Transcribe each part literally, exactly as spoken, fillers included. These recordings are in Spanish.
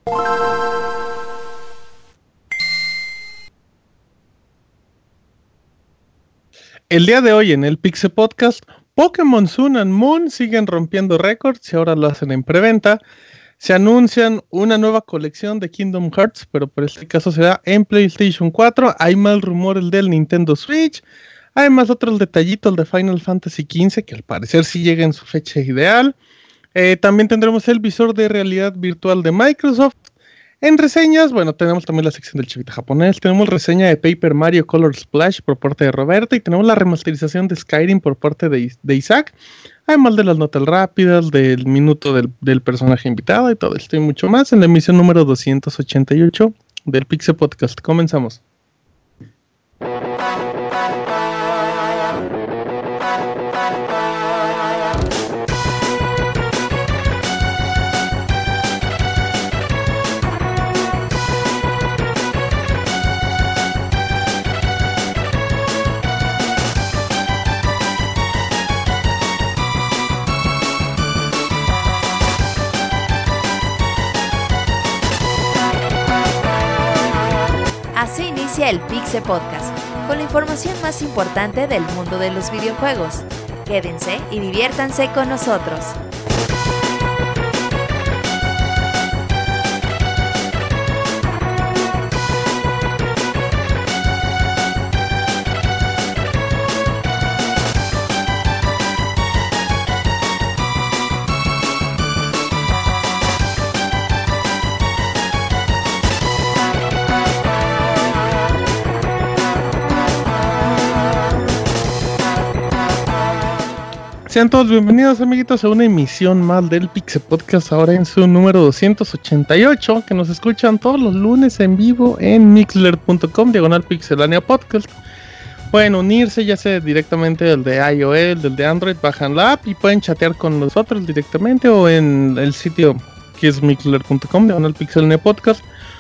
El día de hoy en el Pixel Podcast, Pokémon Sun and Moon siguen rompiendo récords y ahora lo hacen en preventa. Se anuncian una nueva colección de Kingdom Hearts, pero por este caso será en PlayStation cuatro. Hay más rumores del Nintendo Switch. Hay más otros detallitos de Final Fantasy quince, que al parecer sí llega en su fecha ideal. Eh, también tendremos el visor de realidad virtual de Microsoft. En reseñas, bueno, tenemos también la sección del chivita japonés. Tenemos reseña de Paper Mario Color Splash por parte de Roberto. Y tenemos la remasterización de Skyrim por parte de, de Isaac. Además de las notas rápidas, del minuto del, del personaje invitado y todo esto y mucho más en la emisión número doscientos ochenta y ocho del Pixel Podcast. Comenzamos. Así inicia el Pixel Podcast, con la información más importante del mundo de los videojuegos. Quédense y diviértanse con nosotros. Sean todos bienvenidos, amiguitos, a una emisión más del Pixel Podcast, ahora en su número doscientos ochenta y ocho, que nos escuchan todos los lunes en vivo en mixler punto com, diagonal pixelania podcast. Pueden unirse ya sea directamente del de iOS, del de Android, bajan la app y pueden chatear con nosotros directamente o en el sitio que es mixler punto com, diagonal pixelania podcast.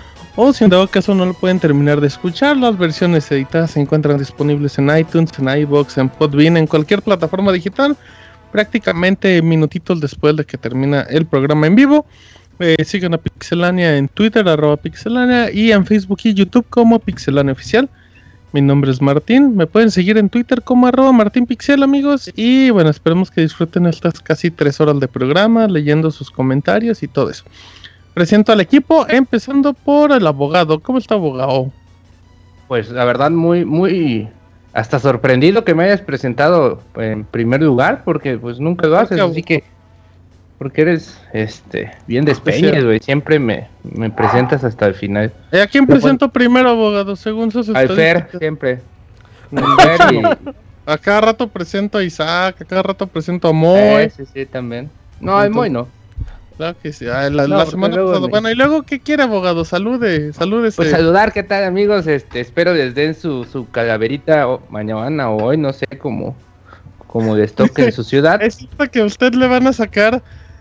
O si en dado caso no lo pueden terminar de escuchar, las versiones editadas se encuentran disponibles en iTunes, en iVoox, en Podbean, en cualquier plataforma digital, prácticamente minutitos después de que termina el programa en vivo. Eh, sigan a Pixelania en Twitter, arroba Pixelania, y en Facebook y YouTube como Pixelania Oficial. Mi nombre es Martín, me pueden seguir en Twitter como arroba Martín Pixel, amigos. Y bueno, esperemos que disfruten estas casi tres horas de programa, leyendo sus comentarios y todo eso. Presento al equipo, empezando por el abogado. ¿Cómo está, abogado? Pues la verdad muy, muy... hasta sorprendido que me hayas presentado en primer lugar, porque pues nunca lo haces, así que... porque eres, este, bien despeñes, güey, siempre me, me presentas hasta el final. ¿Y a quién presento primero, abogado, según sus estadísticas? Al Fer, siempre. Fer y... A cada rato presento a Isaac, a cada rato presento a Moy. Eh, sí, sí, también. No, el Moy no. Claro que sí, ah, la, no, la semana pasada. Me... Bueno, y luego, ¿qué quiere, abogado? Salude, salude. Pues saludar, ¿qué tal, amigos? Este, espero les den su, su calaverita o, mañana o hoy, no sé, como, como les toque en su ciudad. ¿Es cierto que a usted le van a sacar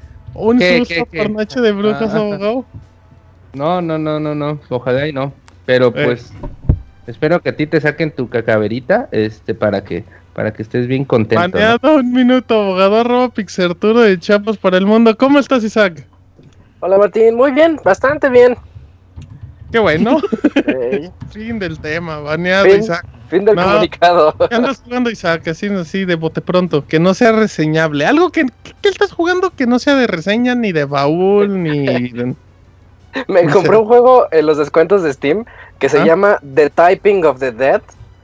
un ¿Qué, susto qué, por qué? noche de brujas, ah, abogado? No, no, no, no, no, ojalá y no. Pero eh. pues, espero que a ti te saquen tu cacaverita, este, para que... para que estés bien contento. Baneado, ¿no? Un minuto, abogado, arroba Pixarturo de Chiapas para el mundo. ¿Cómo estás, Isaac? Hola, Martín, muy bien, bastante bien. Qué bueno. Hey. Fin del tema, baneado, fin, Isaac. Fin del no, comunicado. ¿Qué andas jugando, Isaac? Así, así, de bote pronto. Que no sea reseñable. Algo que... ¿Qué estás jugando que no sea de reseña, ni de baúl, ni... de... Me no compré sé. un juego en los descuentos de Steam que se ¿Ah? llama The Typing of the Dead,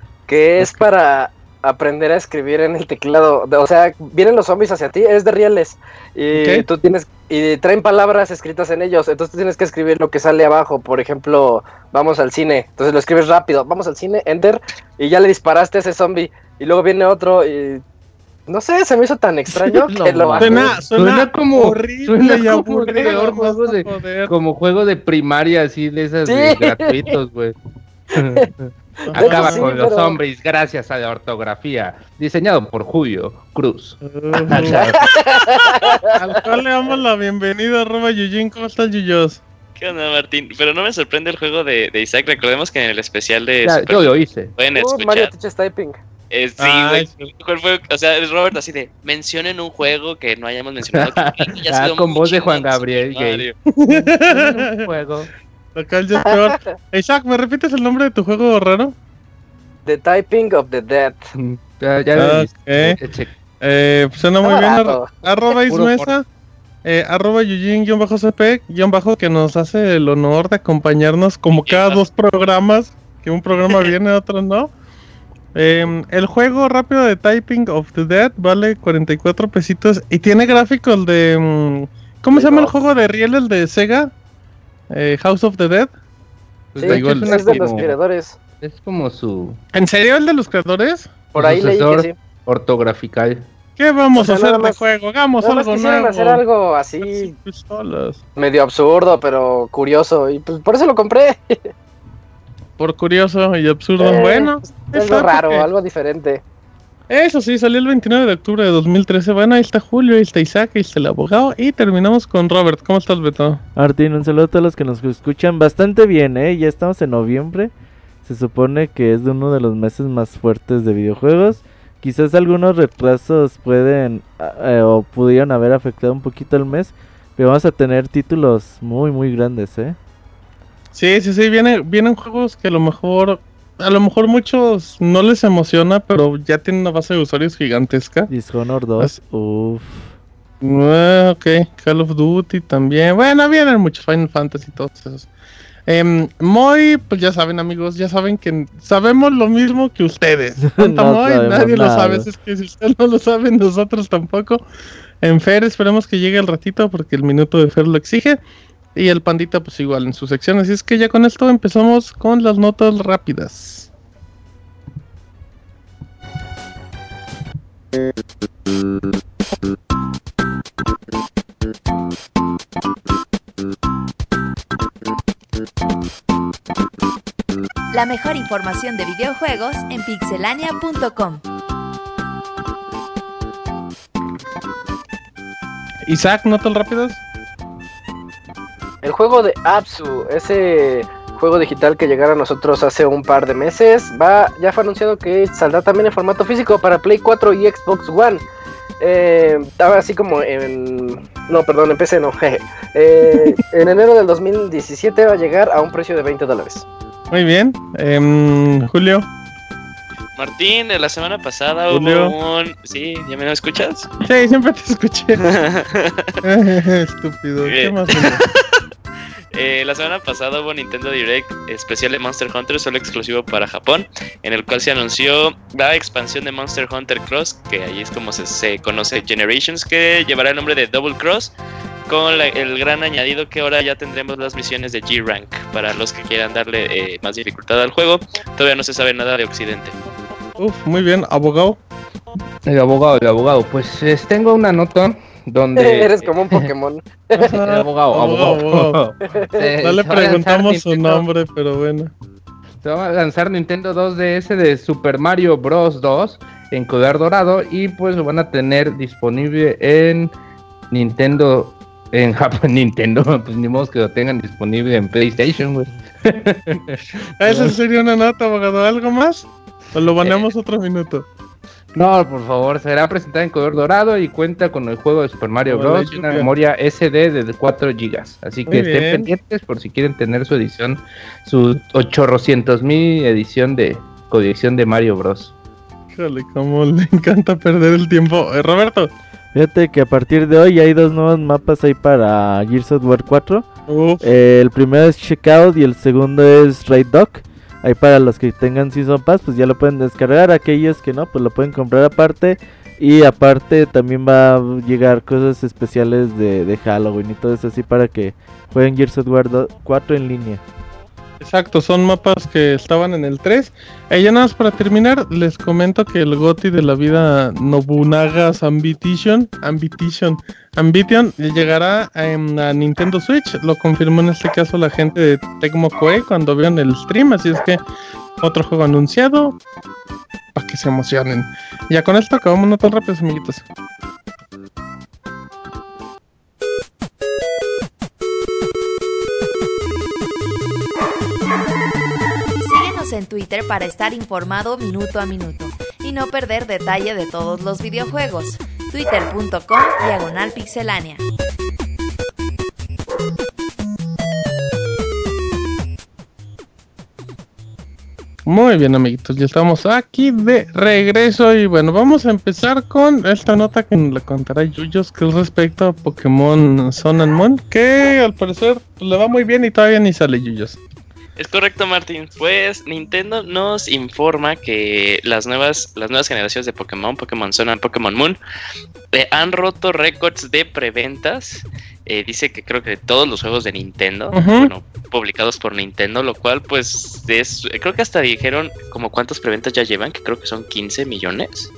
que es para aprender a escribir en el teclado. O sea, vienen los zombies hacia ti, es de rieles. Y okay. tú tienes... Y traen palabras escritas en ellos, entonces tú tienes que escribir lo que sale abajo. Por ejemplo, vamos al cine, entonces lo escribes rápido, vamos al cine, enter, y ya le disparaste a ese zombie. Y luego viene otro y... no sé, se me hizo tan extraño no, que lo suena, suena, suena como horrible, suena y como, aburrido, peor juego de, como juego de primaria, así de esas sí. de gratuitos, güey. Acaba sí, con pero... los hombres gracias a la ortografía, diseñado por Julio Cruz. Uh, al cual le damos la bienvenida, arroba Yujin. ¿Cómo estás, Yuyos? ¿Qué onda, Martín? Pero no me sorprende el juego de, de Isaac. Recordemos que en el especial de ya, Super yo lo hice. pueden uh, escuchar. Mario Teaches Typing. Eh, sí, güey. ¿Cuál fue? O sea, es Robert así de, mencionen un juego que no hayamos mencionado. Que ya ah, con voz de Juan Gabriel, gay. Un juego. Acá ya es peor. Isaac, ¿me repites el nombre de tu juego raro? The Typing of the Dead. Ya, ya okay. eh, pues suena muy bien. Ar arroba Ismesa. Eh, arroba Yujin-C P, que nos hace el honor de acompañarnos como cada dos programas, que un programa viene, otro no. Eh, el juego rápido de Typing of the Dead vale cuarenta y cuatro pesitos y tiene gráficos de... Um, ¿Cómo se llama el juego de riel, el de Sega? Eh, House of the Dead. Sí, es, igual, es de como, los creadores. Es como su... ¿En serio el de los creadores? Por ahí leí que sí. Ortografical. ¿Qué vamos o sea, a hacer de juego? Hagamos algo nuevo. Quisieron hacer algo así medio absurdo, pero curioso. Y pues por eso lo compré. Por curioso y absurdo. Eh, bueno. Algo raro, que... algo diferente. Eso sí, salió el veintinueve de octubre de dos mil trece. Bueno, ahí está Julio, ahí está Isaac, ahí está el abogado. Y terminamos con Robert. ¿Cómo estás, Beto? Martín, un saludo a todos los que nos escuchan. Bastante bien, ¿eh? Ya estamos en noviembre. Se supone que es uno de los meses más fuertes de videojuegos. Quizás algunos retrasos pueden eh, o pudieron haber afectado un poquito el mes, pero vamos a tener títulos muy muy grandes, ¿eh? Sí, sí, sí, viene, vienen juegos que a lo mejor, a lo mejor muchos no les emociona, pero ya tienen una base de usuarios gigantesca. Dishonored dos, uff. Uh, ok, Call of Duty también. Bueno, vienen muchos, Final Fantasy y todos esos. Eh, Moy, pues ya saben, amigos, ya saben que sabemos lo mismo que ustedes. No Moy, nadie nada. Lo sabe, es que si ustedes no lo saben, nosotros tampoco. En Fer esperemos que llegue el ratito porque el minuto de Fer lo exige. Y el Pandita pues igual en su sección. Así es que ya con esto empezamos con las notas rápidas. La mejor información de videojuegos en pixelania punto com. Isaac, ¿notas rápidas? El juego de Abzu, ese juego digital que llegara a nosotros hace un par de meses, va ya fue anunciado que saldrá también en formato físico para Play cuatro y Xbox One. Eh, estaba así como en... No, perdón, en P C no. eh, en enero del dos mil diecisiete va a llegar a un precio de veinte dólares. Muy bien. Eh, Julio. Martín, la semana pasada Julio. Hubo un... ¿Sí? ¿Ya me lo escuchas? Sí, siempre te escuché. Estúpido. ¿Qué más? Eh, la semana pasada hubo Nintendo Direct especial de Monster Hunter, solo exclusivo para Japón, en el cual se anunció la expansión de Monster Hunter Cross, que ahí es como se, se conoce Generations, que llevará el nombre de Double Cross, con la, el gran añadido que ahora ya tendremos las misiones de G Rank, para los que quieran darle eh, más dificultad al juego. Todavía no se sabe nada de Occidente. Uf, muy bien, abogado. El abogado, el abogado, pues eh, tengo una nota donde... Eres como un Pokémon. El abogado, abogado. abogado. Eh, no le preguntamos su nombre, pero bueno. Se va a lanzar Nintendo dos D S de Super Mario Bros. dos en color dorado y pues lo van a tener disponible en Nintendo, en Japón, Nintendo, pues ni modo que lo tengan disponible en PlayStation, güey. Esa sería una nota, abogado. ¿Algo más? ¿O lo baneamos eh, otro minuto? No, por favor, será presentada en color dorado y cuenta con el juego de Super Mario Bros. Y una memoria S D de cuatro gigas. Así que Muy estén bien. pendientes por si quieren tener su edición, su ochocientos mil edición de colección de Mario Bros. Híjole, cómo le encanta perder el tiempo. Eh, Roberto. Fíjate que a partir de hoy hay dos nuevos mapas ahí para Gears of War cuatro. Eh, el primero es Checkout y el segundo es Raid Dog. Ahí para los que tengan Season Pass, pues ya lo pueden descargar. Aquellos que no, pues lo pueden comprar aparte. Y aparte también va a llegar cosas especiales de, de Halloween y todo eso así para que jueguen Gears of War cuatro en línea. Exacto, son mapas que estaban en el tres. Eh, ya nada más para terminar, les comento que el GOTY de la vida, Nobunaga's Ambition, Ambition, Ambition llegará a, a Nintendo Switch. Lo confirmó en este caso la gente de Tecmo Koei cuando vieron el stream, así es que otro juego anunciado para que se emocionen. Ya con esto acabamos no tan rápido, amiguitos. En Twitter para estar informado minuto a minuto. y no perder detalle de todos los videojuegos. Twitter.com diagonal pixelánea. Muy bien, amiguitos, ya estamos aquí de regreso y bueno, vamos a empezar con esta nota que nos la contará Yuyos, que es respecto a Pokémon Sun and Moon, que al parecer pues, le va muy bien y todavía ni sale Yuyos. Es correcto, Martín. Pues Nintendo nos informa que las nuevas, las nuevas generaciones de Pokémon, Pokémon Sun y Pokémon Moon, eh, han roto récords de preventas. Eh, dice que creo que de todos los juegos de Nintendo, uh-huh. bueno, publicados por Nintendo, lo cual pues es, creo que hasta dijeron como cuántas preventas ya llevan, que creo que son quince millones.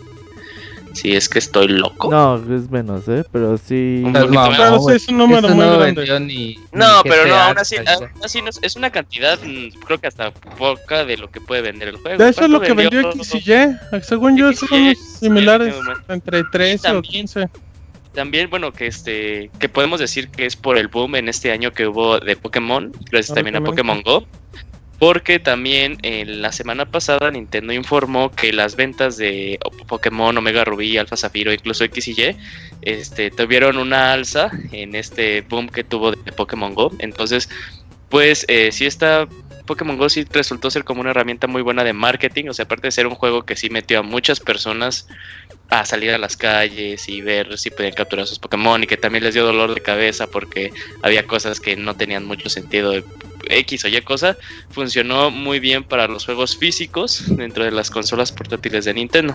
Si es que estoy loco. No, es menos, ¿eh? Pero sí. Un no, no, menos. Sí, es un número muy no grande. Ni, no, ni pero no, G T A, aún así, aún así no es, es una cantidad, creo que hasta poca de lo que puede vender el juego. De eso es lo que vendió X y Y. Según yo, son similares entre trece o quince. También, bueno, que este que podemos decir que es por el boom en este año que hubo de Pokémon, gracias también a Pokémon Go. Porque también en la semana pasada Nintendo informó que las ventas de Pokémon Omega Rubí, Alpha Zafiro, incluso X y Y, este, tuvieron una alza en este boom que tuvo de Pokémon Go. Entonces, pues eh, sí está, Pokémon Go sí resultó ser como una herramienta muy buena de marketing. O sea, aparte de ser un juego que sí metió a muchas personas a salir a las calles y ver si podían capturar sus Pokémon, y que también les dio dolor de cabeza porque había cosas que no tenían mucho sentido de X o Y cosa, funcionó muy bien para los juegos físicos dentro de las consolas portátiles de Nintendo.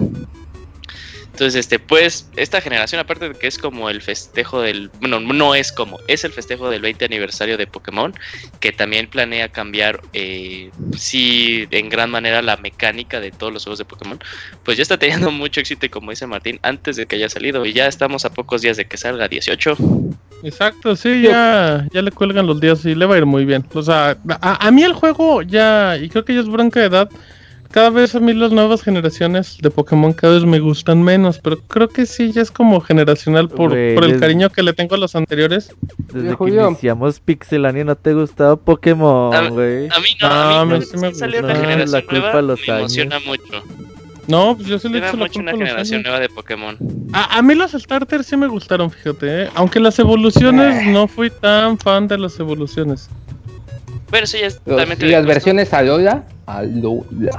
Entonces, este, pues, esta generación, aparte de que es como el festejo del... Bueno, no es como, es el festejo del veinte aniversario de Pokémon, que también planea cambiar, eh, sí, en gran manera la mecánica de todos los juegos de Pokémon, pues ya está teniendo mucho éxito, y como dice Martín, antes de que haya salido, y ya estamos a pocos días de que salga, dieciocho. Exacto, sí, ya, ya le cuelgan los días y le va a ir muy bien. O sea, a, a mí el juego ya, y creo que ya es bronca de edad, cada vez a mí las nuevas generaciones de Pokémon cada vez me gustan menos, pero creo que sí, ya es como generacional por, Wey, por el desde, cariño que le tengo a los anteriores. Desde que Julio. iniciamos Pixelania no te gustaba Pokémon, güey. A, a mí no, no, a mí no, no, sí me salió una generación la nueva, los me años. emociona mucho. No, pues yo sí le Era echo la mucho culpa una a los generación años. nueva de Pokémon. A, a mí los starters sí me gustaron, fíjate, ¿eh? Aunque las evoluciones eh. no fui tan fan de las evoluciones. Pero eso ya es Los, totalmente... ¿Y las versiones Alola? Alola.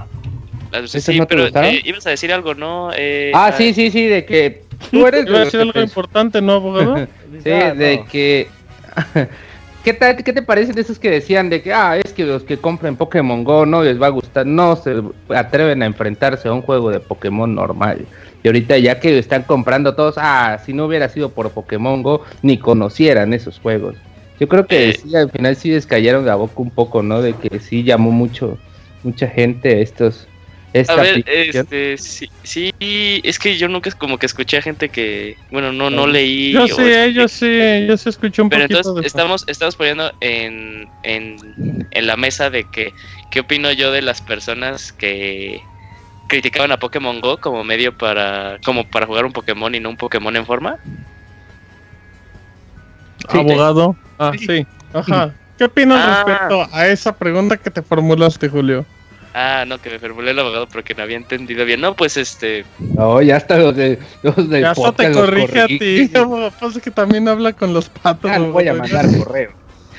Sí, no pero eh, ibas a decir algo, ¿no? Eh, ah, sí, sí, sí, de que tú eres... Iba a decir algo que... importante, ¿no, abogado? sí, ah, de no. que... ¿Qué, tal, ¿Qué te parecen esos que decían de que, ah, es que los que compren Pokémon Go no les va a gustar, no se atreven a enfrentarse a un juego de Pokémon normal? Y ahorita ya que están comprando todos, ah, si no hubiera sido por Pokémon Go, ni conocieran esos juegos. Yo creo que eh. sí, al final sí descallaron la boca un poco, ¿no? De que sí llamó mucho, mucha gente estos... Esta a ver, este, sí, sí, es que yo nunca como que escuché a gente que, bueno, no, no leí. Yo sí, yo sí, yo sí escuché un pero poquito. Pero entonces de estamos, estamos poniendo en, en, en la mesa de que, ¿qué opino yo de las personas que criticaban a Pokémon Go como medio para, como para jugar un Pokémon y no un Pokémon en forma? Sí, abogado. Te... Ah, sí. sí. Ajá. ¿Qué opinas ah. respecto a esa pregunta que te formulaste, Julio? Ah, no, que me formulé el abogado porque no había entendido bien. No, pues este... No, ya hasta los de... Los de ya hasta te corrige a ti. Pasa que también habla con los patos. Ah, no voy a mandar correo.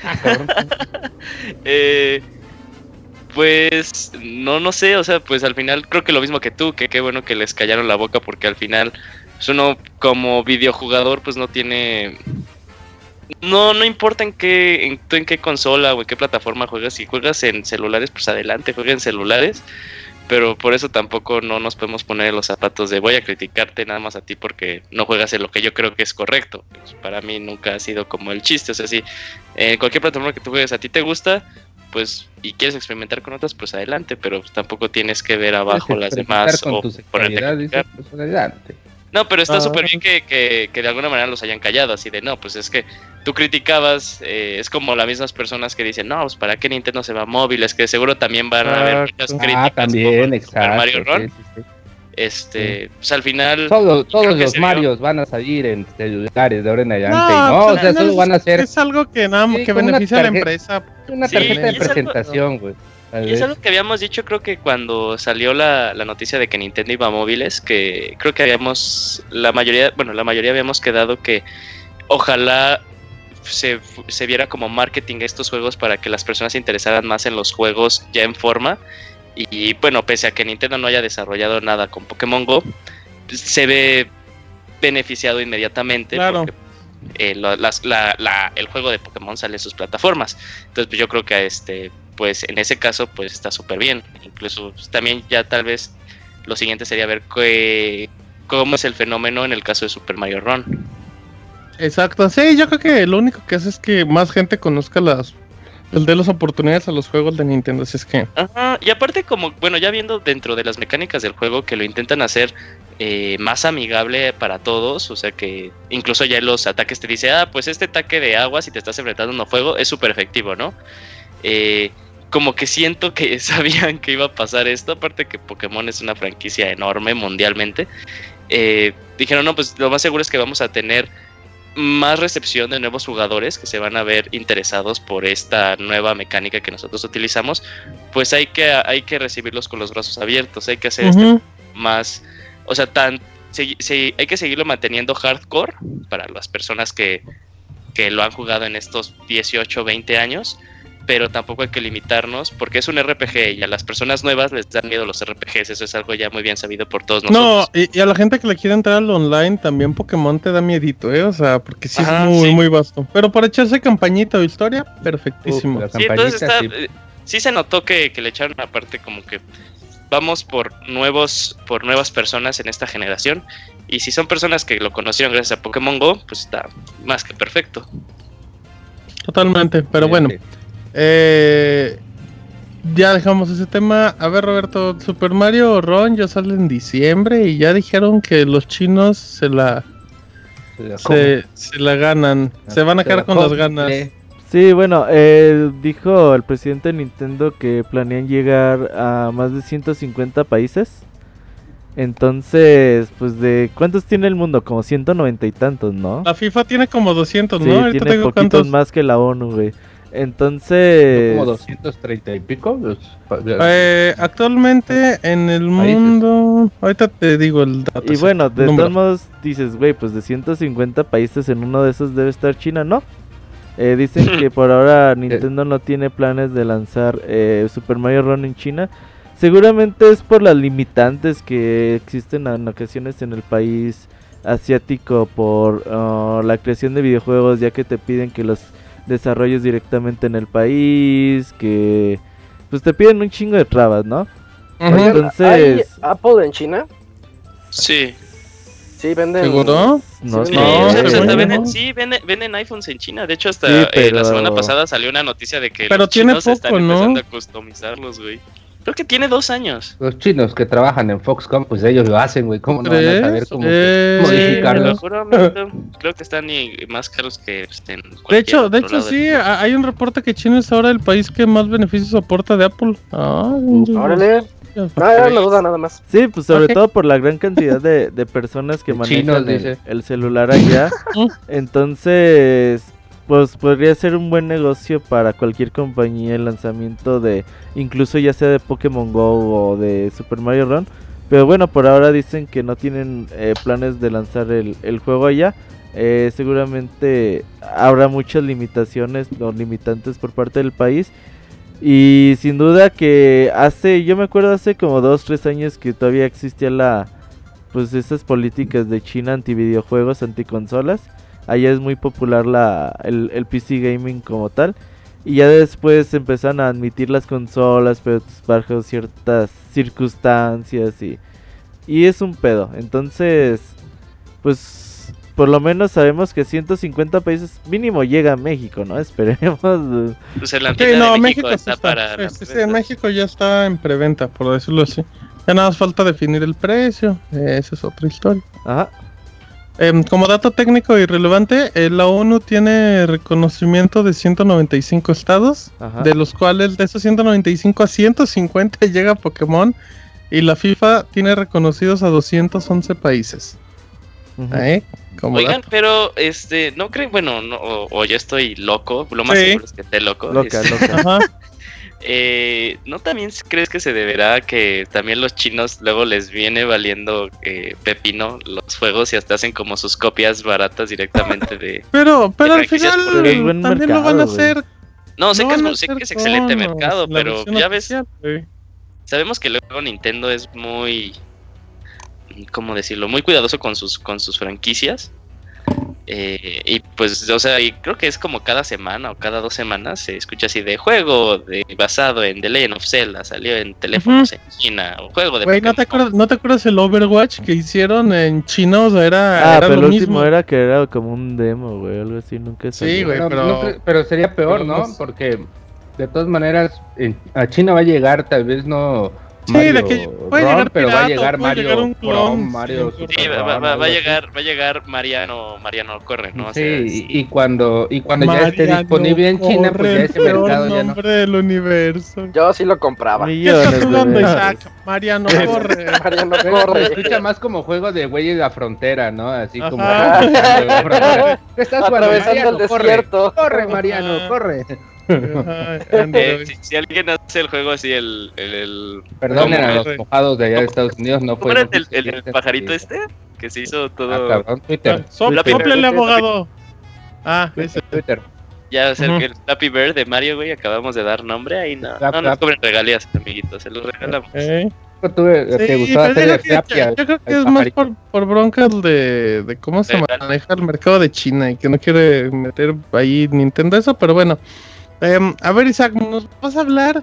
eh... Pues... No, no sé, o sea, pues al final creo que lo mismo que tú, que qué bueno que les callaron la boca porque al final... Pues uno como videojugador pues no tiene... No, no importa en qué, en, tú en qué consola o en qué plataforma juegas. Si juegas en celulares, pues adelante, juega en celulares. Pero por eso tampoco no nos podemos poner en los zapatos de voy a criticarte nada más a ti porque no juegas en lo que yo creo que es correcto. Pues para mí nunca ha sido como el chiste. O sea, si en eh, cualquier plataforma que tú juegues a ti te gusta, pues y quieres experimentar con otras, pues adelante. Pero tampoco tienes que ver abajo las demás o ponerte a criticar. Pues adelante. No, pero está súper ah. bien que, que, que de alguna manera los hayan callado, así de no, pues es que tú criticabas, eh, es como las mismas personas que dicen, no, pues para qué Nintendo se va a móviles, que seguro también van a haber muchas críticas ah, también, exacto, Mario Run. Sí, sí, sí. Este, sí. Pues al final... Todo, todos los Marios van a salir en celulares de ahora en adelante, no, no, pues, o sea, solo van a ser... Es algo que nada, sí, que beneficia a la empresa. Una tarjeta sí, de presentación, güey. Y es algo que habíamos dicho, creo que cuando salió la, la noticia de que Nintendo iba a móviles, que creo que habíamos, la mayoría, bueno, la mayoría habíamos quedado que ojalá se, se viera como marketing estos juegos para que las personas se interesaran más en los juegos ya en forma. Y, y bueno, pese a que Nintendo no haya desarrollado nada con Pokémon Go, se ve beneficiado inmediatamente. Claro. Porque eh, la, las, la, la, el juego de Pokémon sale en sus plataformas. Entonces pues yo creo que este... pues en ese caso pues está súper bien. Incluso pues, también ya tal vez lo siguiente sería ver que, cómo es el fenómeno en el caso de Super Mario Run. Exacto, sí, yo creo que lo único que hace es que más gente conozca las el de las oportunidades a los juegos de Nintendo, así es que... Ajá, y aparte como, bueno, ya viendo dentro de las mecánicas del juego que lo intentan hacer eh, más amigable para todos, o sea que incluso ya en los ataques te dice, ah, pues este ataque de agua si te estás enfrentando a un fuego es súper efectivo, ¿no? Eh... Como que siento que sabían que iba a pasar esto, aparte que Pokémon es una franquicia enorme mundialmente. Eh, dijeron, no, pues lo más seguro es que vamos a tener más recepción de nuevos jugadores que se van a ver interesados por esta nueva mecánica que nosotros utilizamos. Pues hay que, hay que recibirlos con los brazos abiertos, hay que hacer uh-huh. este más, o sea, tan, se, se, hay que seguirlo manteniendo hardcore para las personas que, que lo han jugado en estos dieciocho, veinte años. Pero tampoco hay que limitarnos, porque es un R P G y a las personas nuevas les dan miedo los R P Gs, eso es algo ya muy bien sabido por todos nosotros. No, y, y a la gente que le quiere entrar al online, también Pokémon te da miedito, ¿eh? O sea, porque sí Ajá, es muy, sí. muy vasto. Pero para echarse campañita o historia, perfectísimo. Uh, sí, entonces está, sí. Eh, sí se notó que, que le echaron aparte como que vamos por nuevos, por nuevas personas en esta generación, y si son personas que lo conocieron gracias a Pokémon Go, pues está más que perfecto. Totalmente, pero sí, bueno. Sí. Eh, ya dejamos ese tema. A ver, Roberto, Super Mario Run ya sale en diciembre y ya dijeron que los chinos se la se la, se, se la ganan, no, se van a quedar con las ganas. Sí, bueno, eh, dijo el presidente de Nintendo que planean llegar a más de ciento cincuenta países. Entonces, pues de ¿cuántos tiene el mundo? Como ciento noventa y tantos, ¿no? La FIFA tiene como doscientos, sí, ¿no? Ahorita tiene tengo poquitos cuántos más que la ONU, güey. Entonces... ¿Como doscientos treinta y pico? Eh, actualmente en el mundo... Ahorita te digo el dato. Y bueno, de todos modos dices, güey, pues de ciento cincuenta países en uno de esos debe estar China, ¿no? Eh, dicen que por ahora Nintendo no tiene planes de lanzar eh, Super Mario Run en China. Seguramente es por las limitantes que existen en ocasiones en el país asiático por uh, la creación de videojuegos, ya que te piden que los desarrollos directamente en el país, que pues te piden un chingo de trabas, ¿no? Uh-huh. Entonces, ¿hay Apple en China? Sí. Sí, venden. ¿Seguro? No, sí, no, no, o sea, bueno. venden, sí, venden, venden iPhones en China. De hecho, hasta sí, pero... eh, la semana pasada salió una noticia de que pero los tiene chinos poco, están ¿no? empezando a customizarlos, güey. Creo que tiene dos años. Los chinos que trabajan en Foxconn, pues ellos lo hacen, güey. ¿Cómo no van a saber cómo eh, modificarlos? Sí, creo que están y más caros que estén. De hecho, de hecho sí, del... hay un reporte que China es ahora el país que más beneficios aporta de Apple. Ah, órale. No, era una duda nada más. Sí, pues sobre okay. todo por la gran cantidad de, de personas que manejan chinos, el, el celular allá. Entonces, pues podría ser un buen negocio para cualquier compañía el lanzamiento de, incluso ya sea de Pokémon Go o de Super Mario Run. Pero bueno, por ahora dicen que no tienen eh, planes de lanzar el, el juego allá. Eh, seguramente habrá muchas limitaciones o limitantes por parte del país. Y sin duda que hace, yo me acuerdo hace como dos, tres años que todavía existía la, pues esas políticas de China anti videojuegos, anti consolas. Allá es muy popular la, el, el P C gaming como tal. Y ya después empezaron a admitir las consolas, pero bajo ciertas circunstancias y, y es un pedo. Entonces, pues por lo menos sabemos que ciento cincuenta países mínimo llega a México, ¿no? Esperemos. Pues en la sí, no, de México, México está, está para sí, sí, sí, en México ya está en preventa, por decirlo así. Ya nada más falta definir el precio, esa es otra historia. Ajá. Eh, como dato técnico irrelevante, eh, la ONU tiene reconocimiento de ciento noventa y cinco estados, ajá, de los cuales de esos ciento noventa y cinco a ciento cincuenta llega Pokémon, y la FIFA tiene reconocidos a doscientos once países. Uh-huh. ¿Eh? Oigan, dato. Pero este, no creo, bueno, no, o, o yo estoy loco, lo más sí. seguro es que esté loco. Loca, este. loca. Ajá. Eh, ¿No también crees que se deberá que también los chinos luego les viene valiendo eh, pepino los juegos y hasta hacen como sus copias baratas directamente de... Pero, pero de al final también mercado, lo van a güey. hacer. No, sé, no que van a es, sé hacer que es excelente con mercado, la pero versión ya ves, oficial, güey. sabemos que luego Nintendo es muy... ¿Cómo decirlo? Muy cuidadoso con sus, con sus franquicias. Eh, y pues, o sea, y creo que es como cada semana o cada dos semanas se escucha así de juego de, basado en The Legend of Zelda, salió en teléfonos Ujú. en China, o juego de Güey, ¿no te Pokémon. acuerdas, ¿no te acuerdas el Overwatch que hicieron en chino? O sea, era, Ah, era pero lo el mismo. último era que era como un demo, güey, algo así, nunca Sí, salió. güey. Pero, pero- no cre- pero sería peor, pero ¿no? no- Porque de todas maneras en- a China va a llegar tal vez no Sí, Mario de que puede Ron, llegar pero va a pirata, llegar puede Mario llegar un Chrome, clon, Mario sí, Super Sí, va, Ron, va- va- algo va a así. llegar, va a llegar Mariano, Mariano corre, ¿no? O Sí, sea, es- y, y cuando y cuando ya esté Mariano disponible en China, pues corre, ya el ese peor mercado ya no. nombre del universo. Yo sí lo compraba. ¿Qué Millones estás de jugando, veces. Isaac? Mariano corre. Mariano Pero se corre. escucha más como juego de güey de la frontera, ¿no? Así como Ajá. de la frontera. ¿Qué estás jugando? Atravesando el Mariano, corre, desierto. corre, Mariano, Ajá. corre. Ajá, eh, ándale. si, si alguien hace el juego así, el... el, el Perdonen ¿cómo a los corre? mojados de allá de Estados Unidos, no ¿Cómo fue. era el, el, el pajarito este? Que se hizo Ah, todo... cabrón, Twitter. So- Flappy Sóplele, Bird. abogado. Ah, ese. Twitter. Ya, o sea, Ujú. el Flappy Bird de Mario, güey, acabamos de dar nombre ahí, no, Flap, no nos flap. cobren regalías, amiguitos, se los regalamos. Eh. Tuve, te Sí, gustaba pero hacer yo, creo que, Flappy al- yo creo que al es más pajarito. por, por broncas de, de cómo se Legal. maneja el mercado de China y que no quiere meter ahí Nintendo eso, pero bueno. Em, a ver, Isaac, ¿nos vas a hablar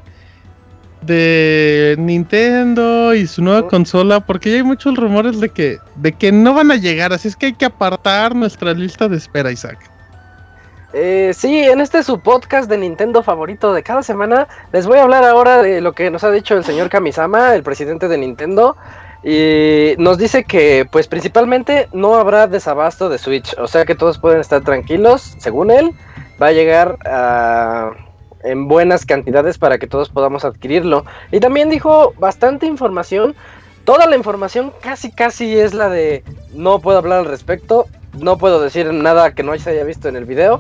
de Nintendo y su nueva consola? Porque ya hay muchos rumores de que, de que no van a llegar, así es que hay que apartar nuestra lista de espera, Isaac. Eh, sí, en este su podcast de Nintendo favorito de cada semana, les voy a hablar ahora de lo que nos ha dicho el señor Kamisama, el presidente de Nintendo, y nos dice que, pues principalmente no habrá desabasto de Switch, o sea que todos pueden estar tranquilos, según él, va a llegar a... en buenas cantidades para que todos podamos adquirirlo. Y también dijo bastante información. Toda la información casi casi es la de no puedo hablar al respecto, no puedo decir nada que no se haya visto en el video,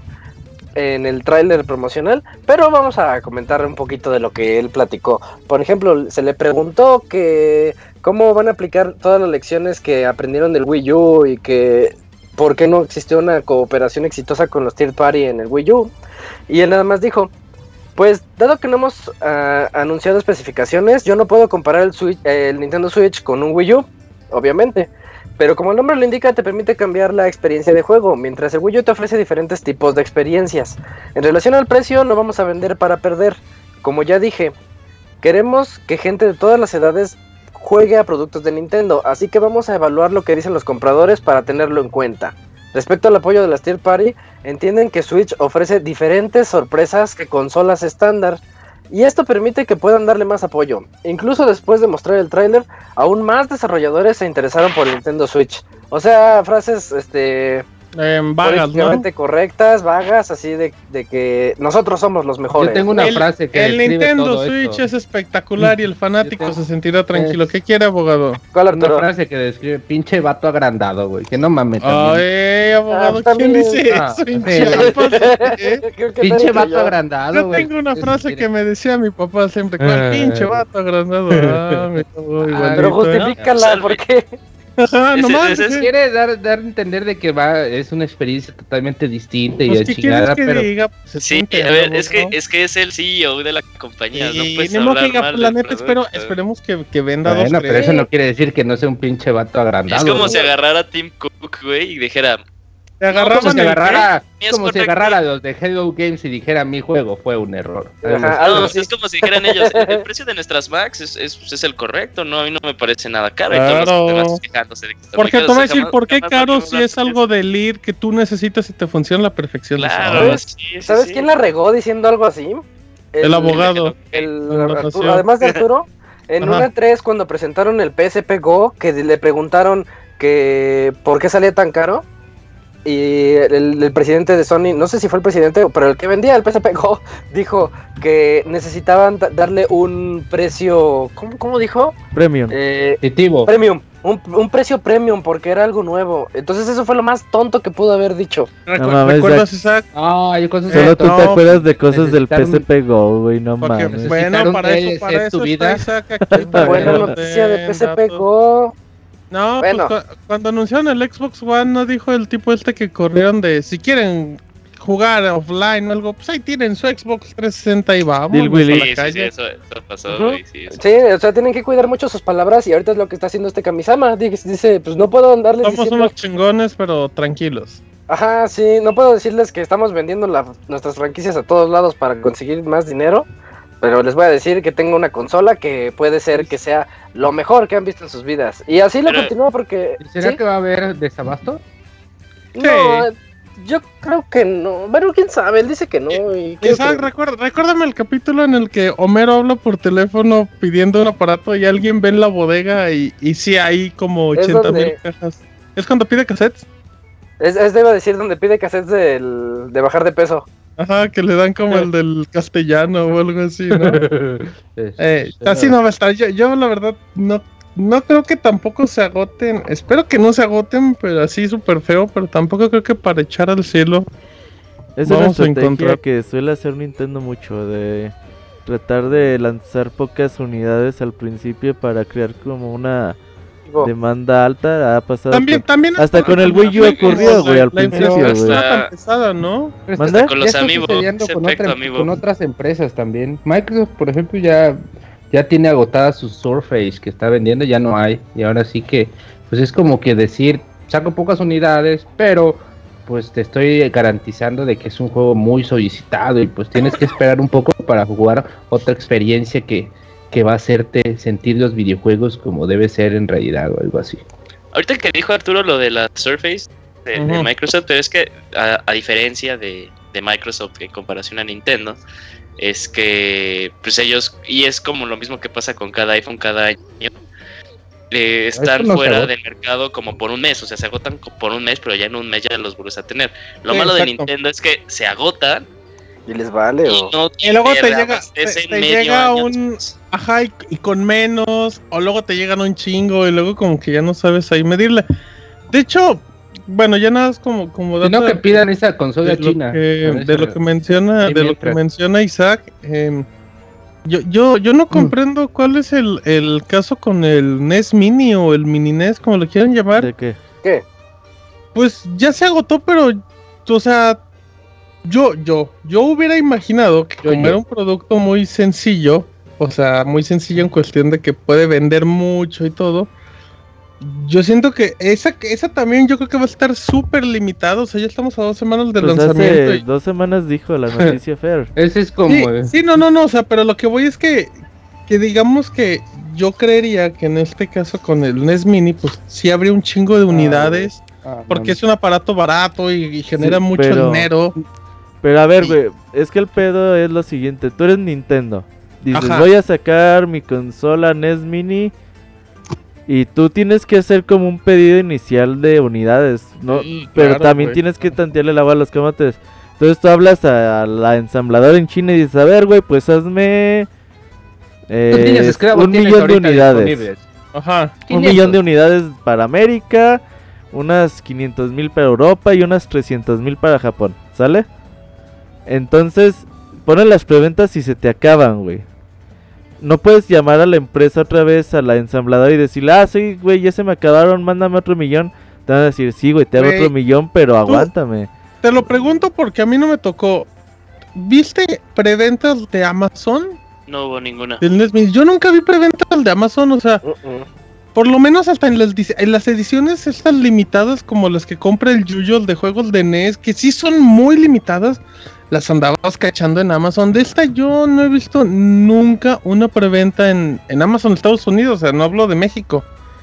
en el tráiler promocional, pero vamos a comentar un poquito de lo que él platicó. Por ejemplo, se le preguntó que cómo van a aplicar todas las lecciones que aprendieron del Wii U y que por qué no existió una cooperación exitosa con los third party en el Wii U. Y él nada más dijo: pues dado que no hemos uh, anunciado especificaciones, yo no puedo comparar el, Switch, eh, el Nintendo Switch con un Wii U, obviamente. Pero como el nombre lo indica, te permite cambiar la experiencia de juego, mientras el Wii U te ofrece diferentes tipos de experiencias. En relación al precio, no vamos a vender para perder. Como ya dije, queremos que gente de todas las edades juegue a productos de Nintendo, así que vamos a evaluar lo que dicen los compradores para tenerlo en cuenta. Respecto al apoyo de las third party, entienden que Switch ofrece diferentes sorpresas que consolas estándar, y esto permite que puedan darle más apoyo. Incluso después de mostrar el tráiler, aún más desarrolladores se interesaron por el Nintendo Switch. O sea, frases este Em, vagas, ¿no? políticamente correctas, vagas, así de, de que nosotros somos los mejores. Yo tengo una El- frase que El describe Nintendo todo Switch esto. es espectacular y el fanático Yo tengo- se sentirá tranquilo. es- ¿Qué quiere, abogado? ¿Cuál, Una Arturo? frase que describe pinche vato agrandado, güey. Que no mames también. Ay, abogado, Ah, ¿quién también. dice Ah, eso? en sí. Chiapas? ¿Eh? Creo que Pinche nadie vato creyó. agrandado, Yo güey. tengo una Eso frase quiere- que me decía mi papá siempre, ¿cuál Ah. pinche vato agrandado? Ah, mi Ah, papá, Pero igualito, ¿eh? justifícala, Salve. ¿por qué? Ajá, Ese- nomás, ese es- sí. Quiere dar, dar a entender de que va, es una experiencia totalmente distinta y Pues, de ¿qué chingada, quieres que pero diga? Pues, se Sí, siente a ver, algo, es que, ¿no? es que es el C E O de la compañía, no Y puedes ni modo hablar que diga, mal pues, la del neta, espero, producto. esperemos que, que venda bueno, dos, pero tres. eso no quiere decir que no sea un pinche vato agrandado. Es como güey. si agarrara a Tim Cook, güey, y dijera, Te como agarraban si el agarrara, Es como si correcto. agarrara a los de Hello Games y dijera mi juego fue un error. Ajá, no, algo o así. sea, es como si dijeran ellos, el, el precio de nuestras Macs es, es, es el correcto, no, a mí no me parece nada caro. Y todos Claro. los demás quejándose de que está muy Porque caro, te voy a o sea, decir, jamás- ¿por qué jamás caro abrimos si la es algo de lead que tú necesitas y te funciona a la perfección? Claro, ¿sabes? sí, sí, ¿Sabes sí. quién la regó diciendo algo así? El abogado. el La Arturo- anotación. además de Arturo, en Ajá. una tres cuando presentaron el P S P Go, que le preguntaron que por qué salía tan caro, y el, el presidente de Sony, no sé si fue el presidente, pero el que vendía el P S P Go, dijo que necesitaban da- darle un precio, ¿cómo, cómo dijo? Premium. Eh, Positivo. premium, un, un precio premium porque era algo nuevo. Entonces eso fue lo más tonto que pudo haber dicho. Recu- No mames, ¿Recuerdas, Zack. Isaac? Ah, yo cosas Solo Eh, tú no, te acuerdas de cosas del P necesitaron- S P Go, güey, no Porque, mames. bueno, Necesitaron para eso, D L C para eso tu está vida. Isaac aquí. para Buena que nos noticia de den P S P datos. Go. No, Bueno. pues cu- cuando anunciaron el Xbox One, no dijo el tipo este que corrieron de si quieren jugar offline o algo, pues ahí tienen su Xbox trescientos sesenta y vamos Dil Willy. a Sí, la sí, sí, calle. eso, eso pasó, Ujú. güey, sí, eso. Sí, o sea, tienen que cuidar mucho sus palabras y ahorita es lo que está haciendo este Kamisama. Dice, dice pues no puedo andarles Somos diciendo... unos chingones, pero tranquilos. Ajá, sí, no puedo decirles que estamos vendiendo la- nuestras franquicias a todos lados para conseguir más dinero, pero les voy a decir que tengo una consola que puede ser que sea lo mejor que han visto en sus vidas. Y así lo Pero- continúo porque... ¿Será ¿sí? que va a haber desabasto? No, yo creo que no. Bueno, quién sabe, él dice que no. Y creo Isaac, que- recuerda, recuérdame el capítulo en el que Homero habla por teléfono pidiendo un aparato y alguien ve en la bodega y, y sí hay como Es ochenta mil donde- cajas. ¿Es cuando pide cassettes? Es, es debo decir donde pide cassettes del, de bajar de peso. Ajá, que le dan como el del castellano o algo así, ¿no? Eh, así no va a estar. Yo, yo la verdad no, no creo que tampoco se agoten. Espero que no se agoten, pero así súper feo. Pero tampoco creo que para echar al cielo. Es una Vamos a estrategia encontrar- que suele hacer Nintendo mucho, de tratar de lanzar pocas unidades al principio para crear como una Digo, demanda alta. Ha pasado También, con- también hasta con el Wii U ocurrió, güey, al La principio, inflación güey. está tan pesada, ¿no? Pero ¿Manda? está- Con ya los está amigos, sucediendo ese con, efecto otra- amigo. con otras empresas también. Microsoft, por ejemplo, ya, ya tiene agotada su Surface que está vendiendo, ya no hay. Y ahora sí que, pues es como que decir, saco pocas unidades, pero pues te estoy garantizando de que es un juego muy solicitado y pues tienes que esperar un poco para jugar otra experiencia que, que va a hacerte sentir los videojuegos como debe ser en realidad o algo así. Ahorita que dijo Arturo lo de la Surface de, de Ujú. Microsoft, pero es que a, a diferencia de, de Microsoft en comparación a Nintendo, es que pues ellos, y es como lo mismo que pasa con cada iPhone cada año, eh, están Esto no se fuera agota. del mercado como por un mes, o sea, se agotan co- por un mes, pero ya en un mes ya los vuelves a tener. Lo Sí, malo de exacto. Nintendo es que se agotan y les vale. y O... no Y luego te llega, reabastecen te, te medio llega año un, después. ajá, y, y con menos, o luego te llegan un chingo y luego como que ya no sabes ahí medirle. De hecho, bueno, ya nada es como, como Si no, dato que pidan esa consola de lo china. que, con de esa- lo que menciona, ahí de lo que mientras. menciona Isaac. eh, yo, yo, yo no comprendo cuál es el, el caso con el N E S Mini o el Mini N E S, como lo quieran llamar. ¿De qué? ¿Qué? Pues ya se agotó, pero, o sea, yo, yo, yo hubiera imaginado que Yo, como yo. era un producto muy sencillo, o sea, muy sencillo en cuestión de que puede vender mucho y todo, yo siento que esa, esa también yo creo que va a estar súper limitado, o sea, ya estamos a dos semanas del Pues lanzamiento. hace y- dos semanas dijo la noticia Fair. Ese es como... Sí, eh, sí, no, no, no, o sea, pero lo que voy es que, que digamos que yo creería que en este caso con el N E S Mini, pues sí habría un chingo de unidades, ah, porque no. es un aparato barato y, y genera Sí, mucho pero- dinero. Pero a ver, Sí. güey, es que el pedo es lo siguiente. Tú eres Nintendo. Dices, Ajá. voy a sacar mi consola N E S Mini. Y tú tienes que hacer como un pedido inicial de unidades, ¿no? Sí, Pero claro, también güey. tienes que tantearle el agua a los camotes. Entonces tú hablas a, a la ensambladora en China y dices, a ver, güey, pues hazme eh, Tú tienes esclavos, un tienes millón de ahorita unidades. disponibles. Ajá. Un quinientos. millón de unidades para América, unas quinientos mil para Europa y unas trescientos mil para Japón, ¿sale? Entonces, ponen las preventas y se te acaban, güey. No puedes llamar a la empresa otra vez, a la ensambladora y decirle, ah, sí, güey, ya se me acabaron, mándame otro millón. Te van a decir, sí, güey, te hago Güey, otro millón, pero aguántame. Te lo pregunto porque a mí no me tocó. ¿Viste preventas de Amazon? No hubo ninguna. Del N E S Mini? Yo nunca vi preventas de Amazon, o sea, Uh-uh. por lo menos hasta en las, dis- en las ediciones estas limitadas como las que compra el Yuyol de juegos de N E S, que sí son muy limitadas, las andabas cachando en Amazon. De esta yo no he visto nunca una preventa en, en Amazon Estados Unidos, o sea, no hablo de México.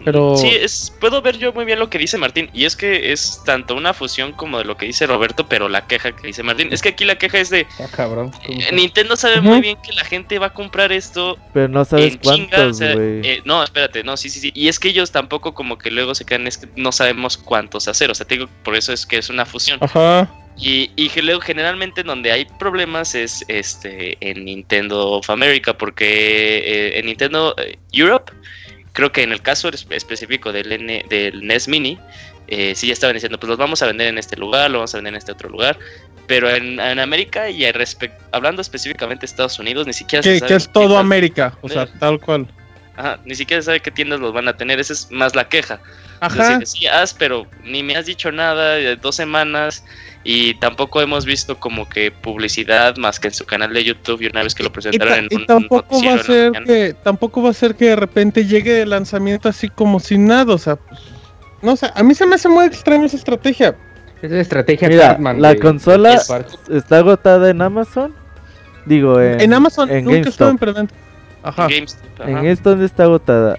Pero... Sí, es, puedo ver yo muy bien lo que dice Martín, y es que es tanto una fusión como de lo que dice Roberto, pero la queja que dice Martín, es que aquí la queja es de... Ah, cabrón. Eh, Nintendo sabe uh-huh. muy bien que la gente va a comprar esto, pero no sabes en cuántos, chinga, o sea, güey. eh, no, espérate, no, sí, sí, sí, y es que ellos tampoco como que luego se quedan, es que no sabemos cuántos hacer, o sea, te digo, por eso es que es una fusión. Ajá. Y, y luego generalmente donde hay problemas es este en Nintendo of America, porque eh, en Nintendo eh, Europe, creo que en el caso específico del, N, del N E S Mini, eh, sí ya estaban diciendo, pues los vamos a vender en este lugar, lo vamos a vender en este otro lugar, pero en, en América y respect, hablando específicamente de Estados Unidos, ni siquiera que, se sabe que es todo América, o sea, tal cual. Ajá, ni siquiera se sabe qué tiendas los van a tener, esa es más la queja. Ajá. Es decir, decías, pero ni me has dicho nada de dos semanas y tampoco hemos visto como que publicidad más que en su canal de YouTube y una vez que lo presentaron y, en y un tampoco va a ser que tampoco va a ser que de repente llegue el lanzamiento así como sin nada, o sea, pues, no sé, a mí se me hace muy extraña esa estrategia. Esa estrategia. Mira, Batman, la de, consola es... está agotada en Amazon, digo en, en Amazon en nunca estuvo en preventa. Ajá. En GameStop, ajá. En esto donde está agotada.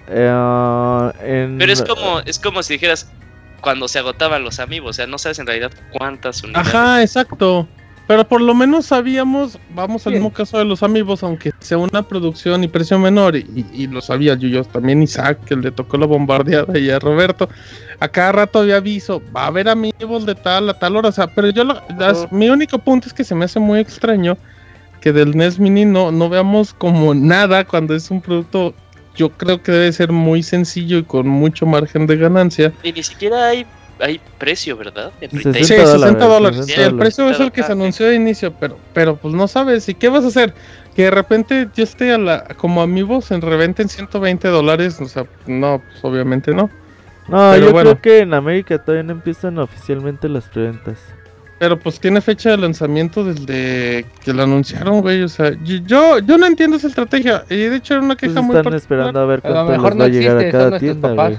Uh, en... Pero es como es como si dijeras cuando se agotaban los amigos, o sea, no sabes en realidad cuántas unidades. Ajá, exacto. Pero por lo menos sabíamos, vamos al mismo caso de los amigos, aunque sea una producción y precio menor, y, y, y lo sabía yo, yo también Isaac, que le tocó la bombardeada, y a Roberto, a cada rato había aviso, va a haber amigos de tal a tal hora, o sea, pero yo, lo, las, oh. mi único punto es que se me hace muy extraño que del N E S Mini no, no veamos como nada cuando es un producto, yo creo que debe ser muy sencillo y con mucho margen de ganancia. Y ni siquiera hay, hay precio, ¿verdad? Sí, sesenta dólares. Sí, el precio es el que se anunció de inicio, pero, pero pues no sabes. ¿Y qué vas a hacer? Que de repente yo esté a la, como amigos en reventa en ciento veinte dólares, o sea, no, pues obviamente no. No, pero yo bueno. creo que en América todavía no empiezan oficialmente las preventas. Pero pues tiene fecha de lanzamiento desde que lo anunciaron, güey, o sea, yo yo no entiendo esa estrategia, y de hecho era una queja pues muy están esperando a ver cuánto les va no a llegar existe, a cada tienda, güey.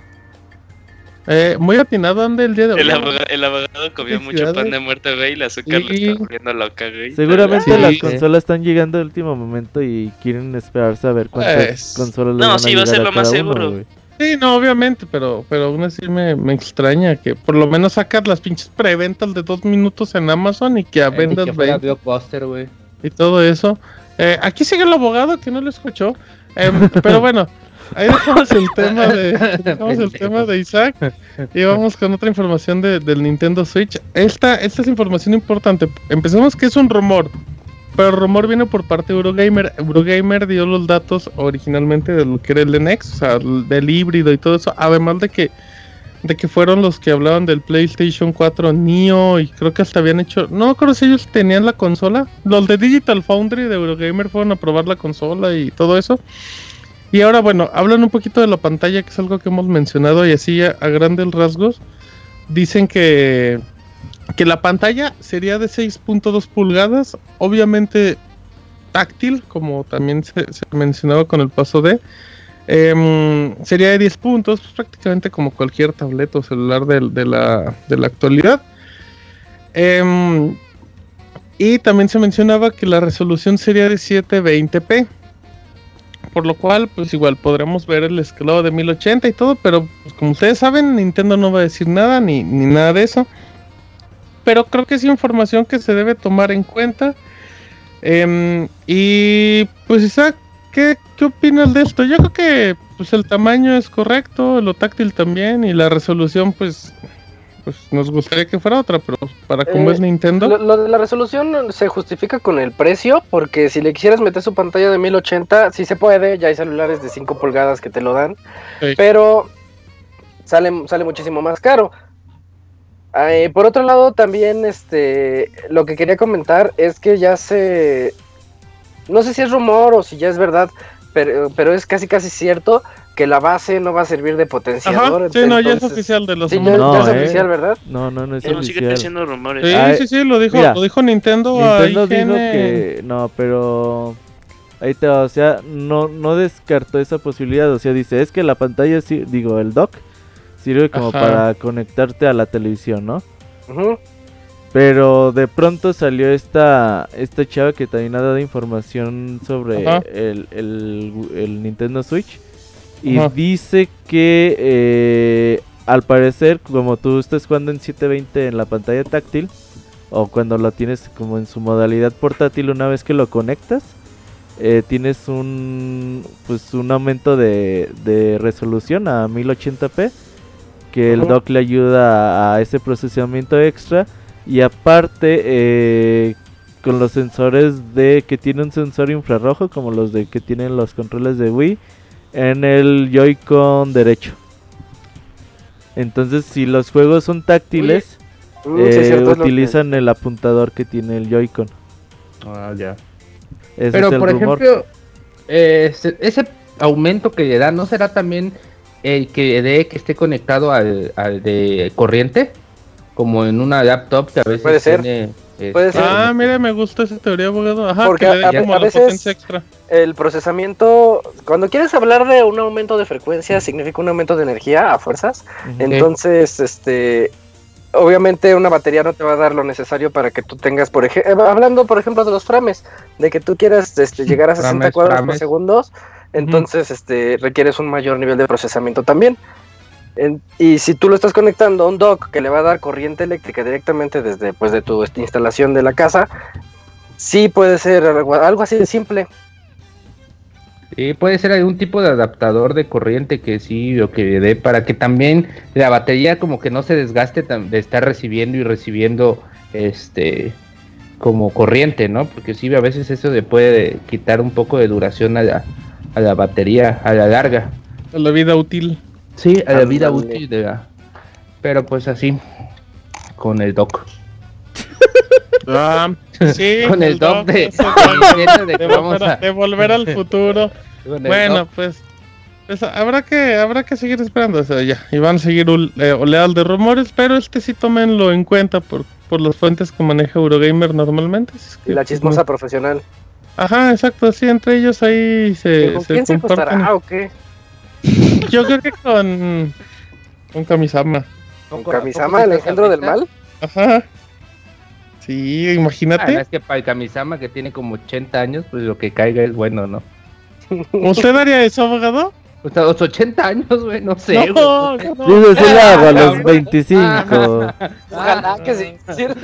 Eh, muy atinado ande el día de hoy. El abogado, el abogado comió mucho pan de muerte, güey, y la azúcar sí. le está volviendo loca, güey. Seguramente sí, las sí. consolas están llegando al último momento y quieren esperarse a ver cuántas pues, consolas les no, van sí, a llegar va a ser lo a más cada seguro. Uno, sí, no, obviamente, pero, pero aún así me, me extraña que por lo menos sacas las pinches preventas de dos minutos en Amazon y que a vendas veinte güey. Y todo eso. Eh, aquí sigue el abogado que no lo escuchó, eh, pero bueno, ahí dejamos el tema de dejamos el tema de Isaac y vamos con otra información de, del Nintendo Switch. Esta, esta es información importante. Empecemos que es un rumor. Pero el rumor viene por parte de Eurogamer. Eurogamer dio los datos originalmente de lo que era el N X, o sea, del híbrido y todo eso. Además de que de que fueron los que hablaban del PlayStation cuatro Neo y creo que hasta habían hecho... No me acuerdo si ellos tenían la consola. Los de Digital Foundry de Eurogamer fueron a probar la consola y todo eso. Y ahora, bueno, hablan un poquito de la pantalla, que es algo que hemos mencionado y así a, a grandes rasgos. Dicen que... que la pantalla sería de seis punto dos pulgadas, obviamente táctil, como también se, se mencionaba con el paso D. Eh, sería de diez puntos, pues prácticamente como cualquier tableta o celular de, de, la, de la actualidad. Eh, y también se mencionaba que la resolución sería de setecientos veinte p. Por lo cual, pues igual podremos ver el escalado de mil ochenta y todo, pero pues, como ustedes saben, Nintendo no va a decir nada ni, ni nada de eso. Pero creo que es información que se debe tomar en cuenta. Eh, y pues Isaac, ¿qué, ¿qué opinas de esto? Yo creo que pues el tamaño es correcto, lo táctil también, y la resolución pues, pues nos gustaría que fuera otra, pero para como eh, es Nintendo... Lo, lo de la resolución se justifica con el precio, porque si le quisieras meter su pantalla de mil ochenta, sí se puede, ya hay celulares de cinco pulgadas que te lo dan, sí. Pero sale, sale muchísimo más caro. Eh, por otro lado, también este lo que quería comentar es que ya se... No sé si es rumor o si ya es verdad, pero, pero es casi casi cierto que la base no va a servir de potenciador. Ajá, sí, entonces, no, ya es oficial de los sí, ya, no, ya es eh. oficial, ¿verdad? No, no, no es no, oficial. Sigue diciendo rumores. Sí, ah, sí, sí, lo dijo, mira, lo dijo Nintendo. Nintendo a dijo que... No, pero... Ahí te va, o sea, no, no descartó esa posibilidad, o sea, dice, es que la pantalla, sí, digo, el dock sirve como Ajá. para conectarte a la televisión, ¿no? Uh-huh. Pero de pronto salió esta esta chava que también ha dado información sobre el, el, el Nintendo Switch Y uh-huh. dice que eh, al parecer, como tú estás jugando en setecientos veinte en la pantalla táctil, o cuando lo tienes como en su modalidad portátil, una vez que lo conectas, eh, tienes un pues un aumento de, de resolución a mil ochenta p, que uh-huh. el dock le ayuda a, a ese procesamiento extra. Y aparte, eh, con los sensores de que tiene un sensor infrarrojo, como los de que tienen los controles de Wii, en el Joy-Con derecho. Entonces, si los juegos son táctiles, uh, eh, sí, cierto, utilizan que... el apuntador que tiene el Joy-Con. Ah, ya. Ese Pero, es el por rumor. ejemplo, eh, ese aumento que le da, ¿no será también el que dé que esté conectado al, al de corriente? Como en una laptop que a veces puede ser. tiene... Puede ser. Ah, mira, me gusta esa teoría, abogado. Ajá, porque que le a, como a la veces potencia extra. El procesamiento, cuando quieres hablar de un aumento de frecuencia, significa un aumento de energía a fuerzas. Okay. Entonces, este, obviamente una batería no te va a dar lo necesario para que tú tengas, por ejemplo, hablando por ejemplo de los frames, de que tú quieras este, llegar a sesenta frames, cuadros frames. por segundo, entonces uh-huh. este, requieres un mayor nivel de procesamiento también. En, y si tú lo estás conectando a un dock que le va a dar corriente eléctrica directamente desde pues de tu este, instalación de la casa, sí puede ser algo, algo así de simple. Sí, puede ser algún tipo de adaptador de corriente que sí, o que dé para que también la batería como que no se desgaste de estar recibiendo y recibiendo este como corriente, ¿no? Porque sí, a veces eso le puede quitar un poco de duración a la, a la batería, a la larga. A la vida útil. Sí, a la vida útil de la... Pero pues así, con el dock. Ah, sí, con el, el dock, dock de, de, de, de, volver a, de volver al futuro. Bueno, dock. pues, pues habrá que habrá que seguir esperando, o sea, ya. Y van a seguir eh, oleadas de rumores, pero este sí tómenlo en cuenta por, por las fuentes que maneja Eurogamer normalmente. Es que, y la chismosa pues, profesional. Ajá, exacto, sí, entre ellos ahí se... ¿Con se quién se costará o qué? Yo creo que con... Con Kamisama. ¿Con Kamisama, el engendro del mal? Ajá. Sí, imagínate. Ah, es que para el Kamisama, que tiene como ochenta años, pues lo que caiga es bueno, ¿no? ¿Usted haría eso, abogado? O sea, los ochenta años, güey, no sé. No, no, no. Yo se lo hago a los veinticinco. Ojalá que sí.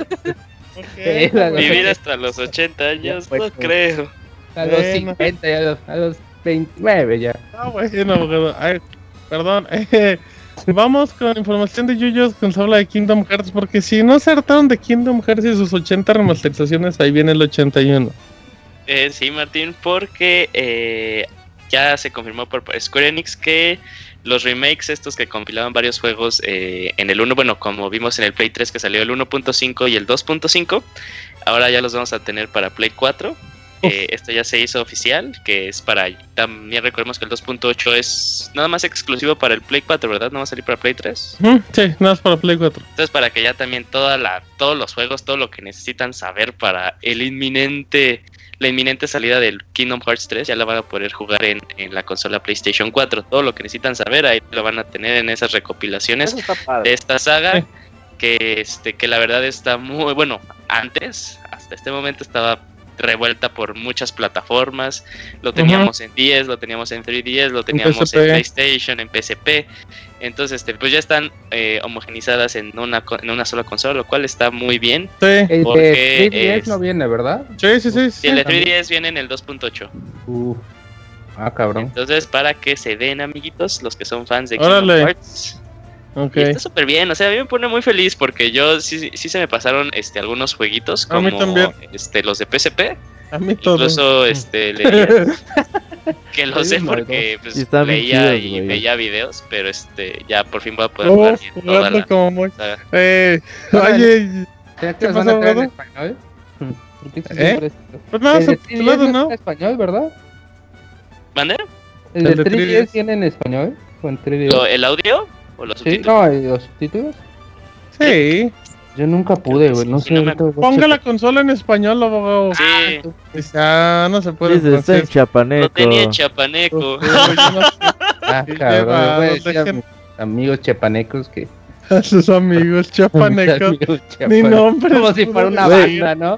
Okay. Vivir hasta los ochenta años, pues, no pues, creo. A los bueno. cincuenta, a los, a los veintinueve ya. Ah, bueno, abogado. Ay, perdón. Eh, vamos con información de Yuyos que nos habla de Kingdom Hearts, porque si no se hartaron de Kingdom Hearts y sus ochenta remasterizaciones, ahí viene el ochenta y uno. Eh, sí, Martín, porque eh, ya se confirmó por Square Enix que los remakes estos que compilaban varios juegos eh, en el uno, bueno, como vimos en el Play tres que salió el uno punto cinco y el dos punto cinco, ahora ya los vamos a tener para Play cuatro. Eh, esto ya se hizo oficial, que es para... También recordemos que el dos punto ocho es nada más exclusivo para el Play cuatro, ¿verdad? ¿No va a salir para Play tres? Mm, sí, nada más para Play cuatro. Entonces, para que ya también toda la, todos los juegos, todo lo que necesitan saber para el inminente... La inminente salida del Kingdom Hearts tres, ya la van a poder jugar en, en la consola PlayStation cuatro. Todo lo que necesitan saber, ahí lo van a tener en esas recopilaciones de esta saga. Sí. Que, este, que la verdad está muy... Bueno, antes, hasta este momento estaba... revuelta por muchas plataformas. Lo teníamos uh-huh. en D S, lo teníamos en tres D S, lo teníamos en, en PlayStation, en P S P. Entonces, este, pues ya están eh, homogenizadas en una en una sola consola, lo cual está muy bien. Sí. El de tres D S es... no viene, ¿verdad? Sí, sí, sí. sí el de tres D S viene en el dos punto ocho. Uh. Ah, cabrón. Entonces, para que se den, amiguitos, los que son fans de Kingdom Hearts. Okay. Y está súper bien, o sea, a mí me pone muy feliz porque yo sí, sí se me pasaron este algunos jueguitos como este los de P S P. A mí todo. Incluso este leía que lo sé porque pues, leía y wey. veía videos, pero este ya por fin voy a poder oh, jugar bien toda la, como muy... eh, oye, ¿qué, ¿qué pasa, en español? ¿Eh? Pues nada, el de lado, ¿no? En español, ¿verdad? ¿Mande? ¿El, ¿El de tres D S tiene en español? ¿O en tres D S? ¿Lo, ¿El audio? ¿O los sí, subtítulos? no, ¿los subtítulos? Sí. Yo nunca pude, güey, no sí, sé. No me... Ponga la consola en español, abogado. Sí. Ah, no se puede. Dice, está en chapaneco. Lo tenía en chapaneco. Ah, cabrón, yo voy a decir a mis amigos chapanecos que A sus amigos chapanecos. Ni nombre. Como si fuera una banda, ¿no?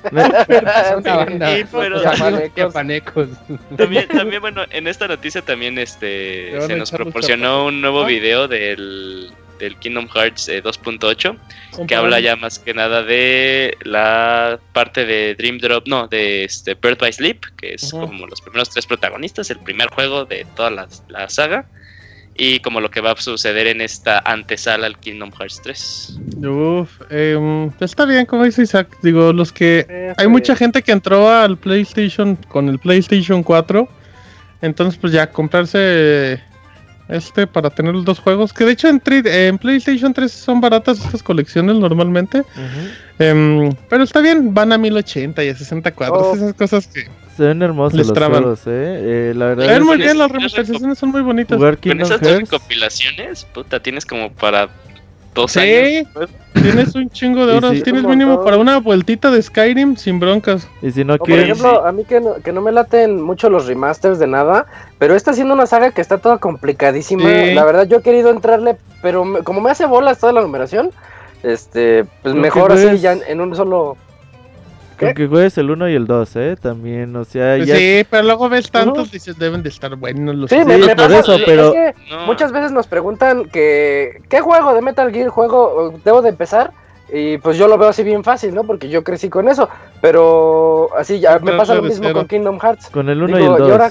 Una banda. Sí, pero chapanecos. También, también, bueno, en esta noticia también este se nos proporcionó un nuevo video del, del Kingdom Hearts eh, dos punto ocho que habla ya más que nada de la parte de Dream Drop, no, de este Birth by Sleep, que es uh-huh. como los primeros tres protagonistas, el primer juego de toda la, la saga. Y como lo que va a suceder en esta antesala al Kingdom Hearts tres. Uf, eh, está bien, como dice Isaac. Digo, los que... Eh, hay mucha gente que entró al PlayStation con el PlayStation cuatro. Entonces, pues ya, comprarse este para tener los dos juegos. Que de hecho en, tri- en PlayStation tres son baratas estas colecciones normalmente. Uh-huh. Eh, pero está bien, van a mil ochenta y a sesenta cuadros. Oh. Esas cosas que... Se ven hermosos les los traban. juegos, ¿eh? eh la verdad Se ven muy que bien, las remasterizaciones son muy bonitas. Con esas dos recopilaciones, puta, tienes como para dos sí, años. Sí, tienes un chingo de horas, sí, tienes mínimo para una vueltita de Skyrim sin broncas. Y si no o quieres... Por ejemplo, a mí que no, que no me laten mucho los remasters de nada, pero esta siendo una saga que está toda complicadísima, sí. La verdad yo he querido entrarle, pero me, como me hace bolas toda la numeración, este, pues lo mejor así ves... ya en, en un solo... ¿Qué? Aunque juegues el uno y el dos, ¿eh? También, o sea... Pues ya... Sí, pero luego ves tantos y dices, deben de estar buenos los... Sí, me, sí me por pasa, eso, pero... Es que no. Muchas veces nos preguntan que... ¿Qué juego de Metal Gear juego debo de empezar? Y pues yo lo veo así bien fácil, ¿no? Porque yo crecí con eso. Pero así ya me pasa lo mismo con Kingdom Hearts. Con el uno y el dos. Y ahora...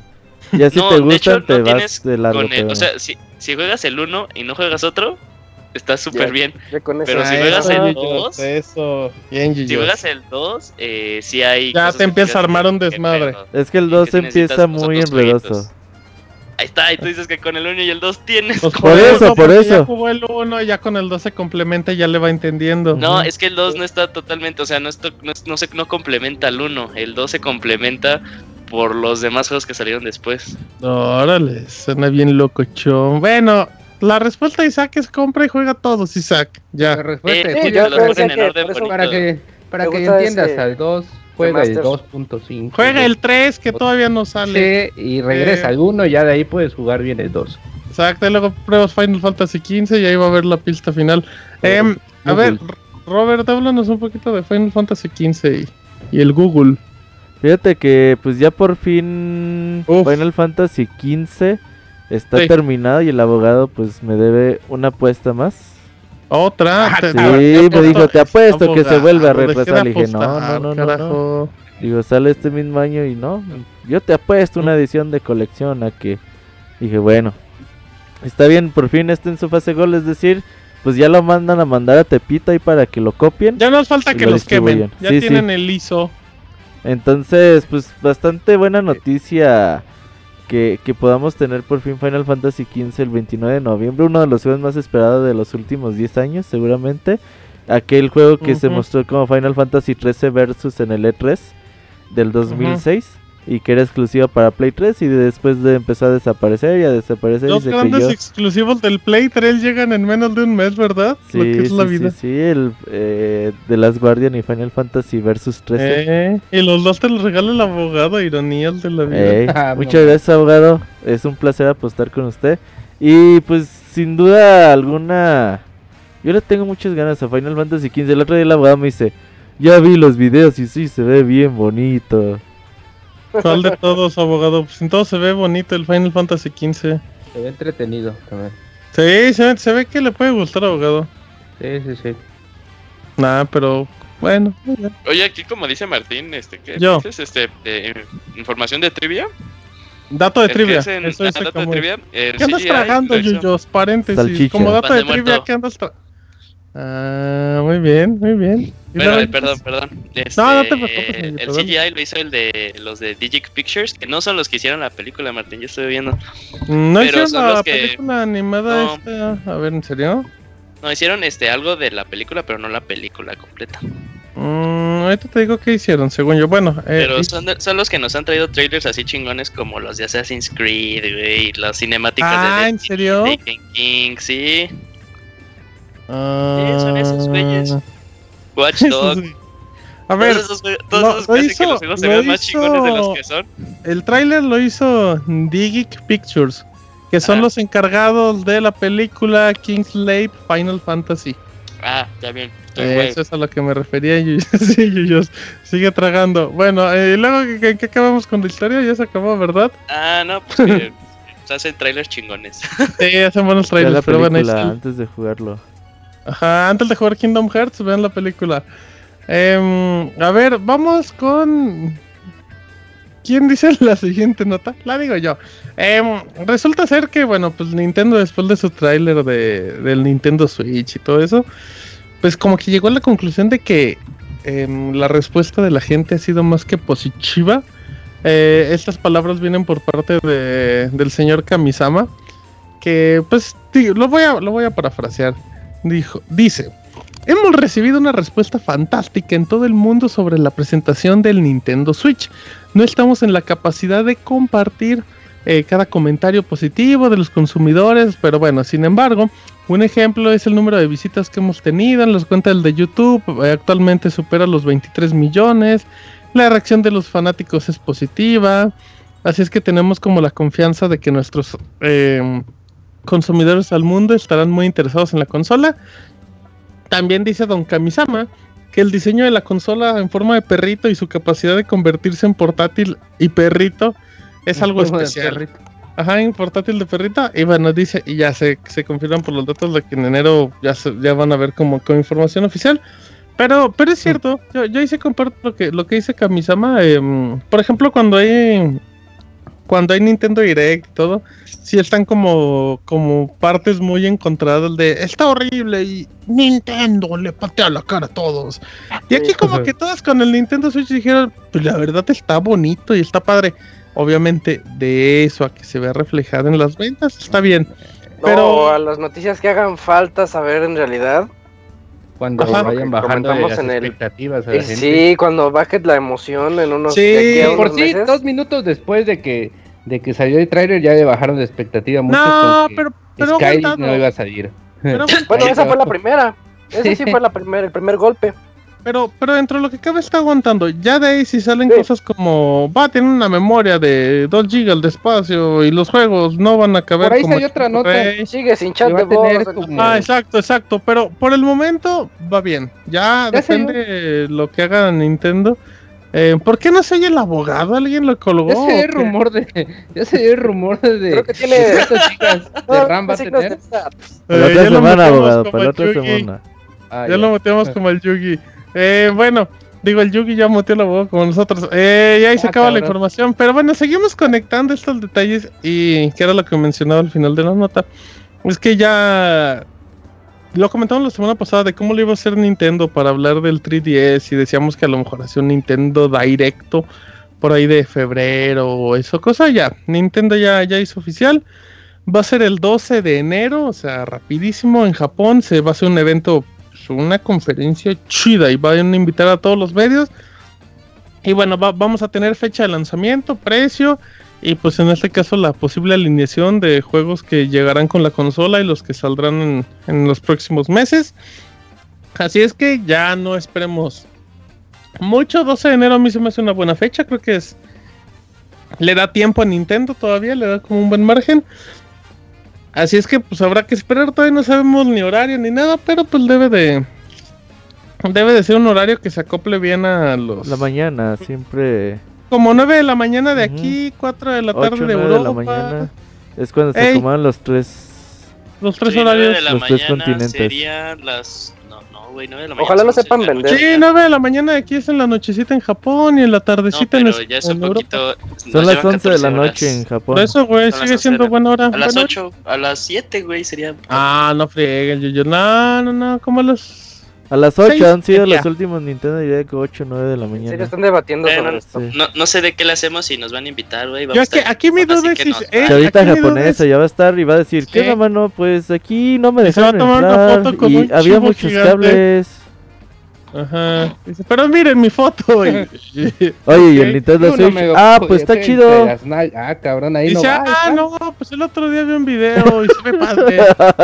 Ya si no, te gustan, hecho, te no vas de largo. Con el, o sea, si, si juegas el uno y no juegas otro... Está súper bien, pero si juegas eso, el dos, eso. Bien, si juegas el dos, eh, sí hay... Ya te empieza a armar un desmadre. Es que el dos empieza muy enredoso. Ahí está, y tú dices que con el uno y el dos tienes... Pues por eso, por eso. Ya jugó el uno y ya con el dos se complementa y ya le va entendiendo. No, uh-huh. Es que el dos no está totalmente, o sea, no, está, no, no, se, no complementa al uno, el dos se complementa por los demás juegos que salieron después. Órale, suena bien locochón. Bueno... La respuesta de Isaac es compra y juega todos, Isaac. Ya. La respuesta eh, es sí, yo los en que orden eso, para que para que entiendas ese... al dos, juega el dos punto cinco. Juega el tres que todavía no sale. Sí, y regresa eh... al uno, ya de ahí puedes jugar bien el dos. Exacto, y luego pruebas Final Fantasy quince y ahí va a ver la pista final. Eh, a ver, Robert, háblanos un poquito de Final Fantasy quince y, y el Google. Fíjate que pues ya por fin Uf. Final Fantasy quince está sí. terminado y el abogado pues me debe una apuesta más. ¿Otra? Sí, me dijo, te apuesto abogado, que se vuelve a retrasar. Le dije, no, no, no, no, no. Digo, sale este mismo año y no. Yo te apuesto una edición de colección a que... Dije, bueno, está bien, por fin está en su fase gol, es decir, pues ya lo mandan a mandar a Tepito ahí para que lo copien. Ya nos falta que lo los quemen, ya sí, tienen sí. el I S O. Entonces, pues bastante buena noticia... Que, que podamos tener por fin Final Fantasy quince el veintinueve de noviembre, uno de los juegos más esperados de los últimos diez años, seguramente. Aquel juego que uh-huh. se mostró como Final Fantasy trece Versus en el E tres del dos mil seis uh-huh. y que era exclusivo para Play tres y después de empezar a desaparecer y a desaparecer. Los grandes creyó... exclusivos del Play tres llegan en menos de un mes, ¿verdad? Sí, Lo que es sí, la vida. sí, sí, el eh, The Last Guardian y Final Fantasy Versus trece. Eh, y los dos te los regala el abogado, ironías de la vida. Eh, ah, muchas no. gracias, abogado. Es un placer apostar con usted. Y pues sin duda alguna, yo le tengo muchas ganas a Final Fantasy quince. El otro día el abogado me dice, ya vi los videos y sí, se ve bien bonito. ¿Cuál de todos, abogado? Pues en todo se ve bonito el Final Fantasy quince. Se ve entretenido también. Sí, se ve, se ve que le puede gustar, abogado. Sí, sí, sí. Nah, pero bueno. Oye, aquí como dice Martín, este, ¿qué Yo. dices? Este, eh, información de trivia. Dato de el trivia. En, Eso ah, es dato de trivia. ¿Qué andas tragando, Yuyos? Paréntesis. Salchicha. Como dato Pan de, de trivia, ¿qué andas tragando? Ah, muy bien, muy bien. Bueno, eh, perdón, perdón. Este, no, no te preocupes. El perdón. C G I lo hizo el de los de Digic Pictures, que no son los que hicieron la película, Martín, yo estoy viendo. No Pero hicieron son la los que... película animada no. esta. A ver, ¿en serio? No, hicieron este algo de la película, pero no la película completa. Mm, ahorita te digo qué hicieron, según yo. Bueno, eh, pero son, de, son los que nos han traído trailers así chingones como los de Assassin's Creed, güey, las cinemáticas ah, de ¿en serio? de King, sí. Uh... Sí, son esos güeyes. Watch Dogs. A ver, todos esos, todos esos que hizo, que los juegos se ven más chingones de los que son. El tráiler lo hizo Digic Pictures. que son Ah. los encargados de la película Kingslave Final Fantasy. Ah, ya bien. Eh, eso es a lo que me refería. Yuyos. Sí, Yuyos, sigue tragando. Bueno, eh, luego que, que acabamos con la historia, ya se acabó, ¿verdad? Ah, no, pues que se hacen trailers chingones. Sí, hacen buenos Ya la trailers, pero bueno, ahí película está. antes de jugarlo. Ajá, antes de jugar Kingdom Hearts, vean la película. Eh, a ver, vamos con... ¿Quién dice la siguiente nota? La digo yo. Eh, resulta ser que, bueno, pues Nintendo, después de su tráiler de, del Nintendo Switch y todo eso, pues como que llegó a la conclusión de que eh, la respuesta de la gente ha sido más que positiva. Eh, estas palabras vienen por parte de, del señor Kamisama, que pues digo, lo voy a, lo voy a parafrasear. Dijo, dice... Hemos recibido una respuesta fantástica en todo el mundo sobre la presentación del Nintendo Switch. No estamos en la capacidad de compartir eh, cada comentario positivo de los consumidores, pero bueno, sin embargo, un ejemplo es el número de visitas que hemos tenido en las cuentas de YouTube. Eh, actualmente supera los veintitrés millones. La reacción de los fanáticos es positiva. Así es que tenemos como la confianza de que nuestros eh, consumidores al mundo estarán muy interesados en la consola. También dice Don Kamisama que el diseño de la consola en forma de perrito y su capacidad de convertirse en portátil y perrito es En algo forma de especial. perrito. Ajá, en portátil de perrito. Y bueno, dice, y ya se, se confirman por los datos de que en enero ya, se, ya van a ver como con información oficial. Pero, pero es cierto, yo, yo ahí sí comparto lo que, lo que dice Kamisama. Eh, por ejemplo, cuando hay cuando hay Nintendo Direct y todo, sí están como, como partes muy encontradas de está horrible y Nintendo le patea la cara a todos. Y aquí como que todas con el Nintendo Switch dijeron, pues la verdad está bonito y está padre. Obviamente de eso a que se vea reflejado en las ventas está bien. No, Pero a las noticias que hagan falta saber en realidad. Cuando Ajá, vayan lo que bajando comentamos las en el- expectativas a la Eh, gente. sí, cuando baje la emoción en unos, Sí, de aquí a Sí, por unos sí, meses. dos minutos después de que de que salió el trailer ya le bajaron de expectativa mucho. no, pero, pero Skyrim aguantado. no iba a salir. Pero, Bueno, Ahí esa va. fue la primera. Esa sí fue la primer, el primer golpe. Pero, pero dentro de lo que cabe está aguantando. Ya de ahí si salen Sí. cosas como va a tener una memoria de dos gigas de espacio y los juegos no van a caber Por ahí como salió otra nota. Rey. Sigue sin chat Que va de a tener voz. como- Ah, exacto, exacto. Pero por el momento va bien. Ya, Ya depende de lo que haga Nintendo. Eh, ¿Por qué no se oye el abogado? ¿Alguien lo colgó? Ya se o dio el qué? rumor de. Ya se dio el rumor de. Creo que tiene- de cuántas gigas de No, RAM va a signos de tener. chat. Para la Eh, otra ya lo semana, metemos abogado, como para la el otra Yugi. semana. Ah, Ya lo metemos como el Yugi. Eh, bueno, digo, el Yugi ya metió la voz como nosotros. Eh, y ahí se Ah, acaba la cabrón. información. Pero bueno, seguimos conectando estos detalles. Y que era lo que mencionaba al final de la nota. Es que ya lo comentamos la semana pasada de cómo lo iba a hacer Nintendo para hablar del tres D S. Y decíamos que a lo mejor hacía un Nintendo Directo por ahí de febrero o eso. Cosa ya. Nintendo ya, ya hizo oficial. Va a ser el doce de enero, o sea, rapidísimo en Japón. Se va a hacer un evento, pues, una conferencia chida y van a invitar a todos los medios. Y bueno, va- vamos a tener fecha de lanzamiento, precio y pues en este caso la posible alineación de juegos que llegarán con la consola y los que saldrán en, en los próximos meses. Así es que ya no esperemos mucho. doce de enero a mí se me hace una buena fecha, creo que es... Le da tiempo a Nintendo todavía, le da como un buen margen. Así es que pues habrá que esperar, todavía no sabemos ni horario ni nada, pero pues debe de debe de ser un horario que se acople bien a los La mañana, siempre. como nueve de la mañana de Ujú. aquí, cuatro de la tarde ocho, de nueve de la Europa. mañana. Es cuando se Ey. acomodan los tres. Los tres Sí, nueve horarios. de la Los tres mañana continentes. serían las... No, no, güey, nueve de la mañana. Ojalá lo son sepan seis de la vender. noche. Sí, nueve de la mañana de aquí es en la nochecita en Japón y en la No, tardecita en, pero es- ya es en un Europa. poquito... Son las once de la noche en Japón. Por eso, güey, Son las sigue once siendo de la- buena hora. A las Buena ocho, a las siete, güey, sería... Ah, no frieguen, yo, yo, no, no, no, como a los... A las Seis ocho han sido y ya. los últimos Nintendo Direct, ocho, nueve de la En serio, mañana. están debatiendo Eh, sobre no, esto. Sí. No, no sé de qué le hacemos si nos van a invitar, güey. Yo vamos a aquí, estar- aquí mi así duda es que si... nos- eh, Chavita aquí mi duda japonesa es- ya va a estar y va a decir, ¿qué Sí. onda, mano? Pues aquí no me Y se va a dejaron tomar una entrar foto con y un había chivo muchos gigante. cables. Ajá. Dice, pero miren mi foto. Y- Oye, y Ok. el Nintendo Uno Switch, me ah, podía pues está hacer chido. entre las nal- Ah, cabrón, ahí Dice, no va. ah, ahí no, pues el otro día vi un video y se ve padre.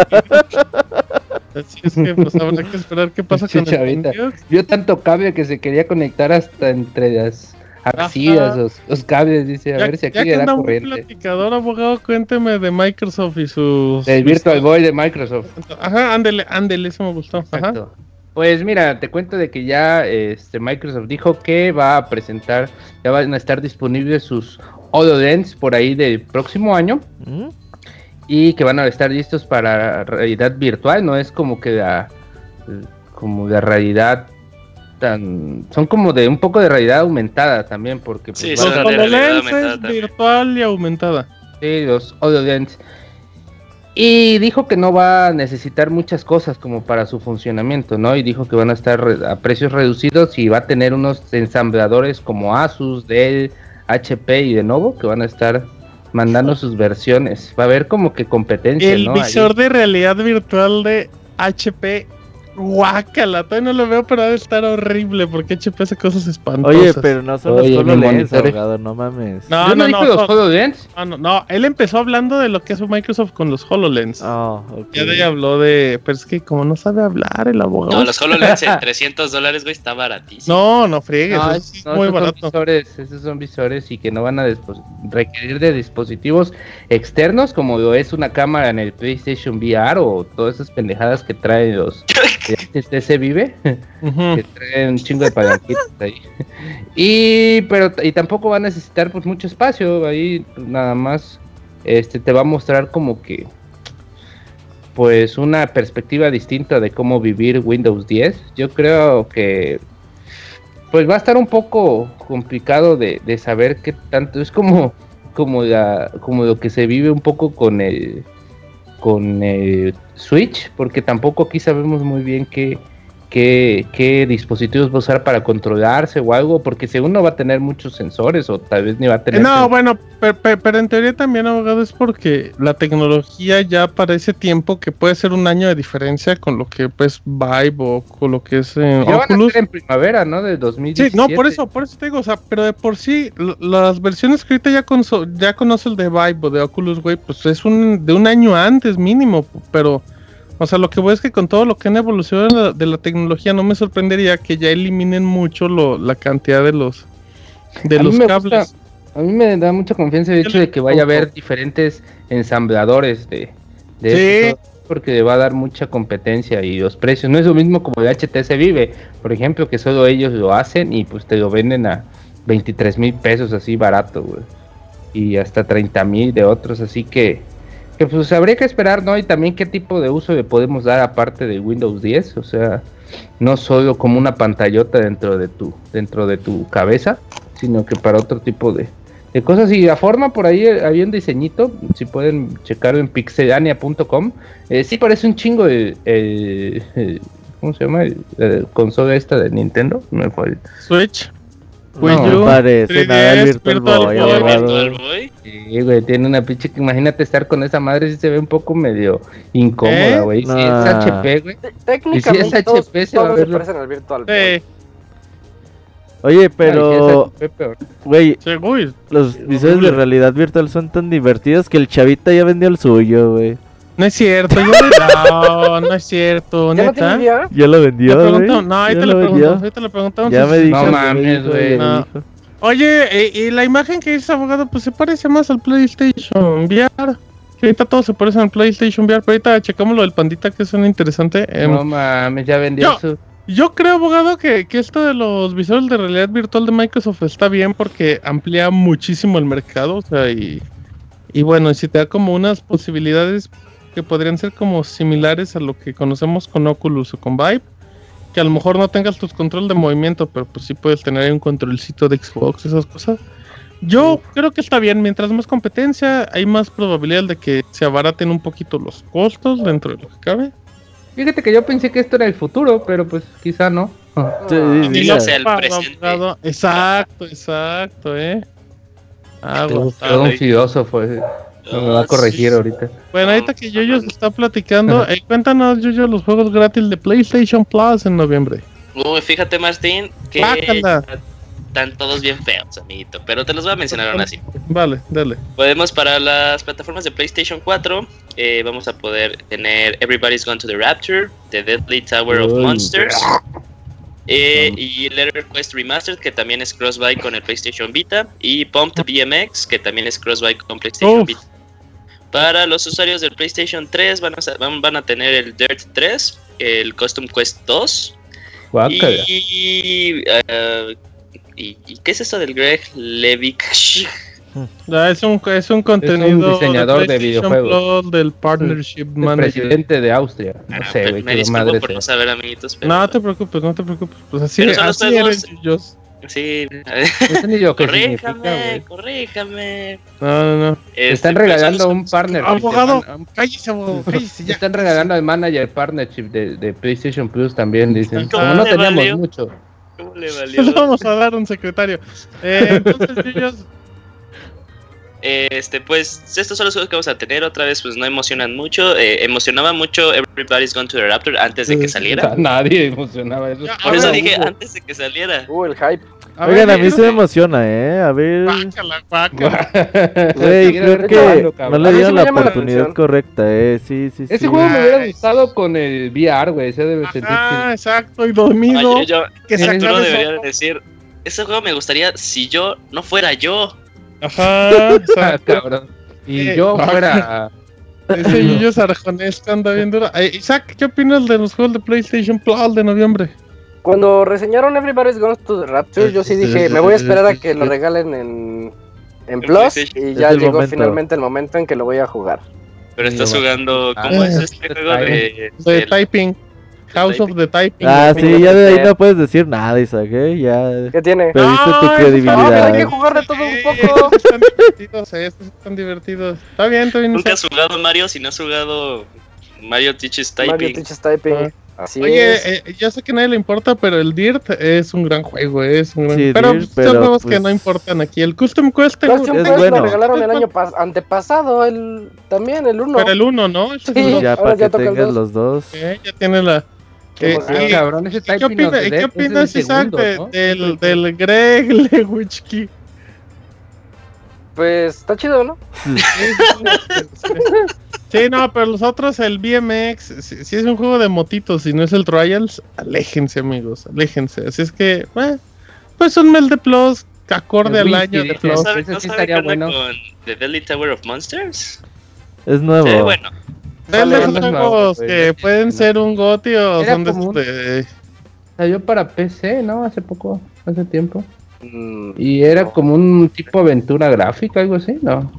Así es que pues habrá que esperar qué pasa Sí, con el chavita. envío. Vio tanto cable que se quería conectar hasta entre las axilas, los, los cables, dice, a ya, ver si aquí ya le que da anda corriente. un platicador, abogado, cuénteme de Microsoft y sus... Del Virtual Boy de Microsoft. Ajá, ándele, ándele, eso me gustó. Exacto. Ajá. Pues mira, te cuento de que ya este, Microsoft dijo que va a presentar, ya van a estar disponibles sus HoloLens por ahí del próximo año. ¿Mm? Y que van a estar listos para realidad virtual, no es como que la, como de realidad tan, son como de un poco de realidad aumentada también, porque pues, sí, los HoloLens es virtual y aumentada. Sí, los HoloLens. Y dijo que no va a necesitar muchas cosas como para su funcionamiento, ¿no? Y dijo que van a estar a precios reducidos y va a tener unos ensambladores como Asus, Dell, H P y Lenovo que van a estar mandando sus versiones. Va a haber como que competencia, el ¿no? El visor ahí. de realidad virtual de H P, guácala, todavía no lo veo, pero ha de estar horrible porque H P hace cosas espantosas. Oye, pero no son Oye, los HoloLens, abogado, no mames. No, ¿Yo no, no no dijo no, los HoloLens? No, no, no, él empezó hablando de lo que hace Microsoft con los HoloLens. Oh, okay. Ya de ahí habló de, pero es que como no sabe hablar el abogado. No, los HoloLens en trescientos dólares, güey, está baratísimo. No, no friegues, No, es no, muy esos barato. Son visores, esos son visores y que no van a requerir de dispositivos externos como lo es una cámara en el PlayStation V R o todas esas pendejadas que traen los H T C Vive, uh-huh. que traen un chingo de palanquitas ahí. Y pero y tampoco va a necesitar pues mucho espacio, ahí nada más este te va a mostrar como que pues una perspectiva distinta de cómo vivir Windows diez. Yo creo que pues va a estar un poco complicado de, de saber qué tanto es como como la como lo que se vive un poco con el con el Switch, porque tampoco aquí sabemos muy bien qué qué, qué dispositivos va a usar para controlarse o algo, porque según no va a tener muchos sensores o tal vez ni va a tener... No, sensores. bueno, pero, pero, pero en teoría también, abogado, es porque la tecnología ya para ese tiempo, que puede ser un año de diferencia con lo que pues Vive o con lo que es eh, ya Oculus. Van a ser en primavera, ¿no? Del dos mil diecisiete. Sí, no, por eso, por eso te digo, o sea, pero de por sí, las versiones que ahorita ya, conso- ya conoce el de Vive o de Oculus, güey, pues es un de un año antes mínimo, pero... O sea, lo que voy es que con todo lo que han evolucionado de la, de la tecnología, no me sorprendería que ya eliminen mucho lo, la cantidad de los de a los mí me cables. Gusta, a mí me da mucha confianza el hecho de que vaya a haber diferentes ensambladores de, de sí. esto, porque le va a dar mucha competencia y los precios. No es lo mismo como el H T C Vive, por ejemplo, que solo ellos lo hacen y pues te lo venden a veintitrés mil pesos así barato, güey. Y hasta treinta mil de otros, así que... que pues habría que esperar, ¿no? Y también qué tipo de uso le podemos dar aparte de Windows diez, o sea, no solo como una pantallota dentro de tu dentro de tu cabeza, sino que para otro tipo de, de cosas. Y la forma, por ahí había un diseñito, si pueden checarlo en pixelania punto com, eh, sí parece un chingo el, el, el ¿cómo se llama? El, el consola esta de Nintendo, me fue el... Switch. No me parece nada el Virtual Boy, Virtual Boy. Sí, güey, tiene una pinche que imagínate estar con esa madre, si se ve un poco medio incómoda, güey. ¿Eh? Si no. Es H P, güey. Técnicamente si es todos, H P, se todos va a se ver parecen al Virtual Boy. Sí. Oye, pero... Güey, sí, güey, los sí, visores de realidad virtual son tan divertidos que el chavita ya vendió el suyo, güey. No es cierto, yo no, no es cierto, ¿Ya neta. no ya? Ya lo vendió, güey. No, ahí te lo preguntamos, ahí te lo preguntamos. Ya me dijo. No mames, güey. No. Oye, y, y la imagen que dice abogado, pues se parece más al PlayStation V R. Que ahorita todo se parece al PlayStation V R, pero ahorita checamos lo del pandita, que suena interesante. No um, mames, ya vendió yo, su... Yo creo, abogado, que, que esto de los visores de realidad virtual de Microsoft está bien porque amplía muchísimo el mercado, o sea, y, y bueno, si te da como unas posibilidades que podrían ser como similares a lo que conocemos con Oculus o con Vive, que a lo mejor no tengas tus control de movimiento, pero pues sí puedes tener ahí un controlcito de Xbox, esas cosas. Yo Uf. creo que está bien, mientras más competencia, hay más probabilidad de que se abaraten un poquito los costos dentro de lo que cabe. Fíjate que yo pensé que esto era el futuro, pero pues quizá no. Sí, sí, sí, no sea el presente. Exacto, exacto, eh. Ah, bueno, un filósofo, eh. No me va a corregir ahorita. Bueno, ahorita que Yoyo se está platicando, eh, cuéntanos, Yoyo, los juegos gratis de PlayStation Plus en noviembre. Uy, fíjate, Martín, que Bácala. Están todos bien feos, amiguito, pero te los voy a mencionar aún así. Vale, dale. Podemos, para las plataformas de PlayStation cuatro, eh, vamos a poder tener Everybody's Gone to the Rapture, The Deadly Tower of Monsters, Eh, y Letter Quest Remastered, que también es cross-buy con el PlayStation Vita. Y Pumped B M X, que también es cross-buy con PlayStation Uf. Vita. Para los usuarios del PlayStation tres van a, van, van a tener el Dirt tres, el Custom Quest dos. Guácala. Y, uh, y, y ¿qué es esto del Greg Levick? Ah, es un es un contenido es un diseñador de, de videojuegos Plus, del Partnership el Manager. Presidente de Austria. No ah, sé, güey, me disculpo por no saber, amiguitos. Pero... No te preocupes, no te preocupes. Pues así, pero son así los juegos... eres, yo. Sí. Corríjame, corríjame. No, no, no. Este, están regalando un partner. Abogado, cállese, abogado, cállese ya. Están regalando el manager partnership de, de PlayStation Plus también, dicen. ¿Cómo Como no teníamos valió? mucho. ¿Cómo le valió? Le vamos a dar un secretario. Eh, entonces, ellos... Este, pues, estos son los juegos que vamos a tener. Otra vez, pues, no emocionan mucho. Eh, emocionaba mucho Everybody's Gone to the Raptor antes de que saliera. Nadie emocionaba eso. Por eso dije antes de que saliera. Uh, el hype. A Oigan, ver, a mí se me emociona, ¿eh? A ver... Pácala, pácala. Güey, creo que no le dieron la oportunidad correcta, ¿eh? Sí, sí, sí. Ese juego me hubiera gustado con el V R, güey. Ese debe sentir. Ah, exacto, y dormido. No, yo, yo, que Arturo debería decir, ese juego me gustaría si yo no fuera yo. Ajá, exacto. Cabrón. Y eh, yo fuera... Ese Yuyo Sarjonesco anda bien duro. Eh, Isaac, ¿qué opinas de los juegos de PlayStation Plus de noviembre? Cuando reseñaron Everybody's Gone to the Rapture, yo sí dije, me voy a esperar a que lo regalen en, en Plus, y ya llegó momento. finalmente el momento en que lo voy a jugar. Pero estás jugando, ¿cómo ah, es este juego de... De, de Typing, House of the Typing. Ah, sí, ya de ahí no puedes decir nada, Isaac, ¿eh? Ya... ¿Qué tiene? Perdiste tu credibilidad. No, hay que jugar de todo un poco. Están divertidos, eh, estos están divertidos. Está bien, está bien. ¿Nunca has jugado Mario si no has jugado Mario Teaches Typing? Mario Teaches Typing. Ah. Así Oye, es. eh, yo sé que a nadie le importa, pero el Dirt es un gran juego, es un gran... Sí, pero Dirt, son pero, juegos pues... que no importan aquí. El Custom Quest, Custom es Quest bueno. lo regalaron el año pas antepasado, el también el uno. Pero el uno, ¿no? Sí, el ya para que tengas los dos. Eh, ya tiene la... Eh, eh, cabrón, ese ¿Qué, opina, ¿qué opinas, Isaac, de, ¿no? del, del Greg Lewiczki? Pues está chido, ¿no? Sí, no, pero los otros, el B M X, si, si es un juego de motitos y no es el Trials, aléjense, amigos, aléjense. Así es que, bueno, pues un Mel de Plus, acorde al año de Plus. ¿No sabe, ¿no sabe estaría bueno con The Deadly Tower of Monsters? Es nuevo. Sí, bueno. Es de los juegos que pueden ser un GOTY o Era son de... común. de... Salió para P C, ¿no? Hace poco, hace tiempo. Mm, y era no. como un tipo aventura gráfica, algo así, ¿no?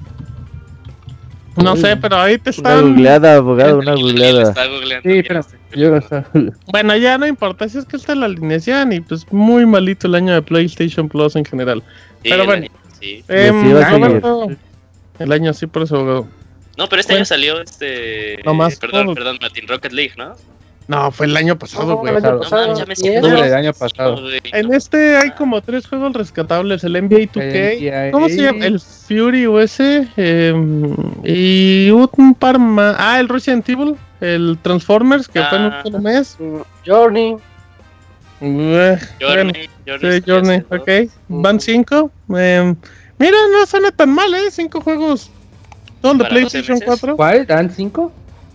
No sé, pero ahí te están... Una googleada, abogado, una googleada. Está googleando. Sí, pero yo no sé. Bueno, ya no importa, si es que está la alineación y pues muy malito el año de PlayStation Plus en general. Sí, pero bueno, año, sí. eh, Roberto, el año sí, por eso, abogado. No, pero este bueno, año salió este... No más perdón, todo. perdón, Martin, Rocket League, ¿no? No, fue el año pasado, güey. No, el año pasado. No, ya me siento Octubre del año pasado. En este hay como tres juegos rescatables, el N B A dos K, N B A. ¿cómo se llama? El Fury U S, eh, y un par más, ah, el Resident Evil, el Transformers, que ah. fue en un solo mes. Journey. Uh, Journey, bueno, Journey, sí, Journey, ok. Uh-huh. Van cinco. Eh, mira, no suena tan mal, ¿eh? Cinco juegos. ¿Son de PlayStation cuatro? ¿Cuál? ¿Dan cinco?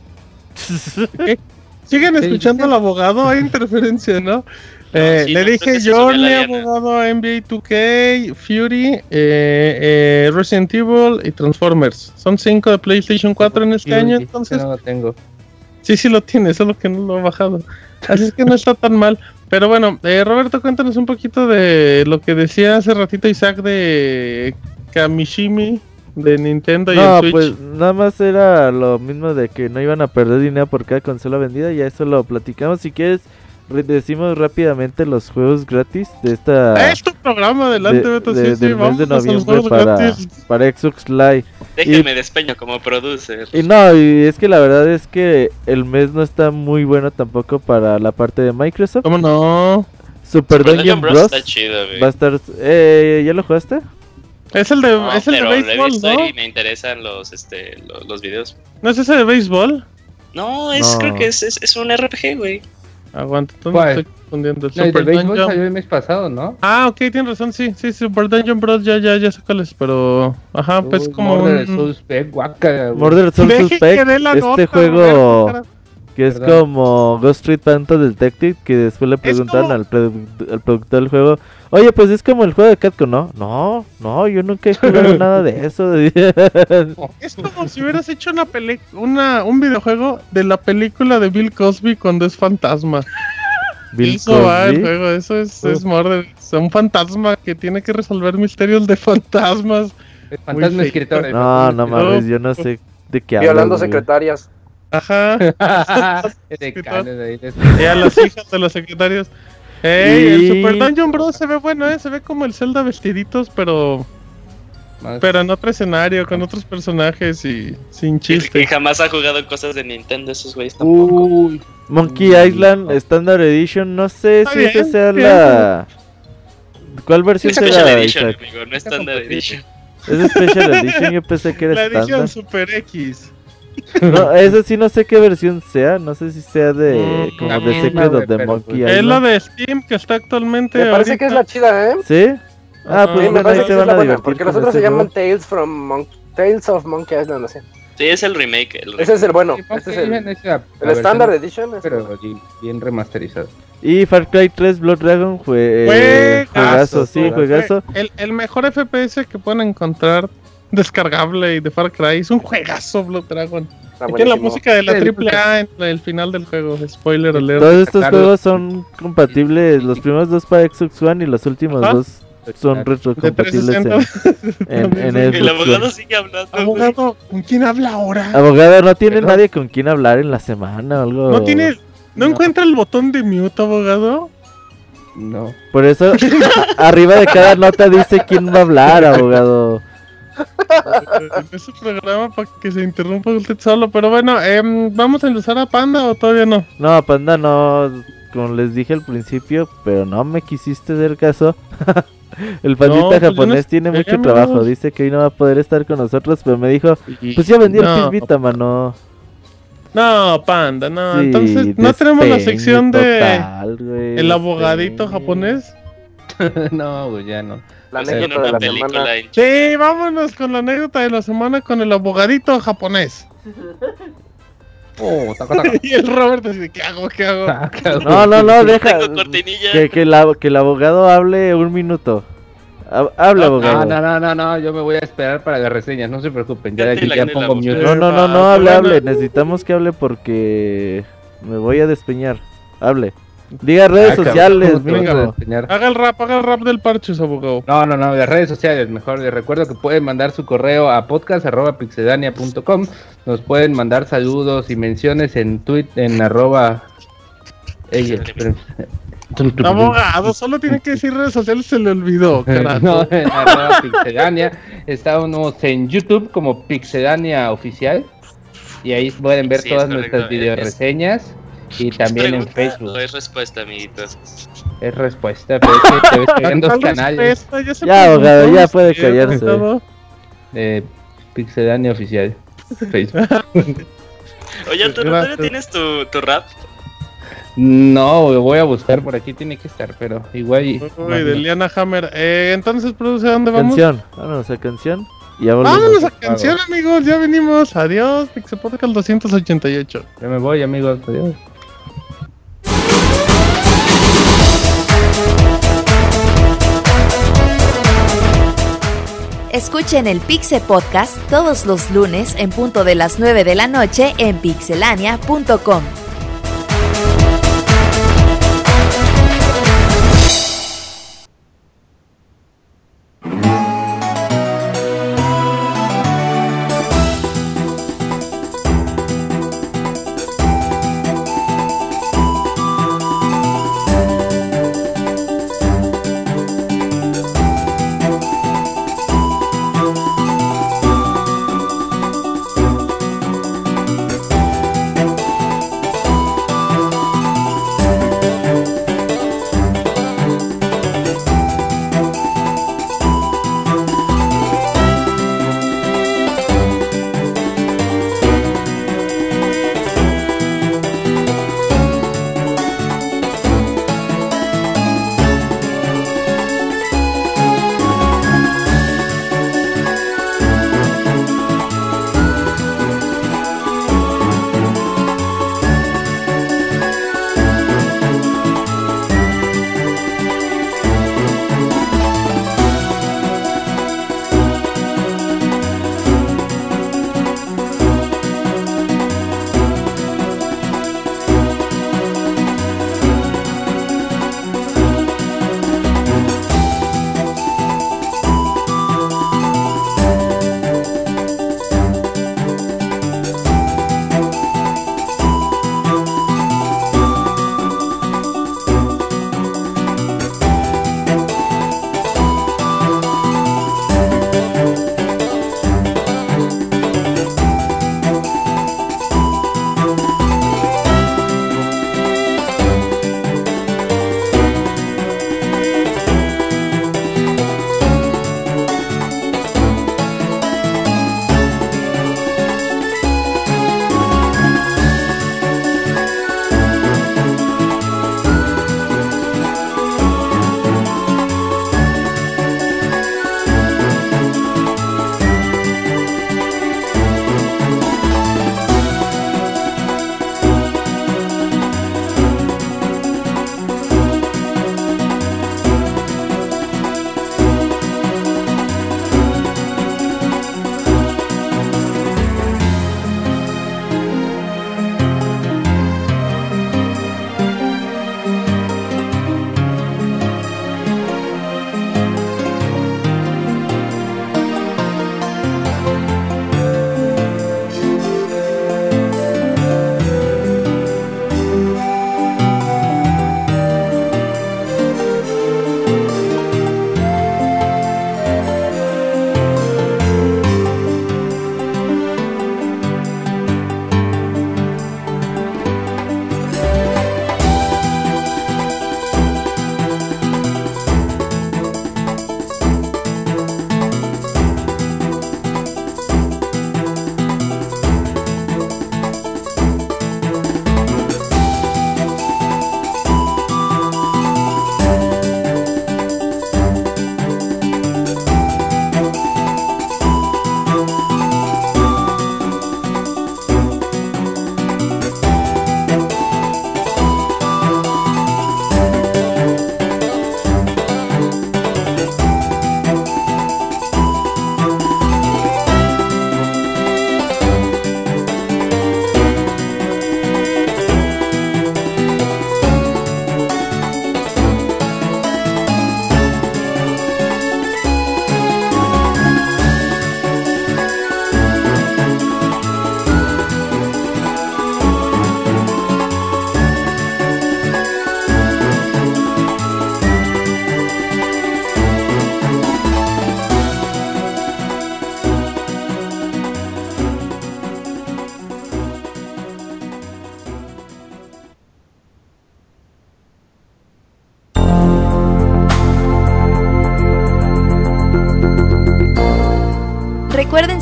¿Qué? ¿Siguen escuchando al abogado? Hay interferencia, ¿no? Eh, no sí, le no dije Journey, abogado, N B A dos K, Fury, eh, eh, Resident Evil y Transformers. Son cinco de PlayStation cuatro en este Fury, año, entonces... No lo tengo. Sí, sí lo tiene, solo que no lo he bajado. Así es que no está tan mal. Pero bueno, eh, Roberto, cuéntanos un poquito de lo que decía hace ratito Isaac de Kamishimi de Nintendo y no, el Switch. Pues nada más era lo mismo de que no iban a perder dinero por cada consola vendida. Ya eso lo platicamos. Si quieres, decimos rápidamente los juegos gratis de esta... Es tu programa, adelante, de, Beto. De, sí, del sí, mes vamos de noviembre para, para Xbox Live. Déjenme y, despeño como producer. Y no, y es que la verdad es que el mes no está muy bueno tampoco para la parte de Microsoft. ¿Cómo no? Super, Super Dungeon, Dungeon Bros. Está chido, va a estar... Eh, ¿Ya lo jugaste? Es el de, no, es el de béisbol, ¿no? Y me interesan los, este, los, los videos. ¿No es ese de béisbol? No, es no. creo que es, es, es un R P G, güey. Aguanta, ¿dónde estoy confundiendo? El no, Super el de béisbol Dungeon... salió el mes pasado, ¿no? Ah, ok, tienes razón, sí, sí, Super Dungeon Bros. Ya, ya, ya sé cuál es, pero... Ajá, pues Uy, como Murder un... Suspect, guaca, Murder Soul Suspect, este nota, juego... Que es Perdón. como Ghost Street Phantom Detective, que después le preguntaron como... al, produ- al productor del juego, oye, pues es como el juego de Capcom, ¿no? No, no, yo nunca he jugado nada de eso. Es como si hubieras hecho una peli- una un videojuego de la película de Bill Cosby cuando es fantasma. Bill eso Cosby. Va el juego, eso es, es morde, es un fantasma que tiene que resolver misterios de fantasmas. El fantasma escritor. No, no mames, yo no sé de qué hablas. Violando secretarias. Ajá. de canes, ahí, de... Y a las hijas de los secretarios. Ey, y... el Super Dungeon Bros se ve bueno, eh, se ve como el Zelda vestiditos, pero Más... pero en otro escenario, con otros personajes y sin chiste. Y, y jamás ha jugado cosas de Nintendo esos güeyes tampoco. Uy, Monkey Uy, Island no. Standard Edition, no sé Está si bien, esa sea bien. la... ¿Cuál versión será? Special Edition, amigo, no es Standard Edition. Es Special Edition, yo pensé que era la Standard. La edición Super X. No, ese sí no sé qué versión sea, no sé si sea de mm, como de Secret of the Monkey Island. Es la de Steam que está actualmente. Me parece ahorita. Que es la chida, ¿eh? ¿Sí? Ah, ah pues sí, me parece que se van a divertir. Porque los otros se llaman Tales from Mon- Tales of Monkey Island, no sé. Sí, es el remake. El remake. Ese es el bueno. Sí, este es el, es la, el Standard Edition. Es pero bien, bien remasterizado. Y Far Cry tres Blood Dragon fue eh, juegazo, sí, juegazo. El, el mejor F P S que pueden encontrar descargable y de Far Cry es un juegazo Blood Dragon. Tiene la música de la triple A en el final del juego, spoiler alert. Todos estos juegos son compatibles, los primeros dos para Xbox One y los últimos ¿Ah? dos son retrocompatibles en, en, en Xbox. El abogado sigue hablando. Abogado, ¿con quién habla ahora? Abogado, ¿no tiene ¿Perdón? nadie con quien hablar en la semana o algo? ¿No tiene, no, no encuentra el botón de mute, abogado? No. Por eso, arriba de cada nota dice quién va a hablar, abogado. Es su programa para que se interrumpa usted solo, pero bueno, eh, ¿vamos a enlazar a Panda o todavía no? No, a Panda no, como les dije al principio, pero no me quisiste hacer caso. El pandita no, pues japonés no tiene mucho amigos. trabajo, dice que hoy no va a poder estar con nosotros, pero me dijo, pues ya vendí no. el Pisvita, mano. No, Panda, no, sí, entonces no tenemos la sección total, de güey, el abogadito despeñe. japonés. No, güey, ya no. La anécdota de la semana. Sí, vámonos con la anécdota de la semana con el abogadito japonés. Oh, taca, taca. Y el Robert dice, ¿qué hago? ¿Qué hago? No, no, no, deja que, que, la, que el abogado hable un minuto. Habla, no, abogado. No, no, no, no, yo me voy a esperar para las reseñas, no se preocupen. Ya de aquí ya pongo mute. No, no, no, no, hable, hable. Necesitamos que hable porque me voy a despeñar. Hable. Diga redes ah, sociales, venga, haga el rap, haga el rap del Parchus, abogado. No, no, no, de redes sociales, mejor. Les recuerdo que pueden mandar su correo a podcast arroba pixedania punto com. Nos pueden mandar saludos y menciones en tweet, en arroba. Ella, abogado, solo tiene que decir redes sociales, se le olvidó, carajo. No, en arroba pixedania. Estamos en YouTube como Pixedania Oficial. Y ahí pueden ver sí, todas nuestras videoreseñas. Y también en Facebook. No es respuesta, amiguitos. Es respuesta, pero es que te ves que en dos canales. Ya, ya abogado, ya puede callarse. Eh, Pixedania Oficial. Facebook. Oye, ¿tú no tienes tu, tu rap? No, lo voy a buscar por aquí, tiene que estar, pero igual. Y... Uy, de Liana Hammer. Eh, entonces, produce, ¿a dónde vamos? Canción, vámonos a canción. Y vámonos a canción, amigos, ya venimos. Adiós, Pixel Podcast doscientos ochenta y ocho. Ya me voy, amigos, adiós. Escuchen el Pixel Podcast todos los lunes en punto de las nueve de la noche en pixelania punto com.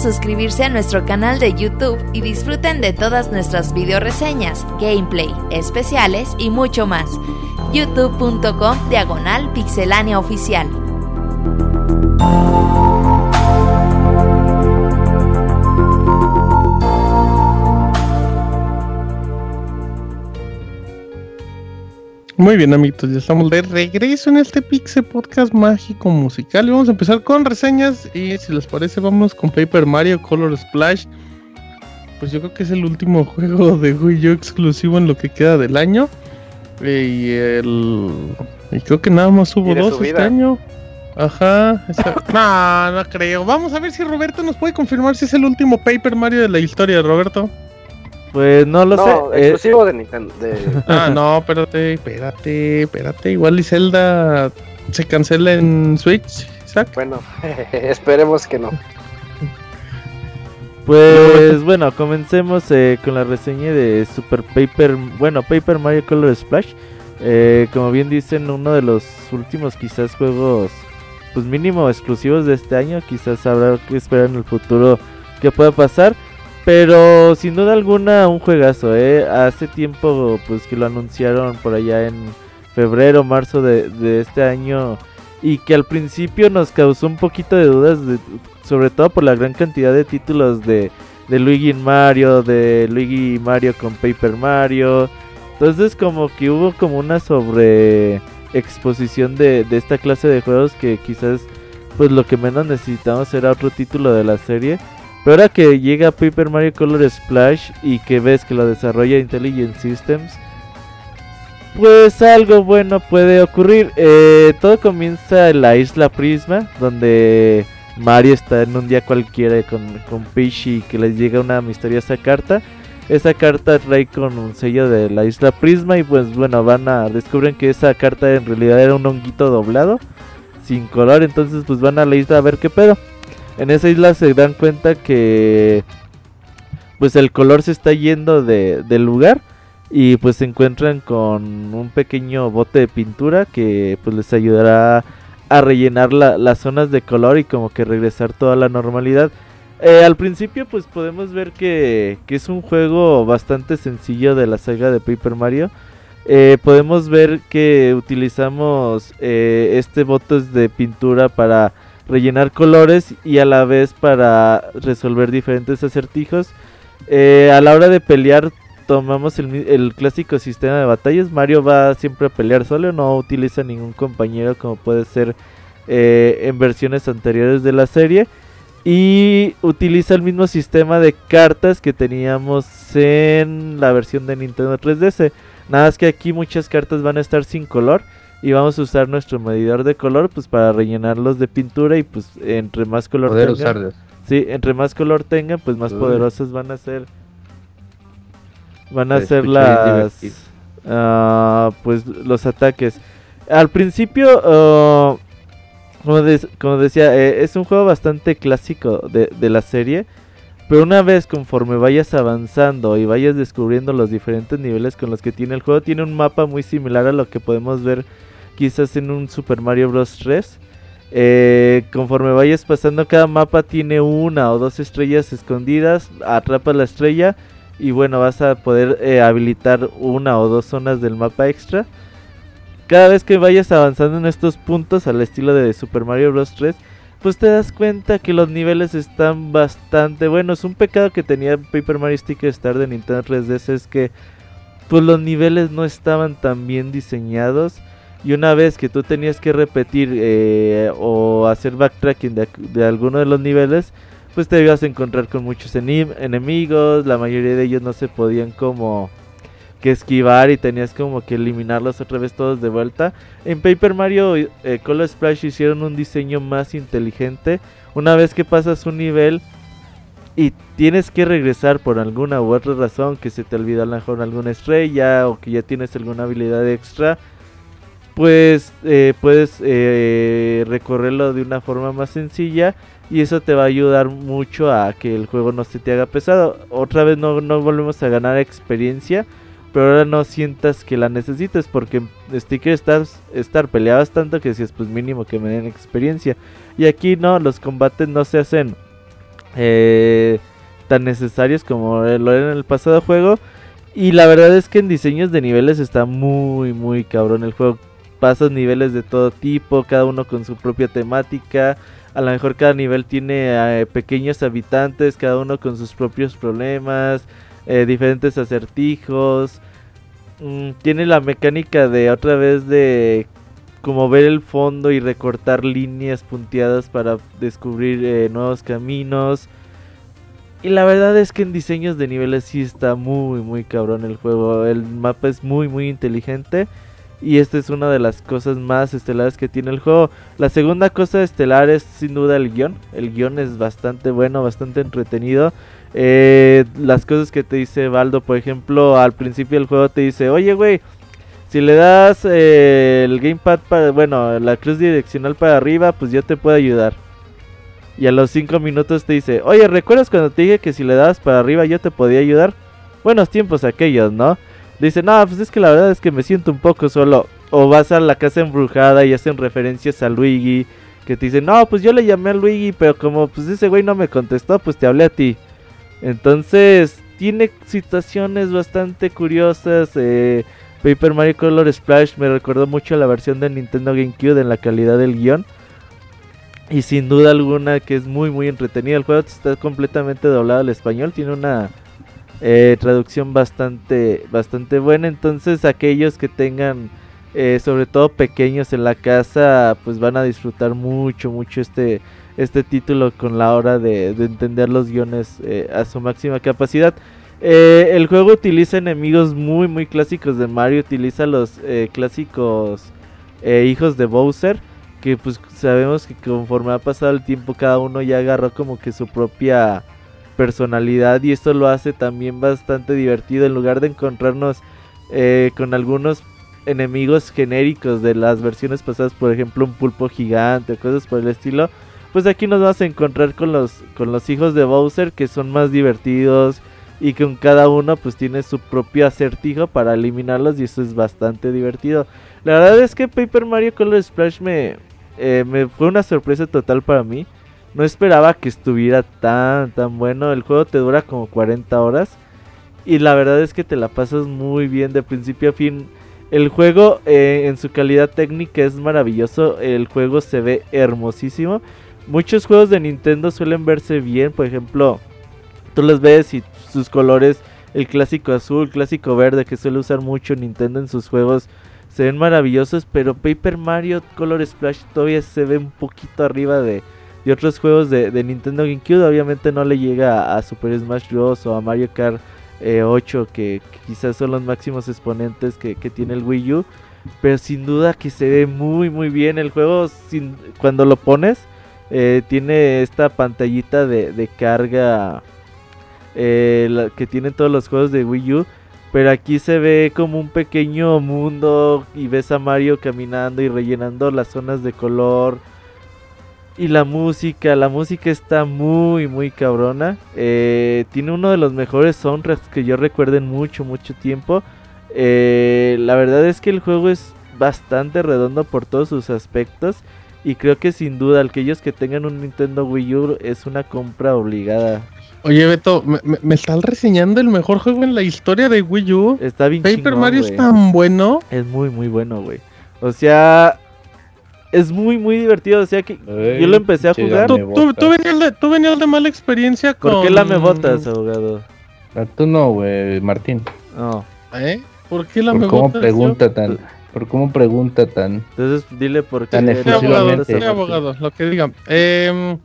suscribirse a nuestro canal de YouTube y disfruten de todas nuestras video reseñas, gameplay, especiales y mucho más. youtube.com diagonal pixelania oficial. Muy bien, amiguitos, ya estamos de regreso en este Pixel Podcast mágico musical y vamos a empezar con reseñas y si les parece vamos con Paper Mario Color Splash. Pues yo creo que es el último juego de Wii U exclusivo en lo que queda del año y el y creo que nada más hubo dos este año. Ajá, esa... no, no creo. Vamos a ver si Roberto nos puede confirmar si es el último Paper Mario de la historia, Roberto. Pues no lo no, sé. No, exclusivo eh... de Nintendo. De... Ah, no, espérate, espérate, espérate. Igual y Zelda se cancela en Switch, Isaac. Bueno, esperemos que no. Pues bueno, comencemos eh, con la reseña de Super Paper, bueno, Paper Mario Color Splash. Eh, como bien dicen, uno de los últimos quizás juegos, pues mínimo exclusivos de este año. Quizás habrá que esperar en el futuro que pueda pasar. Pero sin duda alguna un juegazo, ¿eh? Hace tiempo pues que lo anunciaron por allá en febrero, marzo de, de este año. Y que al principio nos causó un poquito de dudas, de, sobre todo por la gran cantidad de títulos de, de Luigi y Mario, de Luigi y Mario con Paper Mario. Entonces como que hubo como una sobre exposición de, de esta clase de juegos que quizás pues lo que menos necesitamos era otro título de la serie. Pero ahora que llega Paper Mario Color Splash y que ves que lo desarrolla Intelligent Systems, pues algo bueno puede ocurrir. Eh, todo comienza en la isla Prisma, donde Mario está en un día cualquiera con, con Peach y que les llega una misteriosa carta. Esa carta trae con un sello de la isla Prisma y pues bueno, van a descubren que esa carta en realidad era un honguito doblado, sin color, entonces pues van a la isla a ver qué pedo. En esa isla se dan cuenta que pues el color se está yendo de, del lugar y pues se encuentran con un pequeño bote de pintura que pues les ayudará a rellenar la, las zonas de color y como que regresar toda la normalidad. Eh, al principio pues podemos ver que, que es un juego bastante sencillo de la saga de Paper Mario. Eh, podemos ver que utilizamos eh, este bote de pintura para rellenar colores y a la vez para resolver diferentes acertijos. Eh, a la hora de pelear tomamos el, el clásico sistema de batallas. Mario va siempre a pelear solo, no utiliza ningún compañero como puede ser eh, en versiones anteriores de la serie. Y utiliza el mismo sistema de cartas que teníamos en la versión de Nintendo tres D S. Nada más que aquí muchas cartas van a estar sin color. Y vamos a usar nuestro medidor de color pues para rellenarlos de pintura y pues entre más color poder tengan, usarlos. Sí, entre más color tengan pues más Uy. poderosas van a ser van a ser las uh, pues los ataques. Al principio uh, como, de, como decía eh, es un juego bastante clásico de, de la serie. Pero una vez conforme vayas avanzando y vayas descubriendo los diferentes niveles con los que tiene el juego, tiene un mapa muy similar a lo que podemos ver quizás en un Super Mario Bros. tres. Eh, conforme vayas pasando cada mapa tiene una o dos estrellas escondidas, atrapas la estrella y bueno, vas a poder eh, habilitar una o dos zonas del mapa extra. Cada vez que vayas avanzando en estos puntos al estilo de Super Mario Bros. tres, pues te das cuenta que los niveles están bastante buenos. Un pecado que tenía Paper Mario Sticker Star de Nintendo tres D S es que pues los niveles no estaban tan bien diseñados. Y una vez que tú tenías que repetir eh, o hacer backtracking de, de alguno de los niveles, pues te ibas a encontrar con muchos enemigos. La mayoría de ellos no se podían como que esquivar y tenías como que eliminarlos otra vez todos de vuelta. En Paper Mario eh, Color Splash hicieron un diseño más inteligente. Una vez que pasas un nivel y tienes que regresar por alguna u otra razón, que se te olvidó a lo mejor alguna estrella o que ya tienes alguna habilidad extra, pues eh, puedes eh, recorrerlo de una forma más sencilla y eso te va a ayudar mucho a que el juego no se te haga pesado. Otra vez no, no volvemos a ganar experiencia, pero ahora no sientas que la necesites, porque en Sticker Star, Star peleabas tanto que decías pues mínimo que me den experiencia. Y aquí no, los combates no se hacen eh, tan necesarios como lo era en el pasado juego. Y la verdad es que en diseños de niveles está muy muy cabrón el juego. Pasas niveles de todo tipo, cada uno con su propia temática. A lo mejor cada nivel tiene eh, pequeños habitantes, cada uno con sus propios problemas, eh, diferentes acertijos. Mm, tiene la mecánica de otra vez de como ver el fondo y recortar líneas punteadas para descubrir eh, nuevos caminos. Y la verdad es que en diseños de niveles sí está muy muy cabrón el juego. El mapa es muy muy inteligente. Y esta es una de las cosas más estelares que tiene el juego. La segunda cosa estelar es sin duda el guión. El guión es bastante bueno, bastante entretenido. Eh, las cosas que te dice Baldo, por ejemplo, al principio del juego te dice, oye güey, si le das eh, el gamepad para, bueno, la cruz direccional para arriba, pues yo te puedo ayudar. Y a los cinco minutos te dice, oye, ¿recuerdas cuando te dije que si le dabas para arriba yo te podía ayudar? Buenos tiempos aquellos, ¿no? Dice, no, pues es que la verdad es que me siento un poco solo. O vas a la casa embrujada y hacen referencias a Luigi, que te dicen, no, pues yo le llamé a Luigi, pero como pues ese güey no me contestó, pues te hablé a ti. Entonces, tiene situaciones bastante curiosas. eh, Paper Mario Color Splash me recordó mucho a la versión de Nintendo GameCube en la calidad del guión. Y sin duda alguna que es muy muy entretenido. El juego está completamente doblado al español. Tiene una eh, traducción bastante bastante buena. Entonces aquellos que tengan eh, sobre todo pequeños en la casa, pues van a disfrutar mucho mucho este, este título con la hora de, de entender los guiones eh, a su máxima capacidad. Eh, el juego utiliza enemigos muy muy clásicos de Mario. Utiliza los eh, clásicos eh, hijos de Bowser, que pues sabemos que conforme ha pasado el tiempo cada uno ya agarró como que su propia personalidad, y esto lo hace también bastante divertido. En lugar de encontrarnos eh, con algunos enemigos genéricos de las versiones pasadas, por ejemplo un pulpo gigante o cosas por el estilo, pues aquí nos vamos a encontrar con los, con los hijos de Bowser, que son más divertidos y con cada uno pues tiene su propio acertijo para eliminarlos, y eso es bastante divertido. La verdad es que Paper Mario Color Splash me... Eh, me fue una sorpresa total para mí. No esperaba que estuviera tan tan bueno. El juego te dura como cuarenta horas y la verdad es que te la pasas muy bien de principio a fin. El juego eh, en su calidad técnica es maravilloso. El juego se ve hermosísimo. Muchos juegos de Nintendo suelen verse bien. Por ejemplo, tú los ves y sus colores, el clásico azul, el clásico verde que suele usar mucho Nintendo en sus juegos, se ven maravillosos, pero Paper Mario Color Splash todavía se ve un poquito arriba de, de otros juegos de, de Nintendo GameCube. Obviamente no le llega a, a Super Smash Bros. O a Mario Kart eh, ocho, que, que quizás son los máximos exponentes que, que tiene el Wii U. Pero sin duda que se ve muy muy bien el juego. Sin, cuando lo pones, eh, tiene esta pantallita de, de carga eh, la, que tienen todos los juegos de Wii U. Pero aquí se ve como un pequeño mundo y ves a Mario caminando y rellenando las zonas de color. Y la música, la música está muy muy cabrona. Eh, tiene uno de los mejores soundtracks que yo recuerdo en mucho mucho tiempo. Eh, la verdad es que el juego es bastante redondo por todos sus aspectos. Y creo que sin duda aquellos que tengan un Nintendo Wii U es una compra obligada. Oye Beto, me, me, me están reseñando el mejor juego en la historia de Wii U. Está bien Paper chingón, Mario güey. es tan bueno. Es muy muy bueno, güey. O sea, es muy muy divertido. O sea que Ey, yo lo empecé a jugar. Tú, tú, tú, venías de, tú venías de mala experiencia con... ¿Por qué la me botas, abogado? No, tú no, güey, Martín. No. ¿Eh? ¿Por qué la ¿Por me cómo botas? pregunta yo? tan... ¿Por cómo pregunta tan... Entonces dile por qué... Tan efusivamente. Sí, abogado, lo que digan. Eh...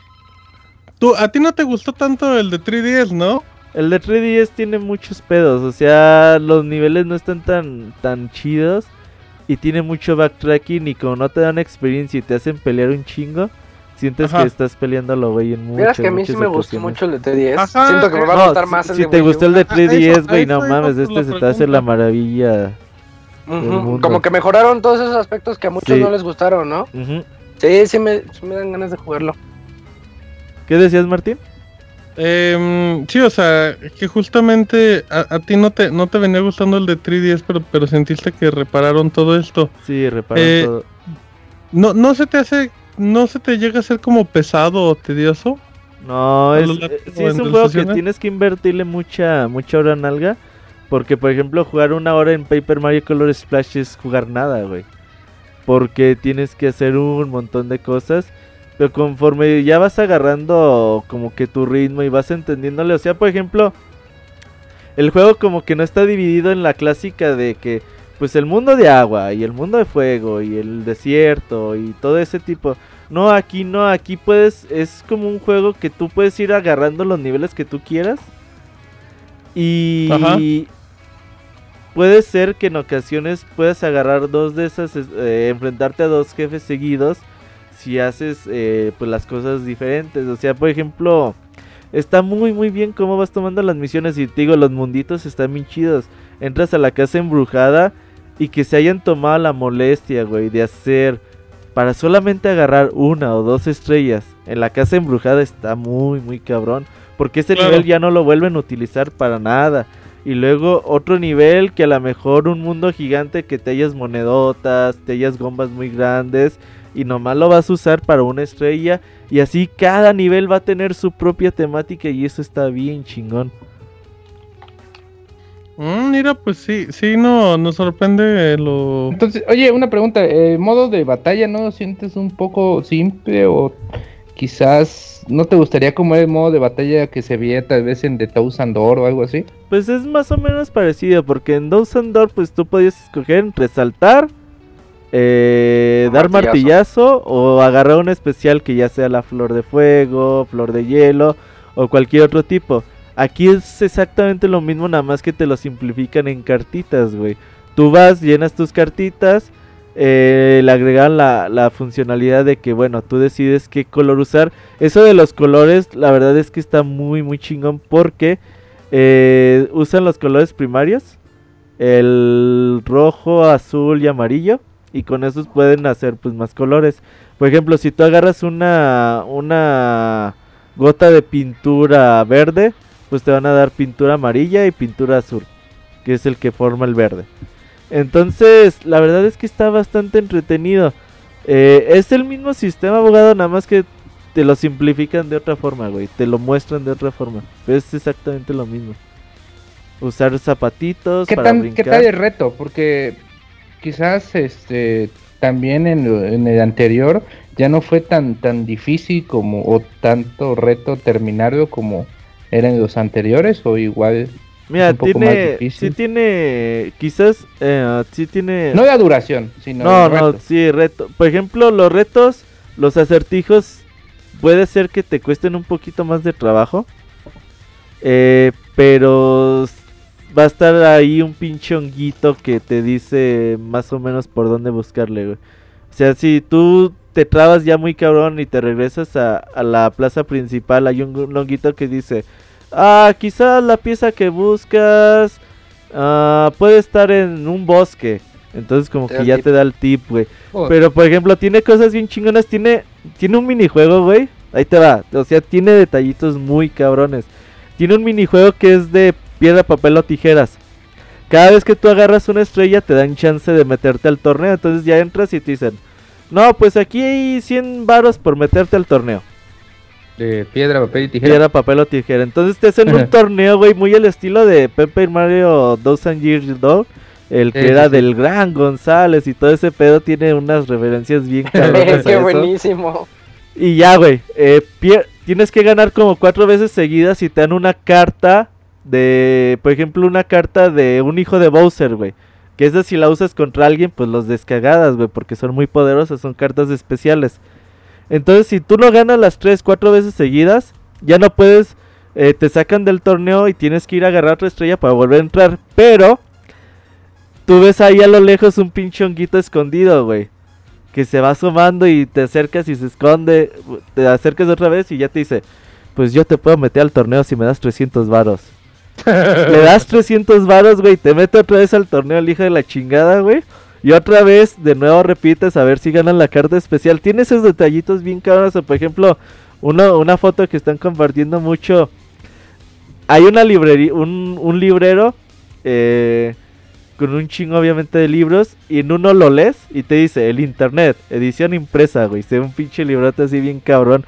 Tú, a ti no te gustó tanto el de tres D S, ¿no? El de tres D S tiene muchos pedos, o sea, los niveles no están tan, tan chidos y tiene mucho backtracking, y como no te dan experiencia y te hacen pelear un chingo, sientes Ajá. que estás peleando a lo güey en muchas, Mira, que a mí sí me gustó mucho el de tres D S. Ajá. Siento que me va a no, gustar más si, el si de te Wii U. gustó el de tres D S, güey, ah, no mames, este se te hace la maravilla. Uh-huh. Como que mejoraron todos esos aspectos que a muchos sí. no les gustaron, ¿no? Uh-huh. Sí, sí me, sí me dan ganas de jugarlo. ¿Qué decías, Martín? Eh, sí, o sea, que justamente a, a ti no te no te venía gustando el de tres D S, pero, pero sentiste que repararon todo esto. Sí, repararon eh, todo. No, no se te hace, no se te llega a ser como pesado o tedioso. No, es, eh, sí es un juego que tienes que invertirle mucha, mucha hora nalga. Porque, por ejemplo, jugar una hora en Paper Mario Color Splash es jugar nada, güey. Porque tienes que hacer un montón de cosas. Pero conforme ya vas agarrando como que tu ritmo y vas entendiéndole. O sea, por ejemplo, el juego como que no está dividido en la clásica de que pues el mundo de agua y el mundo de fuego y el desierto y todo ese tipo. No, aquí no, aquí puedes, es como un juego que tú puedes ir agarrando los niveles que tú quieras. Y Ajá. puede ser que en ocasiones puedas agarrar dos de esas, eh, enfrentarte a dos jefes seguidos si haces eh, pues las cosas diferentes. O sea, por ejemplo, está muy muy bien cómo vas tomando las misiones. Y te digo, los munditos están bien chidos. Entras a la casa embrujada y que se hayan tomado la molestia, güey, de hacer para solamente agarrar una o dos estrellas en la casa embrujada está muy muy cabrón. Porque ese claro. nivel ya no lo vuelven a utilizar para nada. Y luego otro nivel que a lo mejor un mundo gigante que te hayas monedotas, te hayas gombas muy grandes y nomás lo vas a usar para una estrella. Y así cada nivel va a tener su propia temática y eso está bien chingón. Mm, mira, pues sí, sí, no, nos sorprende lo... Entonces, oye, una pregunta, ¿el modo de batalla no sientes un poco simple o quizás no te gustaría como el modo de batalla que se veía tal vez en The Thousand Door o algo así? Pues es más o menos parecido, porque en Thousand Door pues tú podías escoger entre saltar, eh, dar martillazo. martillazo o agarrar un especial que ya sea la flor de fuego, flor de hielo o cualquier otro tipo. Aquí es exactamente lo mismo, nada más que te lo simplifican en cartitas, güey. Tú vas, llenas tus cartitas, eh, le agregan la, la funcionalidad de que, bueno, tú decides qué color usar. Eso de los colores, la verdad es que está muy, muy chingón porque eh, usan los colores primarios, el rojo, azul y amarillo, y con esos pueden hacer pues más colores. Por ejemplo, si tú agarras una, una gota de pintura verde, pues te van a dar pintura amarilla y pintura azul, que es el que forma el verde. Entonces, la verdad es que está bastante entretenido. Eh, es el mismo sistema, abogado, nada más que te lo simplifican de otra forma, güey. Te lo muestran de otra forma. Es exactamente lo mismo. Usar zapatitos ¿Qué para tan, brincar. ¿Qué tal el reto? Porque quizás este también en, en el anterior ya no fue tan tan difícil como o tanto reto terminarlo como eran los anteriores, o igual. Mira, tiene, sí tiene, quizás, eh, sí tiene... No la duración, sino No, el reto. no, sí, reto. Por ejemplo, los retos, los acertijos, puede ser que te cuesten un poquito más de trabajo. Eh, pero va a estar ahí un pinche honguito que te dice más o menos por dónde buscarle, güey. O sea, si tú te trabas ya muy cabrón y te regresas a, a la plaza principal, hay un, un honguito que dice... Ah, quizás la pieza que buscas uh, puede estar en un bosque. Entonces como que ya tip. te da el tip, güey. Oh. Pero por ejemplo tiene cosas bien chingonas. Tiene, tiene un minijuego, güey. Ahí te va. O sea, tiene detallitos muy cabrones. Tiene un minijuego que es de piedra, papel o tijeras. Cada vez que tú agarras una estrella te dan chance de meterte al torneo. Entonces ya entras y te dicen, no, pues aquí hay cien varos por meterte al torneo. De piedra, papel y tijera. Piedra, papel o tijera. Entonces te hacen un torneo, güey, muy al estilo de Paper Mario Thousand Years Door. El que sí, era sí, del sí. Gran González y todo ese pedo tiene unas referencias bien cabronas. ¡Qué buenísimo! Y ya, güey, eh, tienes que ganar como cuatro veces seguidas y te dan una carta de, por ejemplo, una carta de un hijo de Bowser, güey. Que esa si la usas contra alguien, pues los descagadas, güey, porque son muy poderosas, son cartas especiales. Entonces, si tú no ganas las tres, cuatro veces seguidas, ya no puedes, eh, te sacan del torneo y tienes que ir a agarrar otra estrella para volver a entrar. Pero, tú ves ahí a lo lejos un pinche honguito escondido, güey, que se va asomando y te acercas y se esconde, te acercas otra vez y ya te dice, pues yo te puedo meter al torneo si me das trescientos varos. Le das trescientos varos, güey, te mete otra vez al torneo el hijo de la chingada, güey. Y otra vez, de nuevo repites a ver si ganan la carta especial. Tiene esos detallitos bien cabrones. Por ejemplo, uno, una foto que están compartiendo mucho. Hay una librería, un, un librero eh, con un chingo obviamente de libros. Y en uno lo lees y te dice el internet, edición impresa, güey. Se ve un pinche librote así bien cabrón.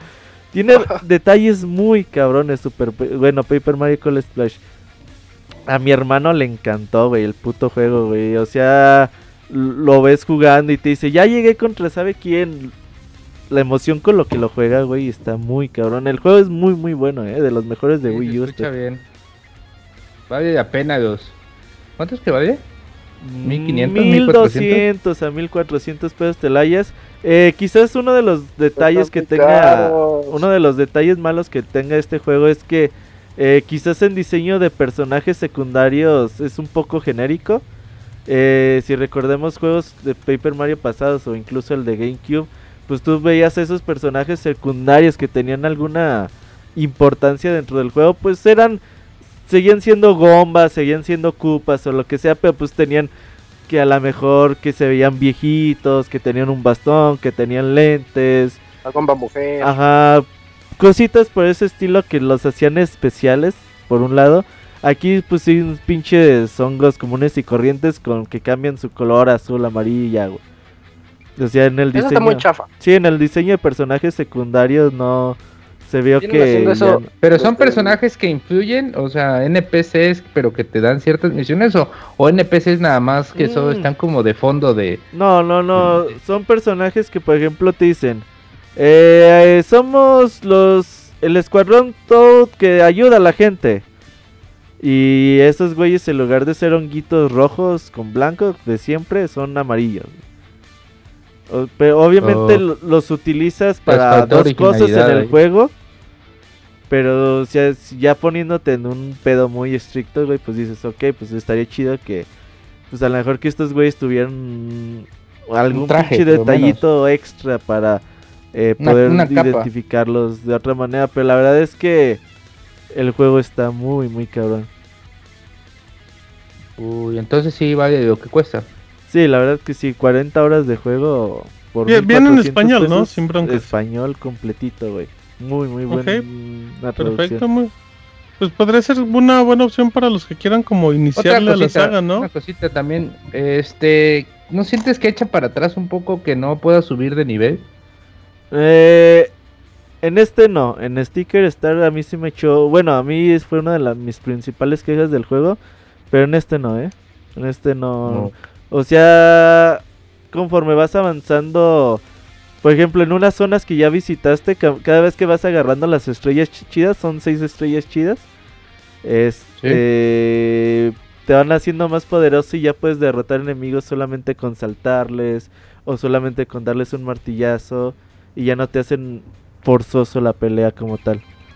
Tiene detalles muy cabrones, super... Bueno, Paper Mario Color Splash. A mi hermano le encantó, güey, el puto juego, güey. O sea, lo ves jugando y te dice, ya llegué contra sabe quién. La emoción con lo que lo juega, güey, está muy cabrón. El juego es muy, muy bueno, eh, de los mejores de sí, Wii U. Se escucha bien. Vale la pena dos. ¿Cuántos que vale? mil quinientos, mil doscientos a mil cuatrocientos pesos te la hayas. Eh, quizás uno de los detalles que tenga, uno de los detalles malos que tenga este juego es que eh, quizás en diseño de personajes secundarios es un poco genérico. Eh, si recordemos juegos de Paper Mario pasados o incluso el de GameCube, pues tú veías esos personajes secundarios que tenían alguna importancia dentro del juego, pues eran, seguían siendo Gombas, seguían siendo Koopas o lo que sea, pero pues tenían que a lo mejor que se veían viejitos, que tenían un bastón, que tenían lentes. La Gomba mujer. Ajá, cositas por ese estilo que los hacían especiales, por un lado. Aquí pues sí, unos pinches hongos comunes y corrientes con que cambian su color azul, amarilla, güey. O sea, en el diseño... Eso está muy chafa. Sí, en el diseño de personajes secundarios no... Se vio que... Eso, ya... Pero son personajes que influyen, o sea, N P Cs, pero que te dan ciertas misiones, o, o N P Cs nada más que mm. solo están como de fondo de... No, no, no, son personajes que por ejemplo te dicen, eh, somos los... el escuadrón Toad que ayuda a la gente. Y esos güeyes en lugar de ser honguitos rojos con blanco de siempre, son amarillos. O, pero obviamente oh. los utilizas para dos cosas en el ahí. juego. Pero o sea, ya poniéndote en un pedo muy estricto, güey, pues dices, ok, pues estaría chido que, pues a lo mejor que estos güeyes tuvieran algún traje, pinche detallito extra para eh, poder una, una identificarlos capa. de otra manera. Pero la verdad es que el juego está muy, muy cabrón. Uy, entonces sí vale lo que cuesta. Sí, la verdad que sí, cuarenta horas de juego por Bien, bien en español, ¿no? Sin broncas. Español completito, güey. Muy, muy bueno. Okay. Perfecto, muy. Pues podría ser una buena opción para los que quieran como iniciarle cosita, a la saga, ¿no? Una cosita también, este, ¿no sientes que echa para atrás un poco que no pueda subir de nivel? Eh, en este no, en Sticker Star a mí sí me echó, bueno, a mí fue una de las mis principales quejas del juego, pero en este no, ¿eh? En este no. no. O sea, conforme vas avanzando, por ejemplo, en unas zonas que ya visitaste, cada vez que vas agarrando las estrellas chidas, son seis estrellas chidas, este, ¿sí? Te van haciendo más poderoso y ya puedes derrotar enemigos solamente con saltarles o solamente con darles un martillazo y ya no te hacen forzoso la pelea como tal.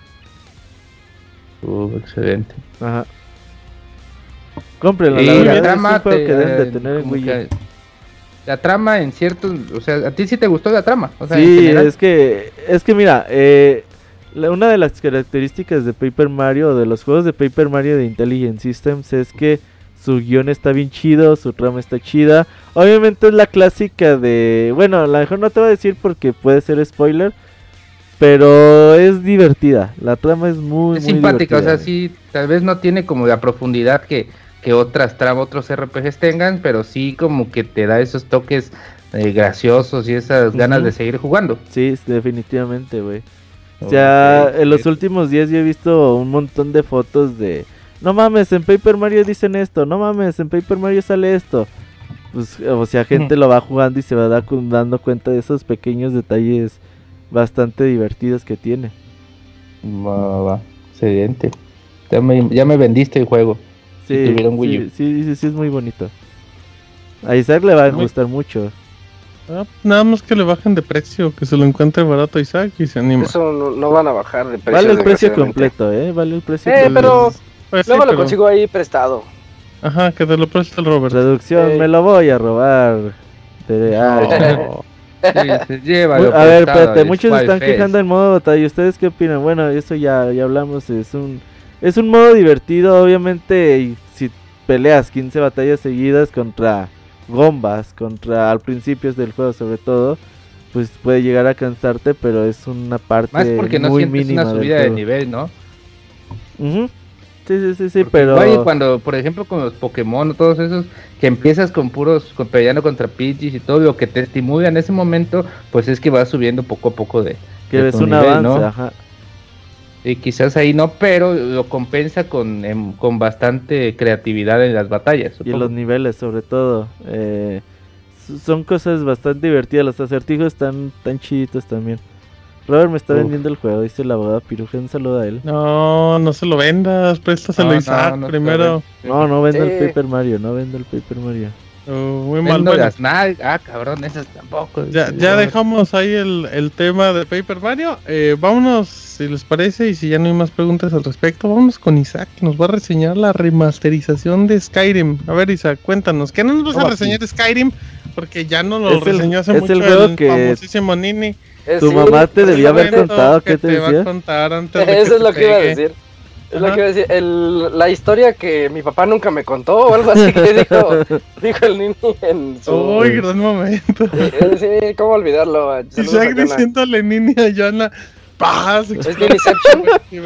Uh, excelente. Ajá. Cómprenlo, y la verdad la trama es un juego te, que deben de tener en Wii U. La trama en ciertos, o sea, a ti sí te gustó la trama, o sea, sí, es que, es que mira, eh, la, una de las características de Paper Mario, de los juegos de Paper Mario de Intelligent Systems, es que su guión está bien chido, su trama está chida. Obviamente es la clásica de, bueno, a lo mejor no te voy a decir porque puede ser spoiler, pero es divertida, la trama es muy, es muy simpática, divertida. O sea, sí, tal vez no tiene como la profundidad que... que otras tramas, otros R P Gs tengan, pero sí como que te da esos toques eh, graciosos y esas uh-huh. ganas de seguir jugando. Sí, definitivamente, güey. O sea, okay, en los sí. últimos días yo he visto un montón de fotos de... No mames, en Paper Mario dicen esto, no mames, en Paper Mario sale esto. Pues, o sea, gente uh-huh. lo va jugando y se va da, dando cuenta de esos pequeños detalles bastante divertidos que tiene. Va, va, excelente. Ya me, ya me vendiste el juego. Sí, sí, sí, sí, sí, es muy bonito. A Isaac le va a gustar mucho. Ah, nada más que le bajen de precio, que se lo encuentre barato a Isaac y se anima. Eso no, no van a bajar de precio. Vale el precio completo, eh, vale el precio eh, completo. pero pues luego sí, lo pero... consigo ahí prestado. Ajá, que te lo preste el Robert. Traducción, eh. me lo voy a robar. Te... Ah, no. Sí, se lleva a ver, espérate, muchos están Fest. quejando en modo batalla. ¿Ustedes qué opinan? Bueno, eso ya, ya hablamos, es un... Es un modo divertido, obviamente, y si peleas quince batallas seguidas contra gombas, contra al principio del juego sobre todo, pues puede llegar a cansarte, pero es una parte más porque no muy sientes mínima una subida de nivel, ¿no? Uh-huh. Sí, sí, sí, sí, porque pero... Igual cuando, por ejemplo, con los Pokémon, todos esos, que empiezas con puros, con peleando contra Pidgeys y todo, lo que te estimula en ese momento, pues es que vas subiendo poco a poco de... Que que es un nivel, avance, ¿no? Ajá. Y quizás ahí no, pero lo compensa con, em, con bastante creatividad en las batallas. Supongo. Y en los niveles, sobre todo. Eh, son cosas bastante divertidas. Los acertijos están tan chiditos también. Robert me está Uf. vendiendo el juego, dice el abogado Piruja. Un saludo a él. No, no se lo vendas, préstaselo a Isaac no, no primero. No, no vendo sí. el Paper Mario, no vendo el Paper Mario. Uh, muy mal, bueno. las nal- ah, cabrón, esas tampoco. Ya, ya dejamos ahí el, el tema de Paper Mario. Eh, vámonos, si les parece, y si ya no hay más preguntas al respecto, vámonos con Isaac, que nos va a reseñar la remasterización de Skyrim. A ver, Isaac, cuéntanos, ¿qué no nos vas a reseñar de Skyrim? Porque ya no lo es reseñó hace el, mucho es el, juego el que famosísimo Nini. Tu sí, mamá te debía haber contado, ¿qué te, te decía? Va a contar antes de Eso que es lo que pegue. iba a decir. Es Ajá. lo que iba a decir. El, la historia que mi papá nunca me contó o algo así que dijo, dijo el Nini en su... ¡Uy, gran momento! Sí, ¿cómo olvidarlo? Isaac diciéndole Nini a Yana, ¡paz! ¿Es Niniception?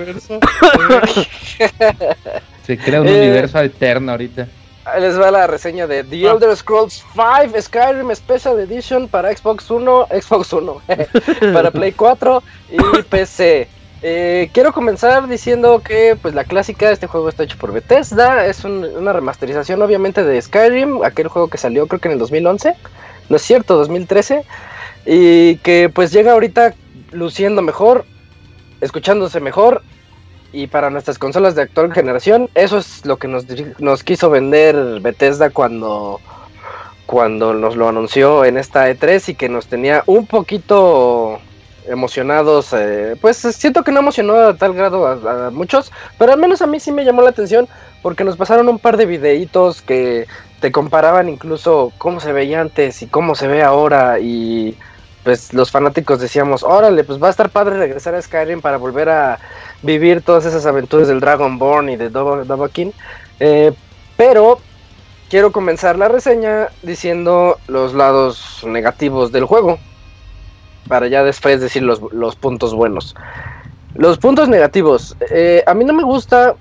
Se crea un eh, universo alterno ahorita. Les va la reseña de The ah. Elder Scrolls cinco Skyrim Special Edition para Xbox One, Xbox One, para Play cuatro y P C. Eh, quiero comenzar diciendo que pues la clásica, este juego está hecho por Bethesda, es un, una remasterización obviamente de Skyrim, aquel juego que salió creo que en el dos mil once, no es cierto, dos mil trece, y que pues llega ahorita luciendo mejor, escuchándose mejor. Y para nuestras consolas de actual generación, eso es lo que nos, nos quiso vender Bethesda cuando, cuando nos lo anunció en esta E tres y que nos tenía un poquito emocionados. Eh, pues siento que no emocionó a tal grado a, a muchos, pero al menos a mí sí me llamó la atención porque nos pasaron un par de videitos que te comparaban incluso cómo se veía antes y cómo se ve ahora y... pues los fanáticos decíamos, órale, pues va a estar padre regresar a Skyrim para volver a vivir todas esas aventuras del Dragonborn y de Dovahkiin, eh, pero quiero comenzar la reseña diciendo los lados negativos del juego, para ya después decir los, los puntos buenos. Los puntos negativos, eh, a mí no me gusta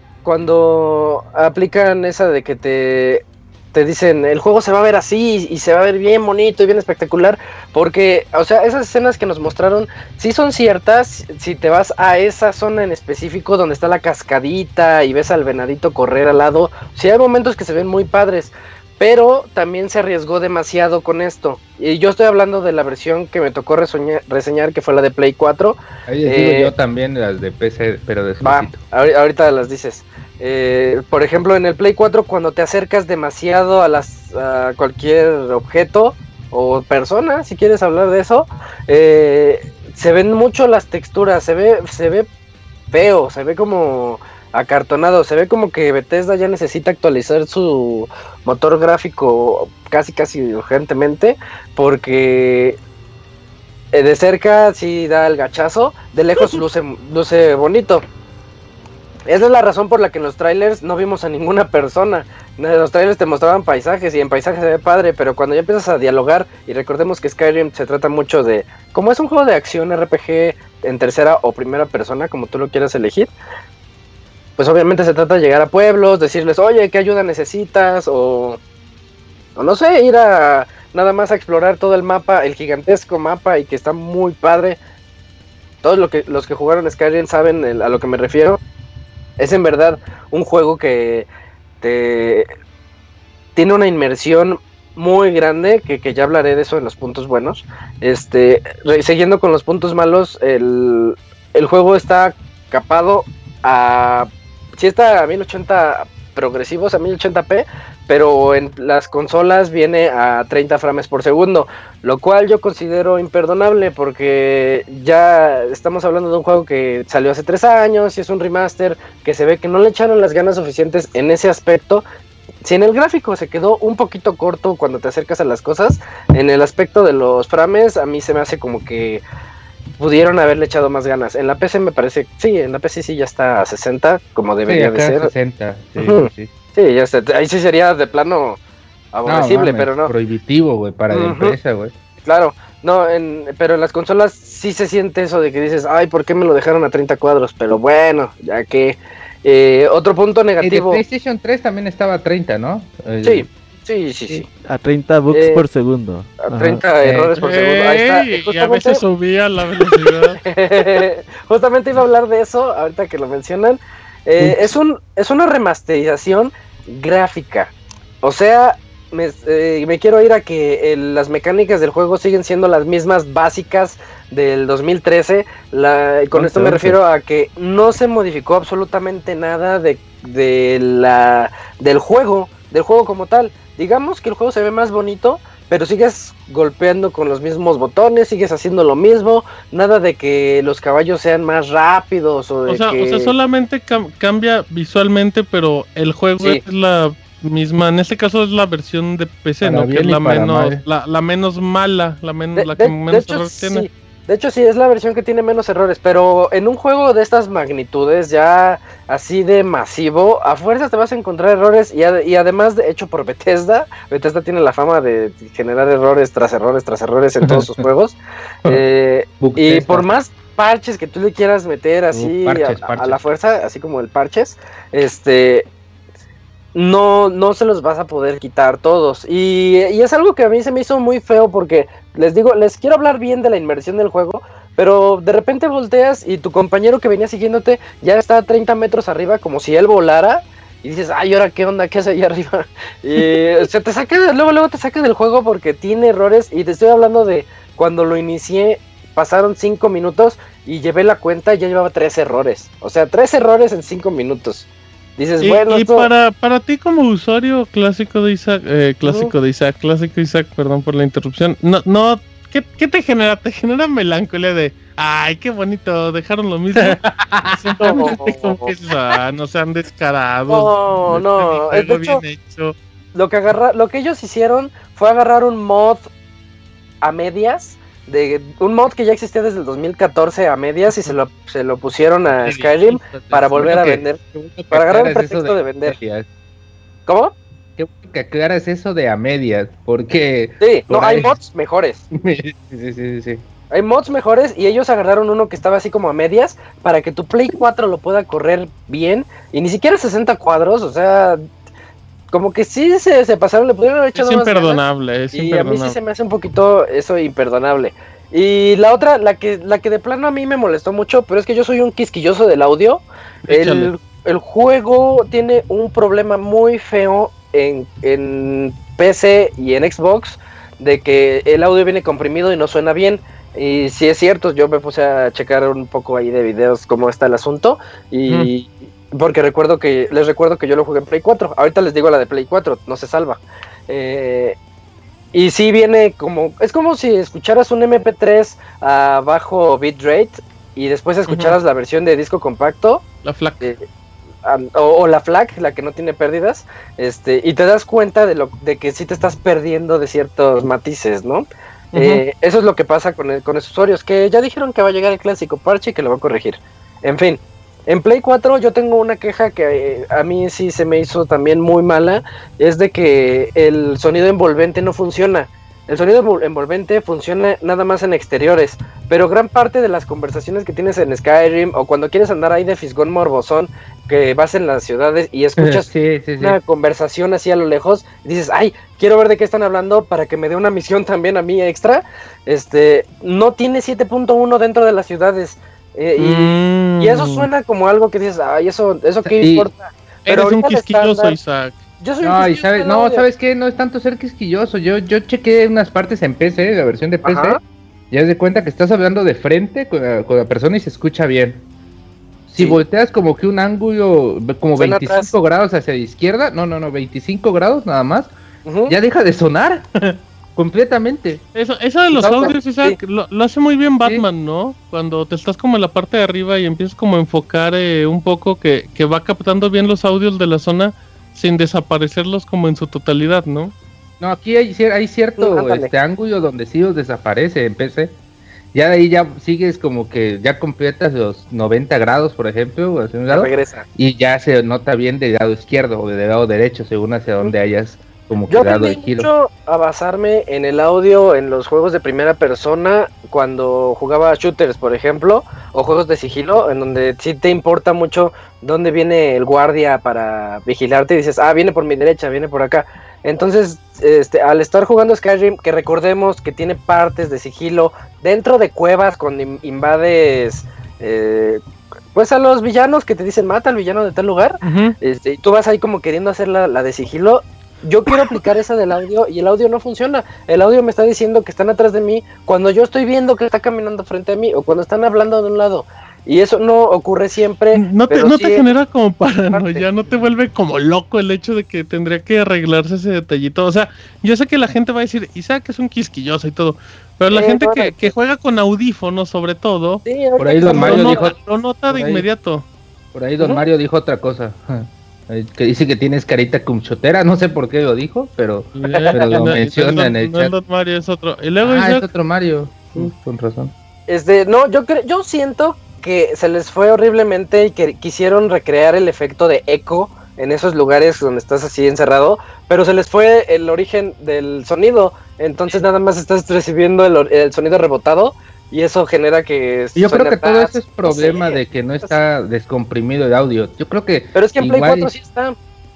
cuando aplican esa de que te... te dicen, el juego se va a ver así y se va a ver bien bonito y bien espectacular, porque, o sea, esas escenas que nos mostraron sí son ciertas, si te vas a esa zona en específico donde está la cascadita y ves al venadito correr al lado, sí hay momentos que se ven muy padres, pero también se arriesgó demasiado con esto, y yo estoy hablando de la versión que me tocó reseñar, reseñar que fue la de Play cuatro. Ahí les eh, digo yo también las de P C, pero despacito. Va, ahorita las dices. Eh, por ejemplo, en el Play cuatro, cuando te acercas demasiado a, las, a cualquier objeto o persona, si quieres hablar de eso, eh, se ven mucho las texturas, se ve, se ve feo, se ve como acartonado, se ve como que Bethesda ya necesita actualizar su motor gráfico casi casi urgentemente, porque de cerca sí da el gachazo, de lejos luce, luce bonito. Esa es la razón por la que en los trailers no vimos a ninguna persona. En los trailers te mostraban paisajes y en paisajes se ve padre, pero cuando ya empiezas a dialogar, y recordemos que Skyrim se trata mucho de, como es un juego de acción R P G en tercera o primera persona, como tú lo quieras elegir, pues obviamente se trata de llegar a pueblos, decirles, oye, ¿qué ayuda necesitas? O, o no sé, ir a nada más a explorar todo el mapa, el gigantesco mapa, y que está muy padre. Todos lo que, los que jugaron Skyrim saben el, a lo que me refiero. Es en verdad un juego que te tiene una inmersión muy grande, que, que ya hablaré de eso en los puntos buenos. Este, re, siguiendo con los puntos malos, el, el juego está capado a... sí está a mil ochenta progresivos, a mil ochenta p, pero en las consolas viene a treinta frames por segundo, lo cual yo considero imperdonable porque ya estamos hablando de un juego que salió hace tres años y es un remaster que se ve que no le echaron las ganas suficientes en ese aspecto. Si en el gráfico se quedó un poquito corto cuando te acercas a las cosas, en el aspecto de los frames a mí se me hace como que pudieron haberle echado más ganas. En la P C me parece, sí, en la P C sí ya está a sesenta, como debería sí, de ser. sesenta, sí, uh-huh. sí. Sí, ya está, ahí sí sería de plano aborrecible, no, pero no. Prohibitivo, güey, para uh-huh. la empresa, güey. Claro, no, en, pero en las consolas sí se siente eso de que dices, ay, ¿por qué me lo dejaron a treinta cuadros? Pero bueno, ya que... Eh, otro punto negativo... Y de PlayStation tres también estaba a treinta, ¿no? Sí, Sí, sí, sí. A treinta bugs eh, por segundo. A treinta Ajá. errores por segundo. Ahí está. Y justamente... a veces subía la velocidad. Justamente iba a hablar de eso, ahorita que lo mencionan. Eh, es, un, es una remasterización gráfica. O sea, me, eh, me quiero ir a que eh, las mecánicas del juego siguen siendo las mismas básicas del dos mil trece. La, con esto me refiero a que no se modificó absolutamente nada de, de la, del juego, del juego como tal. Digamos que el juego se ve más bonito, pero sigues golpeando con los mismos botones, sigues haciendo lo mismo, nada de que los caballos sean más rápidos o de o sea, que... O sea, solamente cam- cambia visualmente, pero el juego sí. es la misma, en este caso es la versión de P C, para ¿no? Que es la menos, la, la menos mala, la, men- de, la que de, menos de errores sí. tiene. De hecho sí, es la versión que tiene menos errores, pero en un juego de estas magnitudes, ya así de masivo, a fuerzas te vas a encontrar errores y, a, y además de hecho por Bethesda, Bethesda tiene la fama de generar errores tras errores tras errores en todos sus juegos, eh, y por más parches que tú le quieras meter así uh, parches, a, parches. a la fuerza, así como el parches, este... No, no se los vas a poder quitar todos. Y, y es algo que a mí se me hizo muy feo porque, les digo, les quiero hablar bien de la inmersión del juego, pero de repente volteas y tu compañero que venía siguiéndote ya está a treinta metros arriba como si él volara. Y dices, ay, ¿ahora qué onda? ¿Qué hace allá arriba? Y se te saca, luego, luego te sacas del juego porque tiene errores. Y te estoy hablando de cuando lo inicié, pasaron cinco minutos y llevé la cuenta y ya llevaba tres errores. O sea, tres errores en cinco minutos. Dices, y, bueno, y esto... para, para ti como usuario clásico de Isaac, eh, clásico uh. de Isaac, clásico Isaac, perdón por la interrupción, no, no, ¿qué, qué te genera? ¿Te genera melancolía de, ay, qué bonito, dejaron lo mismo? Simplemente como que ah, no sean descarados. No, no, de hecho, bien hecho. Lo que agarra, lo que ellos hicieron fue agarrar un mod a medias, de un mod que ya existía desde el dos mil catorce a medias y se lo, se lo pusieron a Skyrim para volver a vender, para agarrar el pretexto de vender. ¿Cómo? Qué bueno que aclaras eso de a medias, porque... Sí, no, hay mods mejores. sí, sí, sí, sí. Hay mods mejores y ellos agarraron uno que estaba así como a medias para que tu Play cuatro lo pueda correr bien y ni siquiera sesenta cuadros, o sea... Como que sí se, se pasaron, le pudieron haber echado es más imperdonable, ganas, es y imperdonable. a mí sí se me hace un poquito eso imperdonable. Y la otra, la que la que de plano a mí me molestó mucho, pero es que yo soy un quisquilloso del audio. El, el juego tiene un problema muy feo en, en P C y en Xbox, de que el audio viene comprimido y no suena bien. Y sí es cierto, yo me puse a checar un poco ahí de videos cómo está el asunto y... Mm. Porque recuerdo que les recuerdo que yo lo jugué en Play cuatro. Ahorita les digo la de Play cuatro, no se salva. Eh, y sí viene como... Es como si escucharas un eme pe tres a bajo bitrate y después escucharas uh-huh. la versión de disco compacto. La FLAC. Eh, o, o la FLAC, la que no tiene pérdidas. este Y te das cuenta de, lo, de que sí te estás perdiendo de ciertos matices, ¿no? Uh-huh. Eh, eso es lo que pasa con, el, con los usuarios, que ya dijeron que va a llegar el clásico parche y que lo va a corregir. En fin. En Play cuatro yo tengo una queja que eh, a mí sí se me hizo también muy mala, es de que el sonido envolvente no funciona. El sonido envolvente funciona nada más en exteriores, pero gran parte de las conversaciones que tienes en Skyrim o cuando quieres andar ahí de fisgón morbosón, que vas en las ciudades y escuchas sí, sí, sí. una conversación así a lo lejos, y dices, ay, quiero ver de qué están hablando para que me dé una misión también a mí extra, este, no tiene siete punto uno dentro de las ciudades. Eh, y, mm. y eso suena como algo que dices, ay, eso, eso qué sí. importa. Pero eres un quisquilloso, Isaac. Yo soy no, un y sabes, no, no ¿sabes qué? No es tanto ser quisquilloso. Yo, yo chequé unas partes en P C, la versión de P C. Ajá. Y haz de cuenta que estás hablando de frente con la, con la persona y se escucha bien. Si sí. volteas como que un ángulo, como suena veinticinco atrás. Grados hacia la izquierda, no, no, no, veinticinco grados nada más, uh-huh. ya deja de sonar. Completamente. Eso, eso de los no, audios, Isaac, sí. lo, lo hace muy bien Batman, sí. ¿no? Cuando te estás como en la parte de arriba y empiezas como a enfocar eh, un poco que, que va captando bien los audios de la zona sin desaparecerlos como en su totalidad, ¿no? No, aquí hay, hay cierto sí, este ángulo donde sí los desaparece en P C. Ya de ahí ya sigues como que ya completas los noventa grados, por ejemplo, hacia un lado, regresa. Y ya se nota bien del lado izquierdo o del lado derecho, según hacia donde hayas como Yo quedado de aprendí giro. mucho a basarme en el audio en los juegos de primera persona cuando jugaba shooters, por ejemplo, o juegos de sigilo, en donde sí te importa mucho dónde viene el guardia para vigilarte y dices, ah, viene por mi derecha, viene por acá. Entonces, este, al estar jugando Skyrim, que recordemos que tiene partes de sigilo dentro de cuevas cuando invades, eh, pues a los villanos que te dicen, mata al villano de tal lugar, uh-huh. este, y tú vas ahí como queriendo hacer la, la de sigilo. Yo quiero aplicar esa del audio y el audio no funciona. El audio me está diciendo que están atrás de mí cuando yo estoy viendo que está caminando frente a mí o cuando están hablando de un lado. Y eso no ocurre siempre. No te, no sí te genera como paranoia, no te vuelve como loco el hecho de que tendría que arreglarse ese detallito. O sea, yo sé que la gente va a decir, Isaac es un quisquilloso y todo, pero la eh, gente bueno, que, que juega con audífonos sobre todo, sí, por ahí don Mario lo, dijo, nota, lo nota de inmediato. Por ahí don ¿no? Mario dijo otra cosa. Que dice que tienes carita cumchotera, no sé por qué lo dijo, pero, yeah, pero lo no, menciona en el no chat. No es Mario, es otro. Y luego ah, Isaac... es otro Mario, uh, con razón. Este, no, yo cre- yo siento que se les fue horriblemente y que quisieron recrear el efecto de eco en esos lugares donde estás así encerrado, pero se les fue el origen del sonido, entonces nada más estás recibiendo el, el sonido rebotado. Y eso genera que... Yo creo que todo eso es problema sí, de que no está descomprimido el audio. Yo creo que... Pero es que en igual... Play cuatro sí está.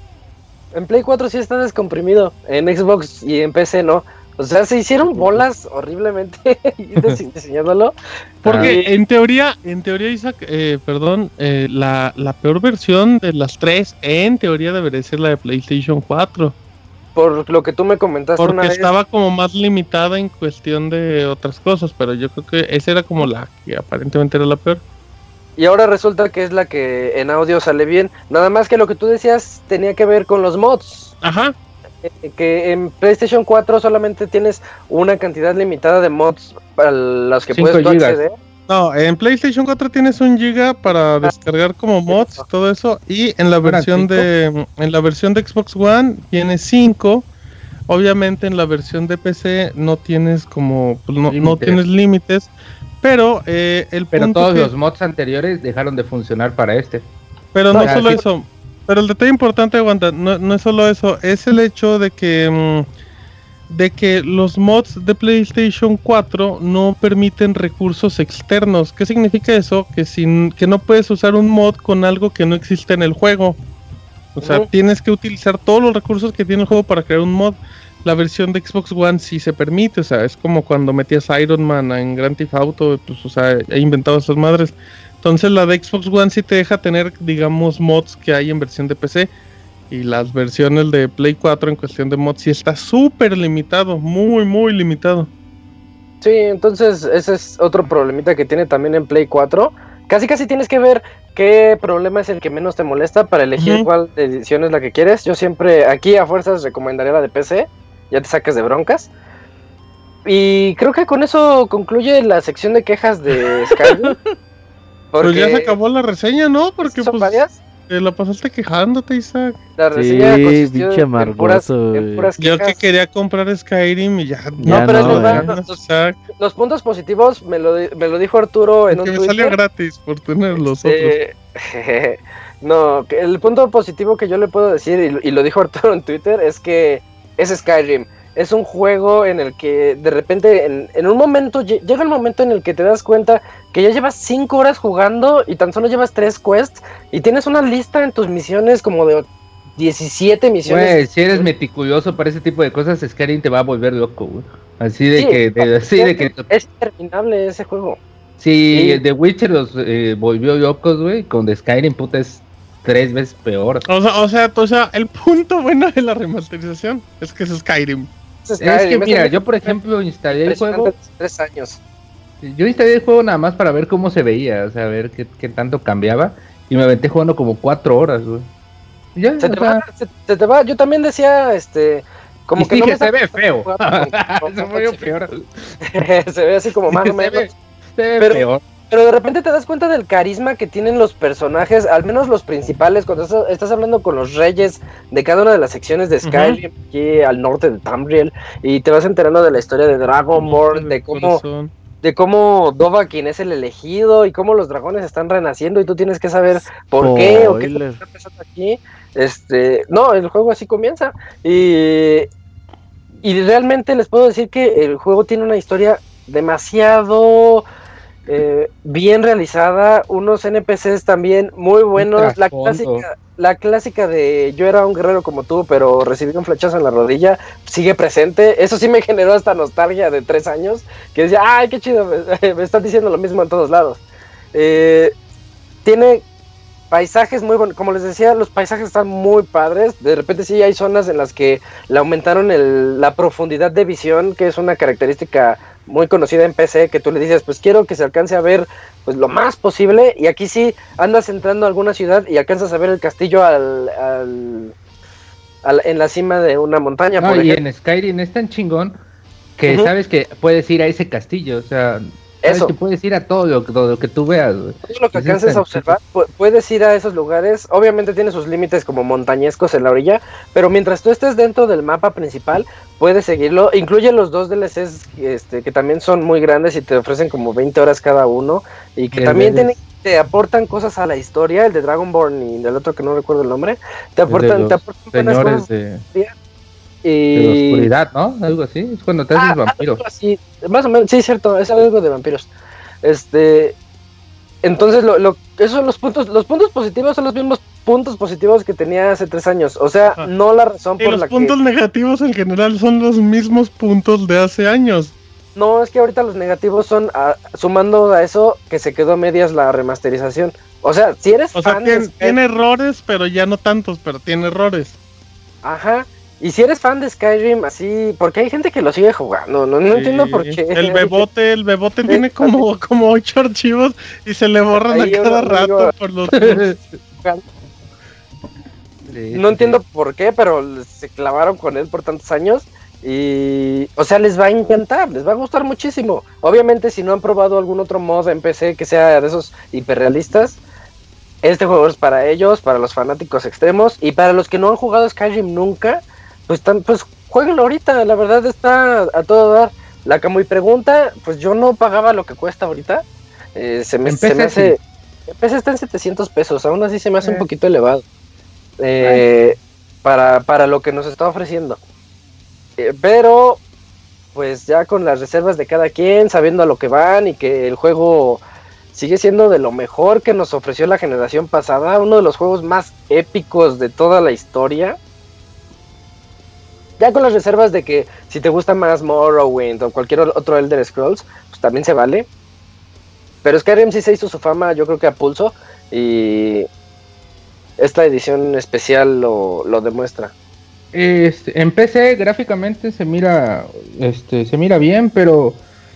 En Play cuatro sí está descomprimido. En Xbox y en P C no. O sea, se hicieron bolas horriblemente diseñándolo. Porque ah. en teoría, en teoría Isaac, eh, perdón, eh, la, la peor versión de las tres, en teoría debería ser la de PlayStation cuatro. Por lo que tú me comentaste porque una vez. Estaba como más limitada en cuestión de otras cosas, pero yo creo que esa era como la que aparentemente era la peor. Y ahora resulta que es la que en audio sale bien. Nada más que lo que tú decías tenía que ver con los mods. Ajá. Eh, que en PlayStation cuatro solamente tienes una cantidad limitada de mods para los que puedes tú acceder. No, en PlayStation cuatro tienes un giga para descargar como mods, todo eso, y en la versión de en la versión de Xbox One tienes cinco. Obviamente en la versión de P C no tienes como pues no, no tienes límites, pero eh, el pero punto todos que, los mods anteriores dejaron de funcionar para este. Pero no, no solo sí. eso, pero el detalle importante, aguanta, no, no es solo eso, es el hecho de que mmm, de que los mods de PlayStation cuatro no permiten recursos externos. ¿Qué significa eso? Que sin, que no puedes usar un mod con algo que no existe en el juego. O sea, uh-huh. tienes que utilizar todos los recursos que tiene el juego para crear un mod. La versión de Xbox One sí se permite, o sea, es como cuando metías Iron Man en Grand Theft Auto, pues, o sea, he inventado esas madres. Entonces la de Xbox One sí te deja tener, digamos, mods que hay en versión de P C. Y las versiones de Play cuatro en cuestión de mods sí está súper limitado, muy muy limitado. Sí, entonces ese es otro problemita que tiene también en Play cuatro. Casi casi tienes que ver qué problema es el que menos te molesta para elegir uh-huh. cuál edición es la que quieres. Yo siempre aquí a fuerzas recomendaría la de P C, ya te sacas de broncas. Y creo que con eso concluye la sección de quejas de Skyrim. Pues ya se acabó la reseña, ¿no? Porque ¿son pues... varias? Te la pasaste quejándote, Isaac. La reseña sí, consistió pinche en puras, en puras Yo que quería comprar Skyrim y ya... No, ya pero no, es verdad, los, los, los puntos positivos me lo, me lo dijo Arturo en Porque un me Twitter. salió gratis por tener los este, otros. No, el punto positivo que yo le puedo decir, y, y lo dijo Arturo en Twitter, es que es Skyrim. Es un juego en el que de repente, en, en un momento, llega el momento en el que te das cuenta que ya llevas cinco horas jugando y tan solo llevas tres quests y tienes una lista en tus misiones como de diecisiete misiones. Güey, si eres meticuloso para ese tipo de cosas, Skyrim te va a volver loco, güey. Así de sí, que... De, así es, de que es interminable ese juego. Sí, sí. The Witcher los eh, volvió locos, güey, con The Skyrim, puta, es tres veces peor. O sea, o sea, o sea, el punto bueno de la remasterización es que es Skyrim. Es que mira, yo por ejemplo instalé el juego tres años. Yo instalé el juego nada más para ver cómo se veía, o sea, a ver qué, qué tanto cambiaba. Y me aventé jugando como cuatro horas, güey. Ya, se, te va, se, se te va, yo también decía, este, como y que dije, no se ve feo. Se fue peor. Se ve así como más o menos. Se ve, se ve pero, peor. Pero de repente te das cuenta del carisma que tienen los personajes, al menos los principales, cuando estás, estás hablando con los reyes de cada una de las secciones de Skyrim, uh-huh. aquí al norte de Tamriel, y te vas enterando de la historia de Dragonborn, de cómo, de cómo Dovahkiin es el elegido y cómo los dragones están renaciendo y tú tienes que saber por oh, qué o qué está pasando aquí. Este, no, el juego así comienza y, y realmente les puedo decir que el juego tiene una historia demasiado eh, bien realizada, unos N P Cs también muy buenos, la clásica, la clásica de yo era un guerrero como tú, pero recibí un flechazo en la rodilla, sigue presente, eso sí me generó hasta nostalgia de tres años, que decía, ay, qué chido, me, me están diciendo lo mismo en todos lados. Eh, tiene paisajes muy buenos, como les decía, los paisajes están muy padres, de repente sí hay zonas en las que le aumentaron el, la profundidad de visión, que es una característica muy conocida en P C, que tú le dices, pues quiero que se alcance a ver pues lo más posible, y aquí sí andas entrando a alguna ciudad y alcanzas a ver el castillo al, al, al en la cima de una montaña. No, por y ejemplo. En Skyrim es tan chingón que uh-huh. sabes que puedes ir a ese castillo, o sea... Eso. Que puedes ir a todo lo, todo lo que tú veas. Todo lo que alcances a observar, puedes ir a esos lugares. Obviamente tiene sus límites como montañescos en la orilla, pero mientras tú estés dentro del mapa principal, puedes seguirlo. Incluye los dos D L Cs este, que también son muy grandes y te ofrecen como veinte horas cada uno. Y que también tienen, te aportan cosas a la historia. El de Dragonborn y el otro que no recuerdo el nombre. Te aportan, te aportan buenas cosas de... Y... de la oscuridad, ¿no? Algo así, es cuando te haces ah, vampiro. Así, más o menos, sí, cierto, es algo de vampiros. Este, entonces, lo, lo, esos son los puntos, los puntos positivos son los mismos puntos positivos que tenía hace tres años. O sea, ah. no la razón y por la la que... los puntos negativos en general son los mismos puntos de hace años. No, es que ahorita los negativos son, a, sumando a eso, que se quedó a medias la remasterización. O sea, si eres o fan... O sea, tiene, tiene errores, pero ya no tantos, pero tiene errores. Ajá. Y si eres fan de Skyrim, así, porque hay gente que lo sigue jugando, no, no sí. entiendo por qué. El bebote, el bebote tiene como, como ocho archivos y se le borran ahí a cada rato digo... por los... No entiendo por qué, pero se clavaron con él por tantos años y, o sea, les va a encantar, les va a gustar muchísimo. Obviamente, si no han probado algún otro mod en P C que sea de esos hiperrealistas, este juego es para ellos, para los fanáticos extremos y para los que no han jugado Skyrim nunca. Pues, tan, pues jueguenlo ahorita, la verdad está a todo dar. La que muy pregunta, pues yo no pagaba lo que cuesta ahorita. Eh, se me, se me hace... Sí. En P C está en setecientos pesos, aún así se me hace eh. un poquito elevado. Eh, para, para lo que nos está ofreciendo. Eh, pero, pues ya con las reservas de cada quien, sabiendo a lo que van y que el juego sigue siendo de lo mejor que nos ofreció la generación pasada, uno de los juegos más épicos de toda la historia. Ya con las reservas de que si te gusta más Morrowind o cualquier otro Elder Scrolls, pues también se vale. Pero Skyrim sí se hizo su fama, yo creo que a pulso, y esta edición especial lo, lo demuestra. Este, en P C gráficamente se mira, este, se mira bien, pero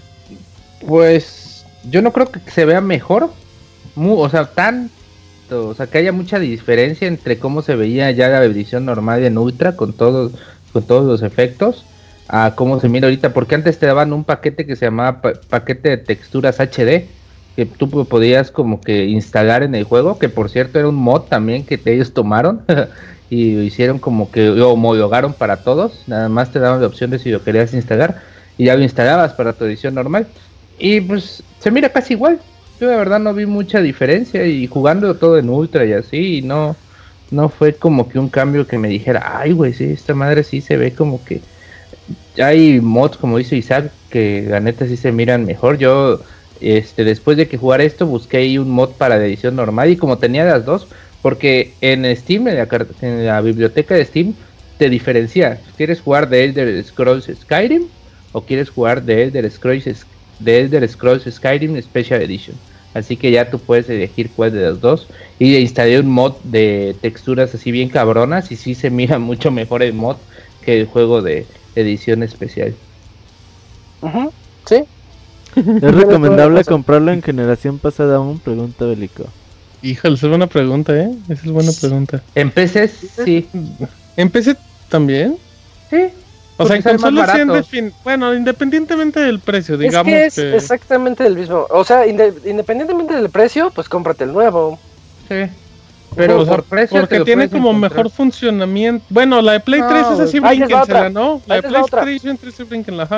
pues yo no creo que se vea mejor, muy, o sea, tanto, o sea, que haya mucha diferencia entre cómo se veía ya la edición normal en Ultra con todos con todos los efectos a cómo se mira ahorita, porque antes te daban un paquete que se llamaba pa- paquete de texturas H D que tú podías como que instalar en el juego, que por cierto era un mod también que ellos tomaron y lo hicieron como que lo homologaron para todos, nada más te daban la opción de si lo querías instalar y ya lo instalabas para tu edición normal y pues se mira casi igual. Yo de verdad no vi mucha diferencia y jugando todo en Ultra y así y no No fue como que un cambio que me dijera, ay, güey, sí, esta madre sí se ve como que... Hay mods, como dice Isaac, que la neta sí se miran mejor. Yo, este, después de que jugar esto, busqué ahí un mod para la edición normal y como tenía las dos, porque en Steam, en la, en la biblioteca de Steam, te diferencia. ¿Quieres jugar de Elder Scrolls Skyrim o quieres jugar de Elder Scrolls, de Elder Scrolls Skyrim Special Edition? Así que ya tú puedes elegir cuál de los dos. Y instalé un mod de texturas así bien cabronas. Y sí se mira mucho mejor el mod que el juego de edición especial. Uh-huh. Sí. ¿Es recomendable comprarlo en generación pasada aún? Pregunta Bélico. Híjole, esa es buena pregunta, ¿eh? Esa es buena pregunta. ¿En P C? Sí. ¿En P C también? Sí. O sea, en consolas sí, defin... bueno, independientemente del precio, digamos es que... que... es exactamente el mismo. O sea, inde... independientemente del precio, pues cómprate el nuevo. Sí. Pero o sea, por precio porque tiene como encontrar. Mejor funcionamiento. Bueno, la de Play no, tres es así, brínquensela, ¿no? La de Play tres, sí, brínquenla, ajá.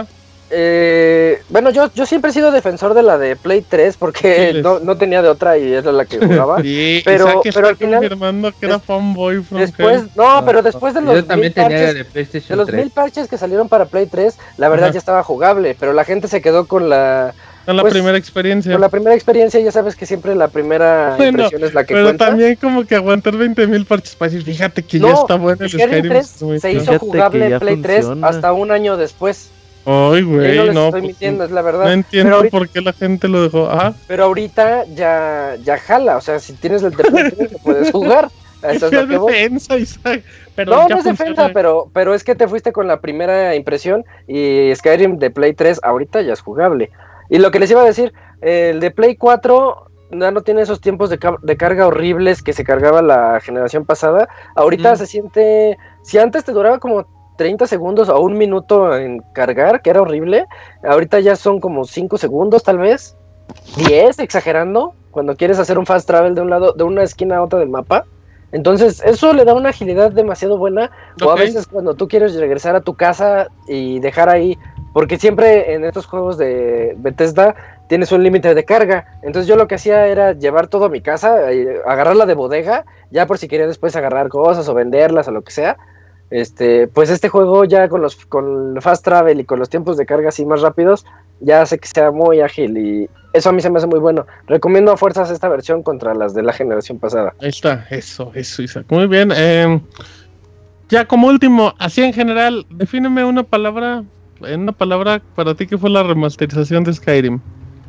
Eh, bueno, yo, yo siempre he sido defensor de la de Play tres porque sí, no, no tenía de otra y era la que jugaba. Sí, pero, pero al final confirmando que era fanboy from después, no, pero después de los yo también mil tenía parches, de PlayStation de los tres. mil parches que salieron para Play tres, la verdad Ajá. ya estaba jugable, pero la gente se quedó con la Con la pues, primera experiencia. Con la primera experiencia, ya sabes que siempre la primera bueno, impresión es la que pero cuenta. Pero también como que aguantar veinte mil parches para decir, fíjate que no, ya está bueno el Skyrim tres se hizo jugable en Play tres hasta un año después. Ay, güey, no, les no estoy pues, mintiendo, es la verdad. No entiendo ahorita, por qué la gente lo dejó. Ajá. Pero ahorita ya, ya jala, o sea, si tienes el Play tres lo puedes jugar. Eso es lo que defensa, Isaac. Pero no, no es defensa, pero, pero es que te fuiste con la primera impresión y Skyrim de Play tres ahorita ya es jugable. Y lo que les iba a decir, el de Play cuatro ya no tiene esos tiempos de, ca- de carga horribles que se cargaba la generación pasada. Ahorita mm. se siente, si antes te duraba como treinta segundos o un minuto en cargar, que era horrible, ahorita ya son como cinco segundos tal vez, diez exagerando, cuando quieres hacer un fast travel de un lado, de una esquina a otra del mapa. Entonces eso le da una agilidad demasiado buena. Okay. O a veces cuando tú quieres regresar a tu casa y dejar ahí, porque siempre en estos juegos de Bethesda tienes un límite de carga, entonces yo lo que hacía era llevar todo a mi casa, agarrarla de bodega, ya por si quería después agarrar cosas o venderlas o lo que sea. Este, pues este juego ya con los con fast travel y con los tiempos de carga así más rápidos, ya hace que sea muy ágil y eso a mí se me hace muy bueno. Recomiendo a fuerzas esta versión contra las de la generación pasada. Ahí está, eso, eso, Isaac. Muy bien. Eh, ya como último, así en general, defíneme una palabra, una palabra para ti que fue la remasterización de Skyrim.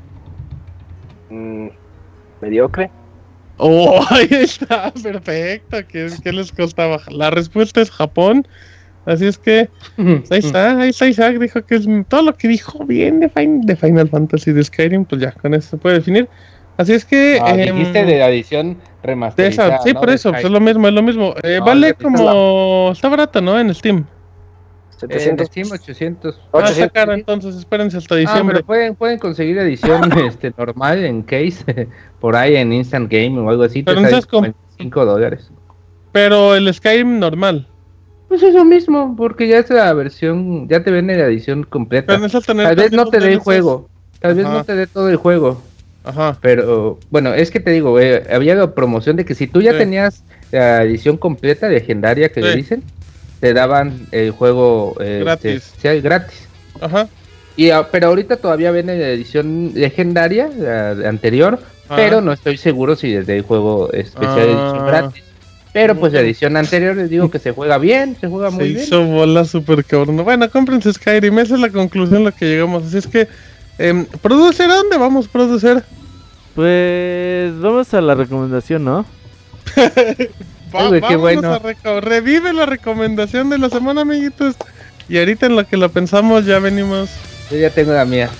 Mm, mediocre. Oh, ahí está, perfecto. ¿Qué, qué les costaba? La respuesta es Japón. Así es que ahí está, ahí está Isaac, dijo que es todo lo que dijo bien de, fin, de Final Fantasy de Skyrim, pues ya con eso se puede definir. Así es que ah, eh, dijiste de la edición remasterizada. De esa, sí, ¿no? Por eso, pues es lo mismo, es lo mismo. Eh, no, vale como la... está barato, ¿no? En Steam. setecientos. En Steam ochocientos. Ah, está caro, entonces espérense hasta diciembre. Ah, pero pueden, pueden conseguir edición este, normal en case, por ahí en Instant Game o algo así. Pero te sale como cinco dólares. Pero el Skyrim normal. Pues es lo mismo, porque ya es la versión, ya te vende la edición completa. Tal vez no te dé el juego, tal vez Ajá. no te dé todo el juego. Ajá. Pero, bueno, es que te digo, eh, había la promoción de que si tú ya sí. tenías la edición completa, legendaria que sí. le dicen, te daban el juego eh, gratis. Te, sí, gratis. Ajá. Y, pero ahorita todavía viene la edición legendaria, la, la anterior, Ajá. pero no estoy seguro si desde el juego especial ah. edición gratis. Pero pues la edición anterior les digo que se juega bien, se juega muy se bien. Se hizo bola super cabrón. Bueno, cómprense Skyrim, esa es la conclusión a la que llegamos. Así es que, eh, ¿producer a dónde vamos, producer? Pues vamos a la recomendación, ¿no? Va, Uy, qué bueno. A reco- revive la recomendación de la semana, amiguitos. Y ahorita en lo que la pensamos ya venimos. Yo ya tengo la mía.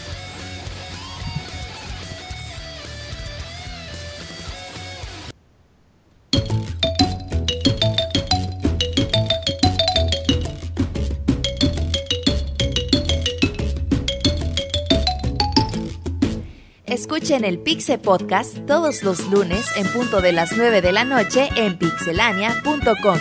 Escuchen el Pixe Podcast todos los lunes en punto de las nueve de la noche en pixelania punto com.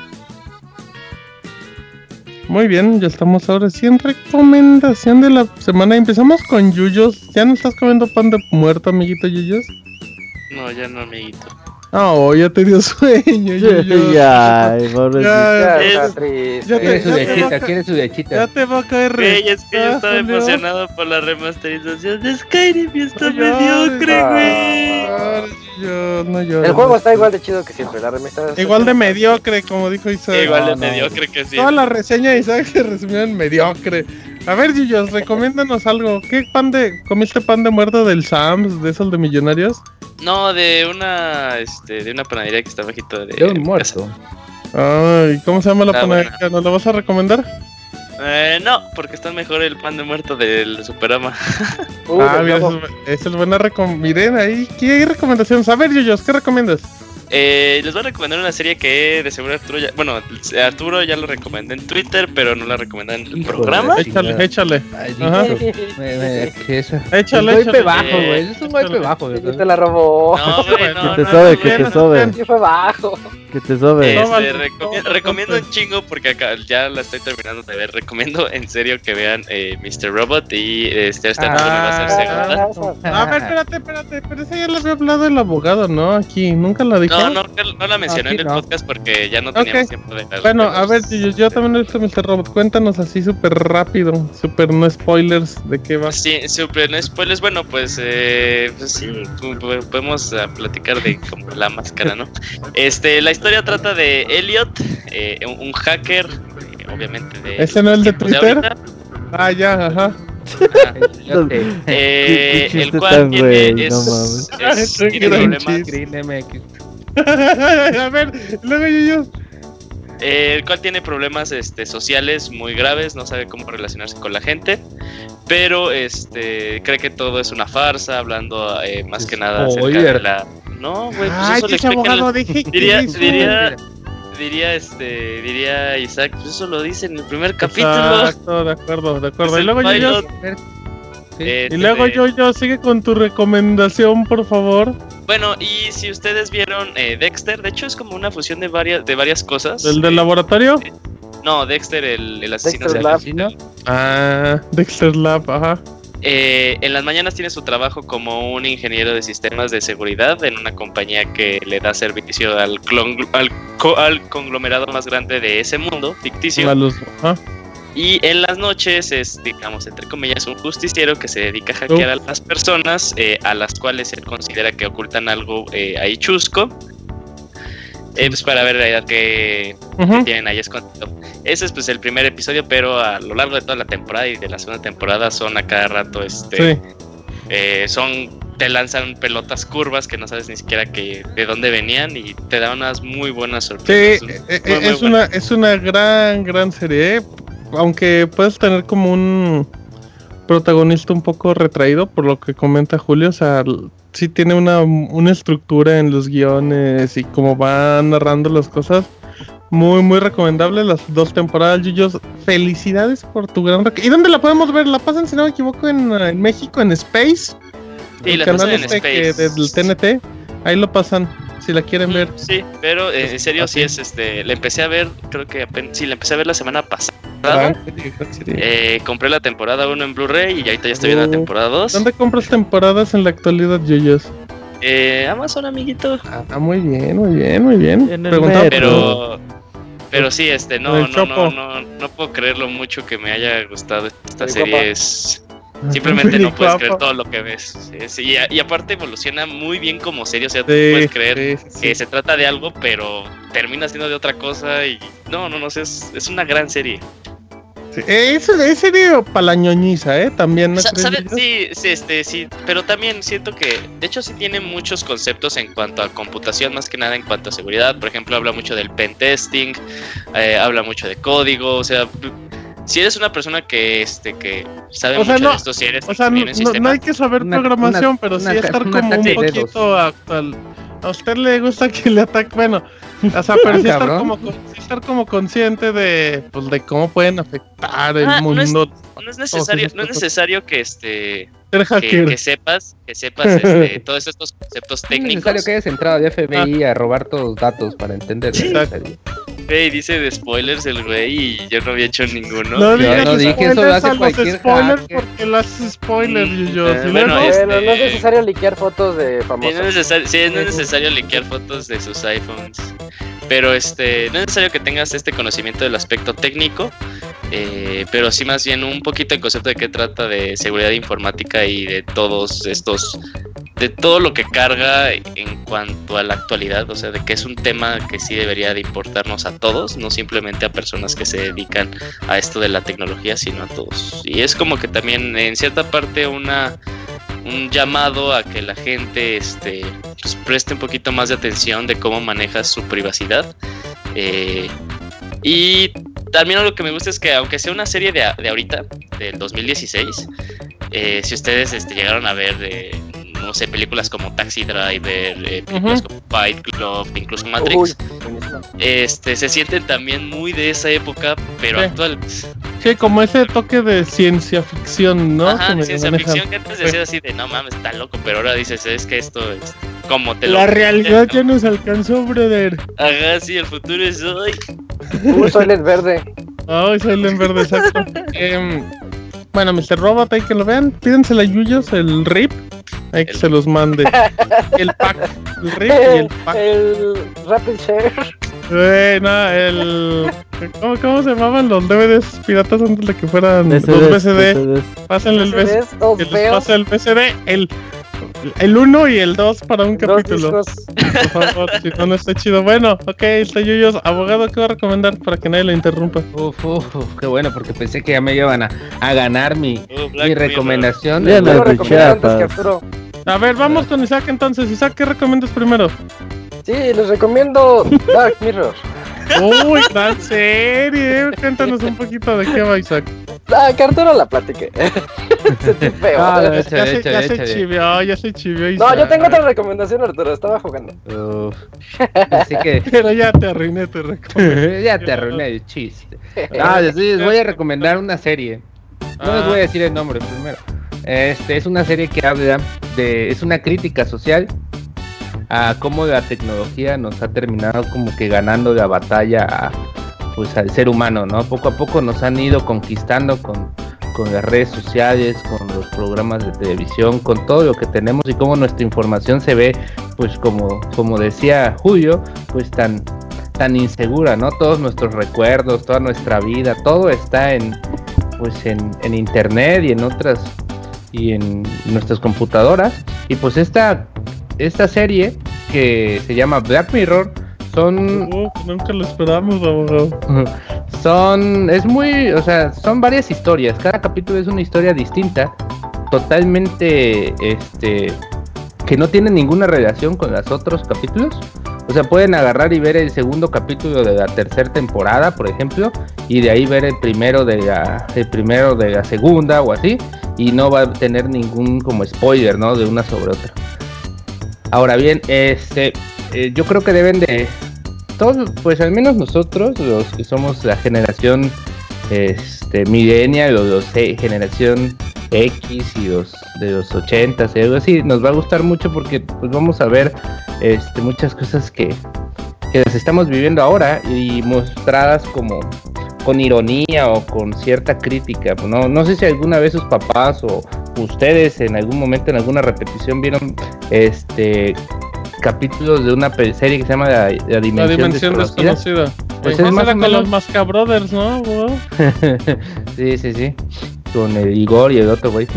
Muy bien, ya estamos ahora sí en recomendación de la semana. Empezamos con Yuyos. ¿Ya no estás comiendo pan de muerto, amiguito Yuyos? No, ya no, amiguito. Oh, ya te dio sueño, Yuyos. Ya, ay, pobrecito. Ya, ya está triste. Ya quiere su lechita, quiere su lechita. Ya te va a caer re. Ey, es que yo estaba emocionado por la remasterización de Skyrim y está mediocre, güey. Yo no lloro. El juego está igual de chido que siempre, la remasterización. Igual de mediocre, como dijo Isaac. Igual de no, mediocre no. que sí. Toda la reseña de Isaac se resumió en mediocre. A ver, Yuyos, recomiéndanos algo. ¿Qué pan de... comiste pan de muerto del Sam's, de esos de millonarios? No, de una este, de una panadería que está bajito de... De un muerto. Ay, ¿cómo se llama la ah, panadería? Bueno. ¿Nos la vas a recomendar? Eh, no, porque está mejor el pan de muerto del Superama. Uh, ah, mira, esa es, es buena recomendación. Miren ahí, ¿qué recomendaciones? A ver, Yuyos, ¿qué recomiendas? eh, les voy a recomendar una serie que de seguro Arturo ya, bueno, Arturo ya lo recomendé en Twitter, pero no la recomendé en el programa. Échale, échale. Ay, Ajá. me, me, ¿qué es eso? Échale, un golpe échale. bajo, Eh, güey. Es un golpe bajo, Y güey. te la robó. No, güey, no, Que te no, sobe, no, que güey. te sobe. Sí fue bajo. Que te sobe. No, Este, vale. recomi- No, recomiendo no, un chingo porque acá ya la estoy terminando de ver. Recomiendo en serio que vean eh, mister Robot y este esta Arturo me va a hacer segunda. A ver, espérate, espérate, pero esa ya la había hablado el abogado, ¿no? Aquí, nunca la dijo. No, no, no la mencioné Aquí en el no. podcast porque ya no teníamos Ok. tiempo de ver. Bueno, pero- a ver, yo, yo también he visto mister Robot. Cuéntanos así súper rápido, súper no spoilers de qué va. Sí, super, no spoilers. Bueno, pues, eh, pues sí, como po- podemos ah, platicar de como la máscara, ¿no? Este, la historia trata de Elliot, eh, un, un hacker, eh, obviamente de. ¿Ese no es el de tiempos Twitter? ahorita. Ah, ya, ajá. Ajá. Yo te- Eh, Qué el chiste cual tan tiene, güey, es, no mames. es- Qué tiene gran problemas. chiste. Green M X. A ver, luego yo, yo. Eh, el cual tiene problemas este, sociales muy graves, no sabe cómo relacionarse con la gente, pero este cree que todo es una farsa, hablando eh, más que nada acerca de Spoiler. la... No, güey, pues Ay, eso le ese explica abogado, la- dije que diría, hizo. diría, diría, este, diría Isaac, pues eso lo dice en el primer capítulo. Exacto, de acuerdo, de acuerdo. Es Y el luego yo, yo. pilot. Sí. Este, Y luego de- yo, yo, sigue con tu recomendación, por favor. Bueno, y si ustedes vieron eh, Dexter, de hecho es como una fusión de varias, de varias cosas. ¿El del Eh, laboratorio? No, Dexter, el, el asesino Dexter serial. Lab. Ah, Dexter Lab, ajá. Eh, en las mañanas tiene su trabajo como un ingeniero de sistemas de seguridad en una compañía que le da servicio al, clon- al, co- al conglomerado más grande de ese mundo ficticio. La luz, ajá. Y en las noches es, digamos, entre comillas, un justiciero que se dedica a hackear a las personas eh, a las cuales él considera que ocultan algo eh, ahí chusco. Eh, pues para ver en realidad qué, Ujú. que tienen ahí escondido. Ese es pues el primer episodio, pero a lo largo de toda la temporada y de la segunda temporada son a cada rato este Sí. eh, son te lanzan pelotas curvas que no sabes ni siquiera que de dónde venían y te dan unas muy buenas Sí, sorpresas. eh, Muy, eh, muy es buenas. una, es una gran, gran serie, ¿eh? Aunque puedes tener como un protagonista un poco retraído, por lo que comenta Julio, o sea, l- sí tiene una, una estructura en los guiones y como va narrando las cosas, muy, muy recomendable, las dos temporadas, Yuyos, felicidades por tu gran... rec- ¿Y dónde la podemos ver? ¿La pasan, si no me equivoco, en, eh, en México, en Space? Sí, El la canal pasan en este que Space. del T N T, ahí lo pasan, si la quieren ver. Sí, pero eh, en serio Ah, sí sí. es este, la empecé a ver, creo que apenas, sí, la empecé a ver la semana pasada. Gran serie, gran serie. Eh, compré la temporada uno en Blu-ray y ahorita ya estoy viendo la Oh. temporada dos. ¿Dónde compras temporadas en la actualidad, Yuyos? Eh, Amazon, amiguito. Ah, muy bien, muy bien, muy bien. En el Preguntaba metro. por- Pero, pero sí, este, no, El no, Chopo. no, no, no puedo creer lo mucho que me haya gustado esta El serie. guapa. Es simplemente no Muy puedes guapo. creer todo lo que ves. Sí, sí, y, a- y aparte evoluciona muy bien como serie, o sea, tú Sí, puedes creer sí, sí, que sí. se trata de algo, pero termina siendo de otra cosa y no, no, no sé, es, es una gran serie. Sí, Es, es serio para la ñoñiza, ¿eh? También, ¿no Sa- crees, ¿sabes? Yuyos? Sí, sí, este, sí, pero también siento que, de hecho, sí tiene muchos conceptos en cuanto a computación, más que nada en cuanto a seguridad. Por ejemplo, habla mucho del pen testing, eh, habla mucho de código, o sea, si eres una persona que, este, que sabe O sea, mucho no, de esto, si eres O sea, no, bien en no- no sistema, hay que saber Una- programación, una- pero una sí ca- estar un como un ataque de poquito dedos. actual. A usted le gusta que le ataque, bueno, o sea, pero sí estar, Cabrón. como, con- sí estar como consciente de, pues, de cómo pueden afectar el Ah, no es- mundo. no es necesario, esas no es cosas. necesario que este Ser que, hacker. que sepas, que sepas este, todos estos conceptos Es técnicos. necesario que hayas entrado de F B I a robar todos los datos para entender. Sí. la serie. Güey, dice de spoilers el güey y yo no había hecho ninguno. No Yo digas no dije, eso lo spoilers hace a los cualquier spoilers hacker. porque lo haces spoiler, Mm, Yuyos. eh, Y bueno, luego- este- Bueno, no es necesario liquear fotos de Sí, famosos. no es necesario, sí, no es necesario liquear fotos de sus iPhones. Pero este, no es necesario que tengas este conocimiento del aspecto técnico. eh, pero sí más bien un poquito el concepto de qué trata de seguridad informática y de todos estos, de todo lo que carga en cuanto a la actualidad, o sea, de que es un tema que sí debería de importarnos a todos, no simplemente a personas que se dedican a esto de la tecnología, sino a todos. Y es como que también en cierta parte una un llamado a que la gente este, pues, preste un poquito más de atención de cómo maneja su privacidad. Eh, y también algo que me gusta es que aunque sea una serie de, de ahorita, del dos mil dieciséis, eh, si ustedes este, llegaron a ver de no sé, películas como Taxi Driver, eh, películas uh-huh. como Fight Club, incluso Matrix. Uy, este, se sienten también muy de esa época, pero sí. actuales. Sí, como ese toque de ciencia ficción, ¿no? Ajá, de ciencia manejan. ficción que antes decías así de, no mames, está loco, pero ahora dices, es que esto es como te lo... La realidad ya nos alcanzó, brother. Ajá, sí, el futuro es hoy. Uy, soy el verde. Ay, soy el verde, exacto. eh, bueno, mister Robot, hay que lo vean, pídense a Yuyos, el R I P, hay que el... se los mande. El pack, el R I P y el pack. El Rapid Share. Eh, no, el... ¿Cómo, ¿Cómo se llamaban los D V Ds piratas antes de que fueran B C Ds, los B C D? B C Ds. Pásenle el B C D. Que les pase el B C D, el... El uno y el dos para un dos capítulo. Discos. Por favor, si no, no está chido. Bueno, ok, está Yuyos. Abogado, ¿qué va a recomendar para que nadie lo interrumpa? Uf, uf, uf, qué bueno, porque pensé que ya me iban a, a ganar mi, uh, mi recomendación. De no, antes que Arturo. A ver, vamos con Isaac entonces. Isaac, ¿qué recomiendas primero? Sí, les recomiendo Dark Mirror. Uy, gran serie. Cuéntanos un poquito de qué va, Isaac. Ah, que Arturo la platique. Se feo. Ah, ya, hecho, se, hecho, ya hecho, se chivió, ya se chivió. No, yo tengo otra recomendación, Arturo. Estaba jugando. Uf. Así que... Pero ya te arruiné tu recomendación. Ya te arruiné el chiste. No, les, les voy a recomendar una serie. No ah. les voy a decir el nombre primero. Este es una serie que habla de... Es una crítica social a cómo la tecnología nos ha terminado como que ganando la batalla a, pues al ser humano, ¿no? Poco a poco nos han ido conquistando con, con las redes sociales, con los programas de televisión, con todo lo que tenemos y cómo nuestra información se ve, pues como, como decía Julio, pues tan, tan insegura, ¿no? Todos nuestros recuerdos, toda nuestra vida, todo está en, pues en, en internet y en otras, y en nuestras computadoras, y pues esta Esta serie, que se llama Black Mirror, son... Uh, nunca lo esperamos, abogado. Son... Es muy... O sea, son varias historias. Cada capítulo es una historia distinta. Totalmente... Este... Que no tiene ninguna relación con los otros capítulos. O sea, pueden agarrar y ver el segundo capítulo de la tercera temporada, por ejemplo, y de ahí ver el primero de la... El primero de la segunda o así. Y no va a tener ningún como spoiler, ¿no? De una sobre otra. Ahora bien, este, eh, yo creo que deben de, todos, pues al menos nosotros, los que somos la generación, este, millennial o los eh, generación X y los de los ochentas y algo así, nos va a gustar mucho porque pues vamos a ver, este, muchas cosas que, que las estamos viviendo ahora y mostradas como con ironía o con cierta crítica. No, no sé si alguna vez sus papás o ustedes en algún momento en alguna repetición vieron este capítulos de una serie que se llama La, la Dimensión, la dimensión Desconocida. desconocida. Pues es más o menos... con los Masca Brothers, ¿no? Wow. sí, sí, sí. Con el Igor y el otro güey.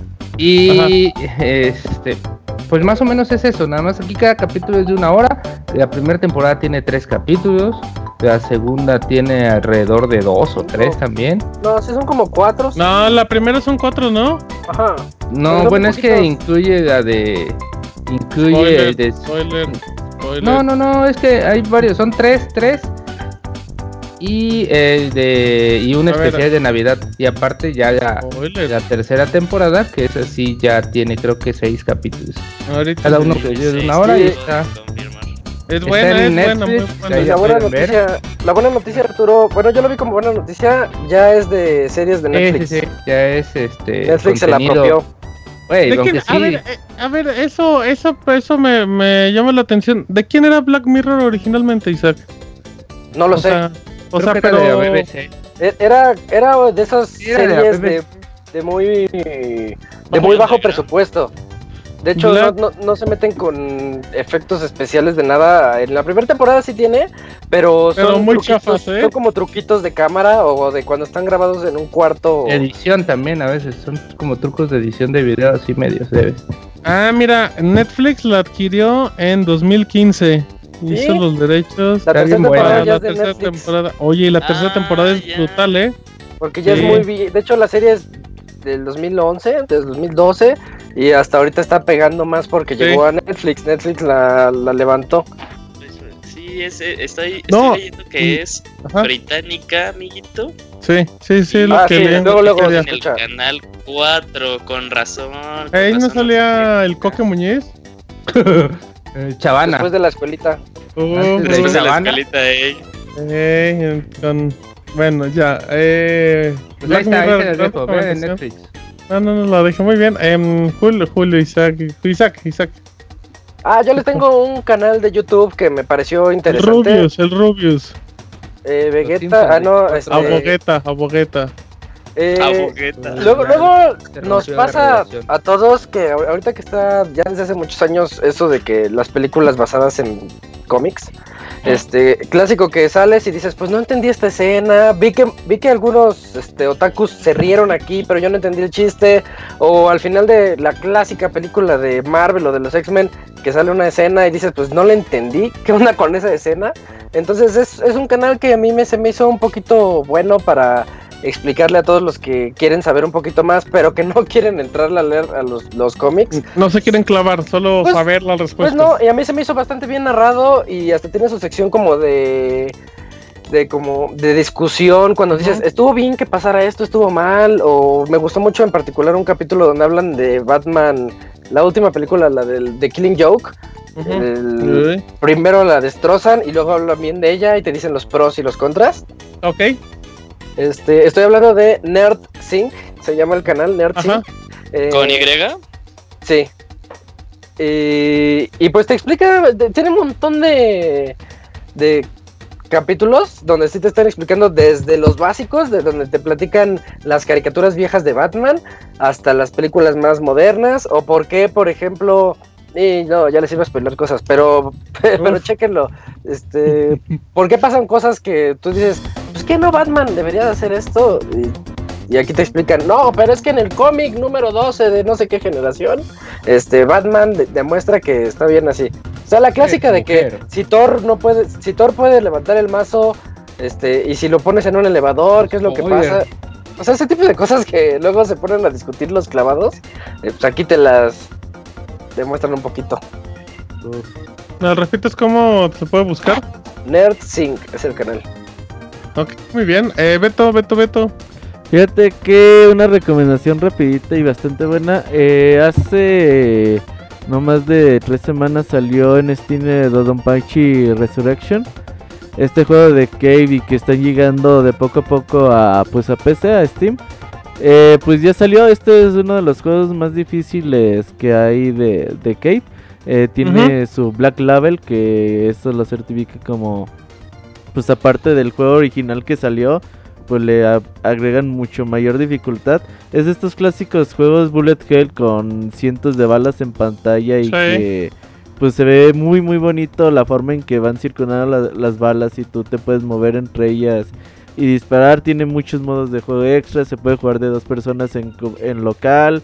Y Ajá. este pues más o menos es eso, nada más aquí cada capítulo es de una hora. La primera temporada tiene tres capítulos. La segunda tiene alrededor de dos o tres no. también. No, sí son como cuatro. Sí. No, la primera son cuatro, ¿no? Ajá. No, bueno, es que incluye la de... Incluye spoiler, el de... Spoiler, spoiler. No, no, no, es que hay varios, son tres, tres. Y el de... Y un A especial ver. de Navidad. Y aparte ya la, la tercera temporada, que es así, ya tiene creo que seis capítulos. Ahorita cada uno que de una hora sí. y está... Es buena, es buena, muy buena. La buena noticia, la buena noticia, Arturo, bueno, yo lo vi como buena noticia, ya es de series de Netflix. Sí, sí, sí. Ya es este Netflix contenido. Se la apropió. Wey, aunque sí. A ver, eh, a ver, eso, eso, eso me, me llama la atención. ¿De quién era Black Mirror originalmente, Isaac? No lo o sé. Sea, o sea, pero era de, B B C. era era de esas sí, series de, de muy de muy bajo presupuesto. De hecho, no, no, no se meten con efectos especiales de nada. En la primera temporada sí tiene, pero, pero son, muy chafas, ¿eh? Son como truquitos de cámara o de cuando están grabados en un cuarto. Edición también a veces, son como trucos de edición de video así medios leves. Ah, mira, Netflix la adquirió en dos mil quince. ¿Sí? Hizo los derechos. La tercera temporada, la tercera temporada. Oye, la tercera ah, temporada es yeah. brutal, ¿eh? Porque ya sí. es muy... Vi- de hecho, la serie es del dos mil once, del dos mil doce... Y hasta ahorita está pegando más porque sí. llegó a Netflix. Netflix la, la levantó. Sí, es, estoy, estoy no. leyendo que es Ajá. británica, amiguito. Sí, sí, sí, lo ah, que sí, leí. luego, luego En el escucha. canal cuatro, con razón. con Ahí no razón, salía sé el Coque Muñiz. Eh, Chavana. Después de la escuelita. Uh, Antes qué. de Después de la Chavana. escalita, eh. eh, con... Bueno, ya. Eh, Pues ahí está, ahí Mirror, te lo dejo, ¿cuánta vean en conversación? Netflix. No, no, no, lo dejé muy bien. Eh, Julio, Julio, Isaac, Isaac, Isaac. Ah, yo les tengo un canal de YouTube que me pareció El interesante. Rubius, el Rubius. Eh, Vegeta, Simpsons, ah, no, ¿no? este, Abogueta, abogueta. eh, Abogueta. Luego, Ya, luego se nos rompió la pasa relación. a todos que ahor- ahorita que está ya desde hace muchos años eso de que las películas basadas en cómics, este clásico que sales y dices, pues no entendí esta escena, vi que vi que algunos este otakus se rieron aquí, pero yo no entendí el chiste, o al final de la clásica película de Marvel o de los X-Men que sale una escena y dices, pues no la entendí, ¿qué onda con esa escena? Entonces es, es un canal que a mí me, se me hizo un poquito bueno para explicarle a todos los que quieren saber un poquito más, pero que no quieren entrar a leer a los, los cómics. No se quieren clavar, solo Pues- saber la Pues respuesta. no, y a mí se me hizo bastante bien narrado y hasta tiene su sección como de de como de discusión cuando Ujú. dices, estuvo bien que pasara esto, estuvo mal, o me gustó mucho en particular un capítulo donde hablan de Batman, la última película, la del de Killing Joke. Ujú. El- Uy, primero la destrozan y luego hablan bien de ella y te dicen los pros y los contras. Ok, Este, estoy hablando de Nerd Sync, se llama el canal Nerd Ajá. Sync. Eh, ¿Con Y? Sí. Y, y pues te explica, de- tiene un montón de, de capítulos donde sí te están explicando desde los básicos, de donde te platican las caricaturas viejas de Batman, hasta las películas más modernas, o por qué, por ejemplo, y no, ya les iba a spoiler cosas, pero, pero Uf. chéquenlo, este, ¿por qué pasan cosas que tú dices, pues que no, Batman debería de hacer esto? Y, y aquí te explican, no, pero es que en el cómic número doce de no sé qué generación, este Batman de- demuestra que está bien así. O sea, la clásica de que mujer. si Thor no puede, si Thor puede levantar el mazo, este, y si lo pones en un elevador, ¿qué es lo que Spoiler. pasa? O sea, ese tipo de cosas que luego se ponen a discutir los clavados, eh, pues aquí te las demuestran un poquito. ¿me repites cómo se puede buscar? Nerd Sync es el canal. Ok, muy bien. Eh, Beto, Beto, Beto. Fíjate que una recomendación rapidita y bastante buena. Eh, hace no más de tres semanas salió en Steam eh, Dodonpachi Resurrection. Este juego de Cave y que están llegando de poco a poco a pues a P C, a Steam. Eh, pues ya salió. Este es uno de los juegos más difíciles que hay de, de Cave. Eh, tiene su Black Label, que eso lo certifica como pues aparte del juego original que salió, pues le a- agregan mucho mayor dificultad. Es de estos clásicos juegos bullet hell con cientos de balas en pantalla y Sí. que pues se ve muy muy bonito la forma en que van circulando la- las balas y tú te puedes mover entre ellas y disparar. Tiene muchos modos de juego extra, se puede jugar de dos personas en, co- en local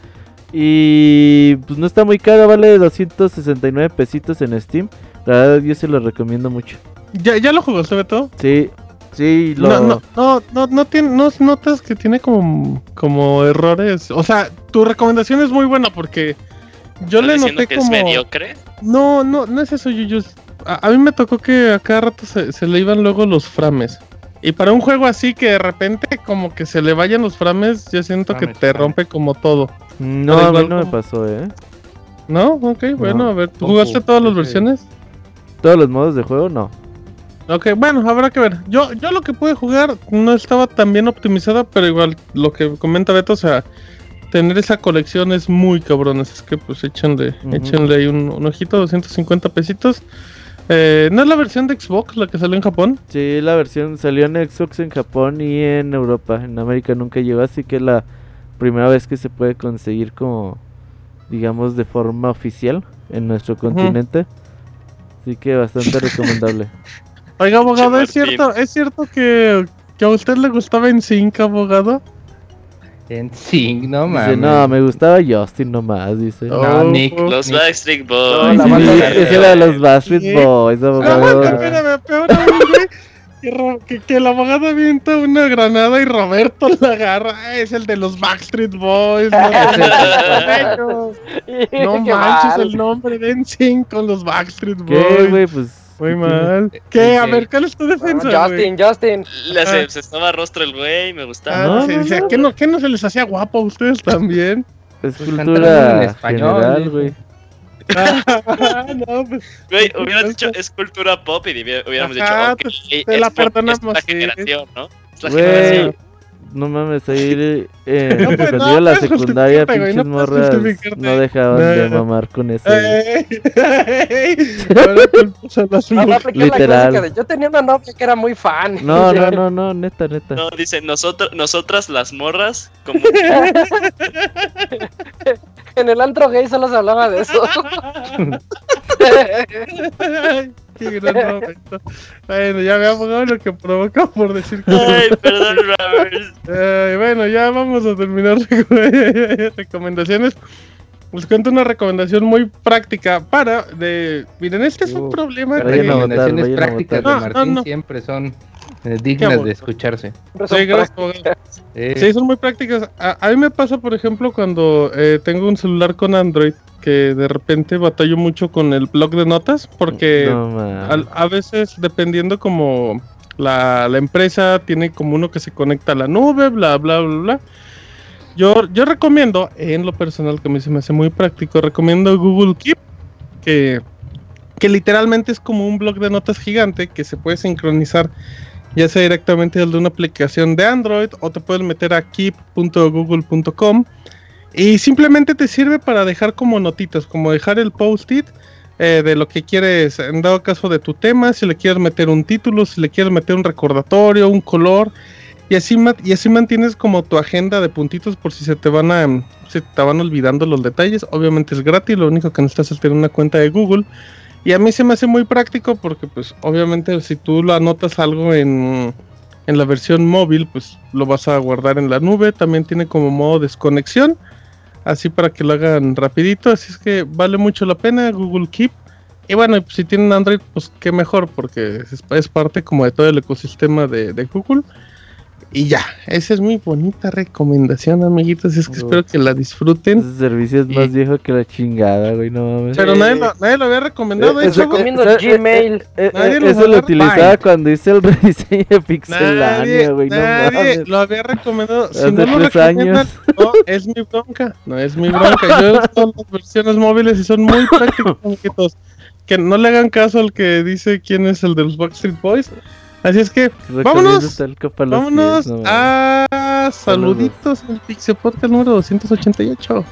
y pues no está muy caro, vale doscientos sesenta y nueve pesitos en Steam. La verdad yo se lo recomiendo mucho. ¿Ya, ya lo jugaste, Beto? Sí, sí, lo... No, no, no, no, no, tiene, no notas que tiene como, como errores. O sea, tu recomendación es muy buena porque yo ¿Estás le diciendo noté que como... es mediocre? No, no, no es eso, Yuyus. A, a mí me tocó que a cada rato se, se le iban luego los frames. Y para un juego así que de repente como que se le vayan los frames, yo siento Frames, que te frames. rompe como todo. No, Pero a mí igual no me como- pasó, eh. ¿No? Ok, bueno, No. a ver, ¿tú Ojo, jugaste todas las ese- versiones? Todos los modos de juego, no. Ok, bueno, habrá que ver. Yo, yo lo que pude jugar no estaba tan bien optimizada, pero igual lo que comenta Beto, o sea, tener esa colección es muy cabrón, así es que pues échenle, Ujú. échenle ahí un, un ojito, doscientos cincuenta pesitos. Eh, ¿no es la versión de Xbox la que salió en Japón? Sí, la versión salió en Xbox en Japón y en Europa. En América nunca llegó, así que es la primera vez que se puede conseguir como, digamos, de forma oficial en nuestro continente. Así que bastante recomendable. Oiga, abogado, ¿es Martín. cierto, ¿es cierto que, que a usted le gustaba en Sync, abogado? En Sync, no Dice, mames. no, me gustaba Justin nomás, dice. Oh. No, Nick. Los Nick. Backstreet No, Boys. la Sí, banda de- ese era de los Backstreet Sí. Boys, abogado. Aguanta, espérame, peor aún, güey. Que, Ro- que, que el abogado avienta una granada y Roberto la agarra. Ah, es el de los Backstreet Boys. No, no Qué manches mal. el nombre de N Sync con los Backstreet ¿Qué, Boys. güey? Pues Muy mal. ¿Qué? A ver, ¿cuál es tu defensa? No, Justin, güey? Justin. Le hace, se estaba rostro el güey, me gustaba. Ah, No, sí, no, dice, no. ¿qué, no, ¿Qué no se les hacía guapo a ustedes también? Es Pues cantaron cultura en español, general, dice. güey. Ah, no, pues. Güey, por hubieras supuesto. dicho es cultura pop y divi- hubiéramos Ajá, dicho, ok, te- te es la pop, es perdonamos, la sí. generación, ¿no? Es la Güey, generación. no mames, ahí eh, No, pues, cuando no iba a la puedes secundaria, justificarte, güey, pinches no puedes morras justificarte. no dejaban No, de no. mamar con eso. güey. Ey, ey, ahora culpas a las Ah, va a mujeres. aplicar la Literal. clásica de, yo tenía una novia que era muy fan. No, no, no, no, neta, neta. No, dice, nosotros, nosotras las morras, como En el antro gay solo se hablaba de eso. Ay, qué gran momento. Bueno, ya veamos lo que provoca por decir que. ay, perdón, Robert. Ay, bueno, ya vamos a terminar reco- recomendaciones. Les cuento una recomendación muy práctica para de. Miren, este es un Uf, problema Las Vayan a que. votar, recomendaciones vayan a prácticas votar. de No, no, Martín no. siempre son eh, dignas amor. de escucharse. Sí, gracias, abogado. Eh, Sí, son muy prácticas. A, a mí me pasa, por ejemplo, cuando eh, tengo un celular con Android, que de repente batallo mucho con el blog de notas, porque No, mames. al- a veces, dependiendo como la, la empresa, tiene como uno que se conecta a la nube, bla, bla, bla, bla. Yo, yo recomiendo, en lo personal, que a mí se me hace muy práctico, recomiendo Google Keep, que, que literalmente es como un blog de notas gigante que se puede sincronizar ya sea directamente desde una aplicación de Android o te puedes meter a keep punto google punto com y simplemente te sirve para dejar como notitas, como dejar el post-it eh, de lo que quieres, en dado caso de tu tema, si le quieres meter un título, si le quieres meter un recordatorio, un color, y así, ma- y así mantienes como tu agenda de puntitos por si se te van a, se te van olvidando los detalles. Obviamente es gratis, lo único que necesitas es tener una cuenta de Google. Y a mí se me hace muy práctico porque pues obviamente si tú lo anotas algo en, en la versión móvil, pues lo vas a guardar en la nube. También tiene como modo desconexión, así para que lo hagan rapidito. Así es que vale mucho la pena Google Keep. Y bueno, pues, si tienen Android, pues qué mejor, porque es, es parte como de todo el ecosistema de, de Google. Y ya, esa es muy bonita recomendación, amiguitos. Es que Uf. espero que la disfruten. Ese servicio es más Y- viejo que la chingada, güey, no mames. Pero nadie lo, nadie lo había recomendado. Eh, ¿eh, ese- chavos? recomiendo eh, eh, Gmail. eh, eh, Nadie eh, los eso va a lo dar utilizaba Bind. cuando hice el rediseño de Nadie, Pixelania, güey, no nadie mames. lo había recomendado. Si Hace no lo tres recomiendan, años. no es mi bronca. No es mi bronca. Yo he usado las versiones móviles y son muy prácticas, amiguitos. Que no le hagan caso al que dice quién es el de los Backstreet Boys. Así es que, vámonos. Talco para los Vámonos pies, no mames. a saluditos en el Pixel Podcast número doscientos ochenta y ocho.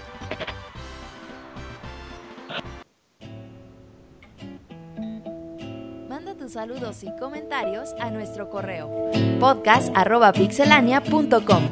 Manda tus saludos y comentarios a nuestro correo podcast arroba pixelania punto com.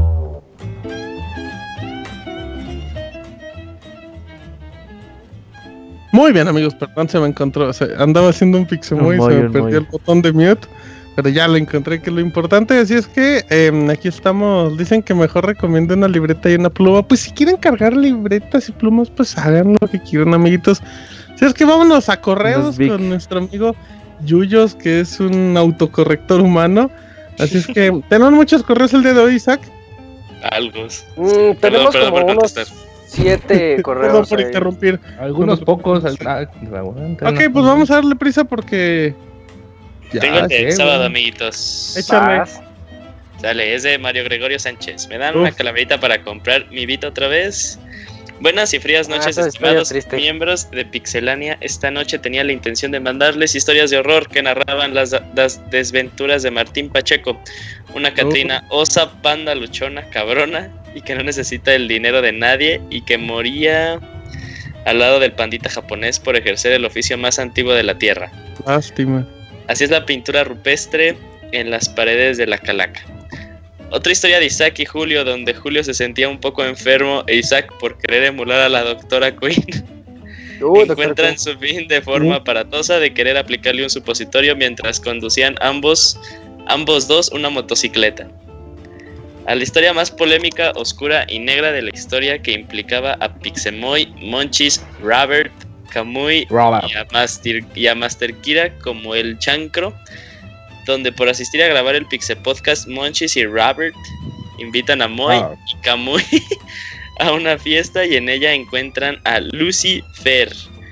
Muy bien, amigos, perdón, se me encontró. O sea, andaba haciendo un pixemoy y Un se me moy, un perdió moy. el botón de mute. Pero ya lo encontré, que es lo importante. Así es que eh, aquí estamos. Dicen que mejor recomiendo una libreta y una pluma. Pues si quieren cargar libretas y plumas, pues hagan lo que quieran, amiguitos. Así es que vámonos a correos Los Vic. con nuestro amigo Yuyos, que es un autocorrector humano. Así es que tenemos muchos correos el día de hoy, Isaac. Algo. Mm, tenemos perdón como por unos contestar. siete Perdón correos. por ahí. interrumpir. Algunos Bueno, pocos. pues, ah, aguanta, Ok, no. pues vamos a darle prisa porque. Ya, Tengo el de sí, sábado, güey. amiguitos. Échale. Vas. Sale, es de Mario Gregorio Sánchez. Me dan Uf. una calaverita para comprar mi Vita otra vez. Buenas y frías Ah, noches, esa historia estimados triste. miembros de Pixelania. Esta noche tenía la intención de mandarles historias de horror que narraban las, las desventuras de Martín Pacheco, una Catrina osa, panda, luchona, cabrona y que no necesita el dinero de nadie y que moría al lado del pandita japonés por ejercer el oficio más antiguo de la tierra. Lástima. Así es la pintura rupestre en las paredes de la calaca. Otra historia de Isaac y Julio, donde Julio se sentía un poco enfermo e Isaac, por querer emular a la doctora Queen, Uy, doctor encuentran Queen. su fin de forma aparatosa de querer aplicarle un supositorio mientras conducían ambos, ambos dos una motocicleta. A la historia más polémica, oscura y negra de la historia que implicaba a Pixemoy, Monchis, Robert, Kamui Robert. y a Master, y a Master Kira como el Chancro, donde por asistir a grabar el Pixel Podcast, Monchis y Robert invitan a Moy Robert. y Kamui a una fiesta y en ella encuentran a Lucy Fair,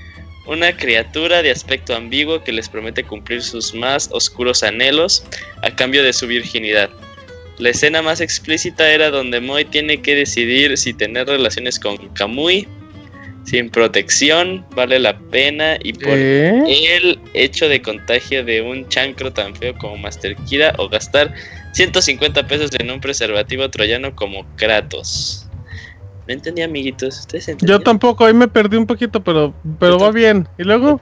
una criatura de aspecto ambiguo que les promete cumplir sus más oscuros anhelos a cambio de su virginidad. La escena más explícita era donde Moy tiene que decidir si tener relaciones con Kamui sin protección vale la pena y por ¿Eh? el hecho de contagio de un chancro tan feo como Master Kira o gastar ciento cincuenta pesos en un preservativo troyano como Kratos. No entendí, amiguitos. ¿Ustedes entendieron? Yo tampoco, ahí me perdí un poquito, pero, pero va bien. ¿Y luego?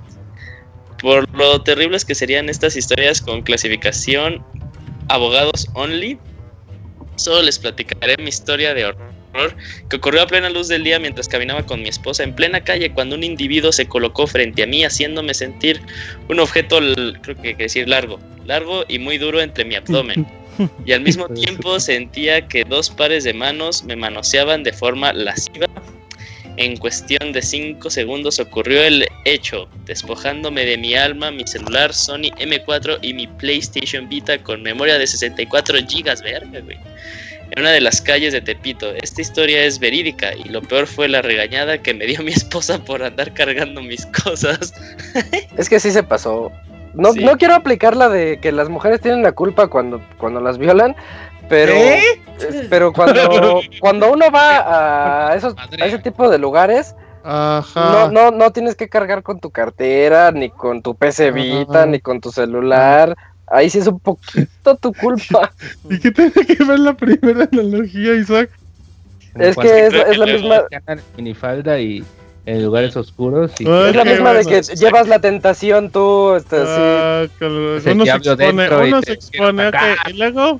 Por lo terribles que serían estas historias con clasificación abogados only, solo les platicaré mi historia de horror que ocurrió a plena luz del día mientras caminaba con mi esposa en plena calle cuando un individuo se colocó frente a mí haciéndome sentir un objeto, creo que decir largo, largo y muy duro entre mi abdomen. Y al mismo tiempo sentía que dos pares de manos me manoseaban de forma lasciva. En cuestión de cinco segundos ocurrió el hecho, despojándome de mi alma, mi celular Sony eme cuatro y mi PlayStation Vita con memoria de sesenta y cuatro gigas, verga, güey. En una de las calles de Tepito. Esta historia es verídica y lo peor fue la regañada que me dio mi esposa por andar cargando mis cosas. Es que sí se pasó. No, sí. no quiero aplicar la de que las mujeres tienen la culpa cuando, cuando las violan, pero, ¿Eh? pero cuando, cuando uno va a, esos, a ese tipo de lugares, Ajá. No, no, no tienes que cargar con tu cartera, ni con tu P C Vita, Ajá. ni con tu celular. Ahí sí es un poquito tu culpa. ¿Y qué tiene que ver la primera analogía, Isaac? Es que es, es la misma minifalda y en lugares oscuros y Ay, es la misma bueno, de que exacto. llevas la tentación tú, este, ah, sí. Uno se expone, uno se expone, okay. ¿Y luego?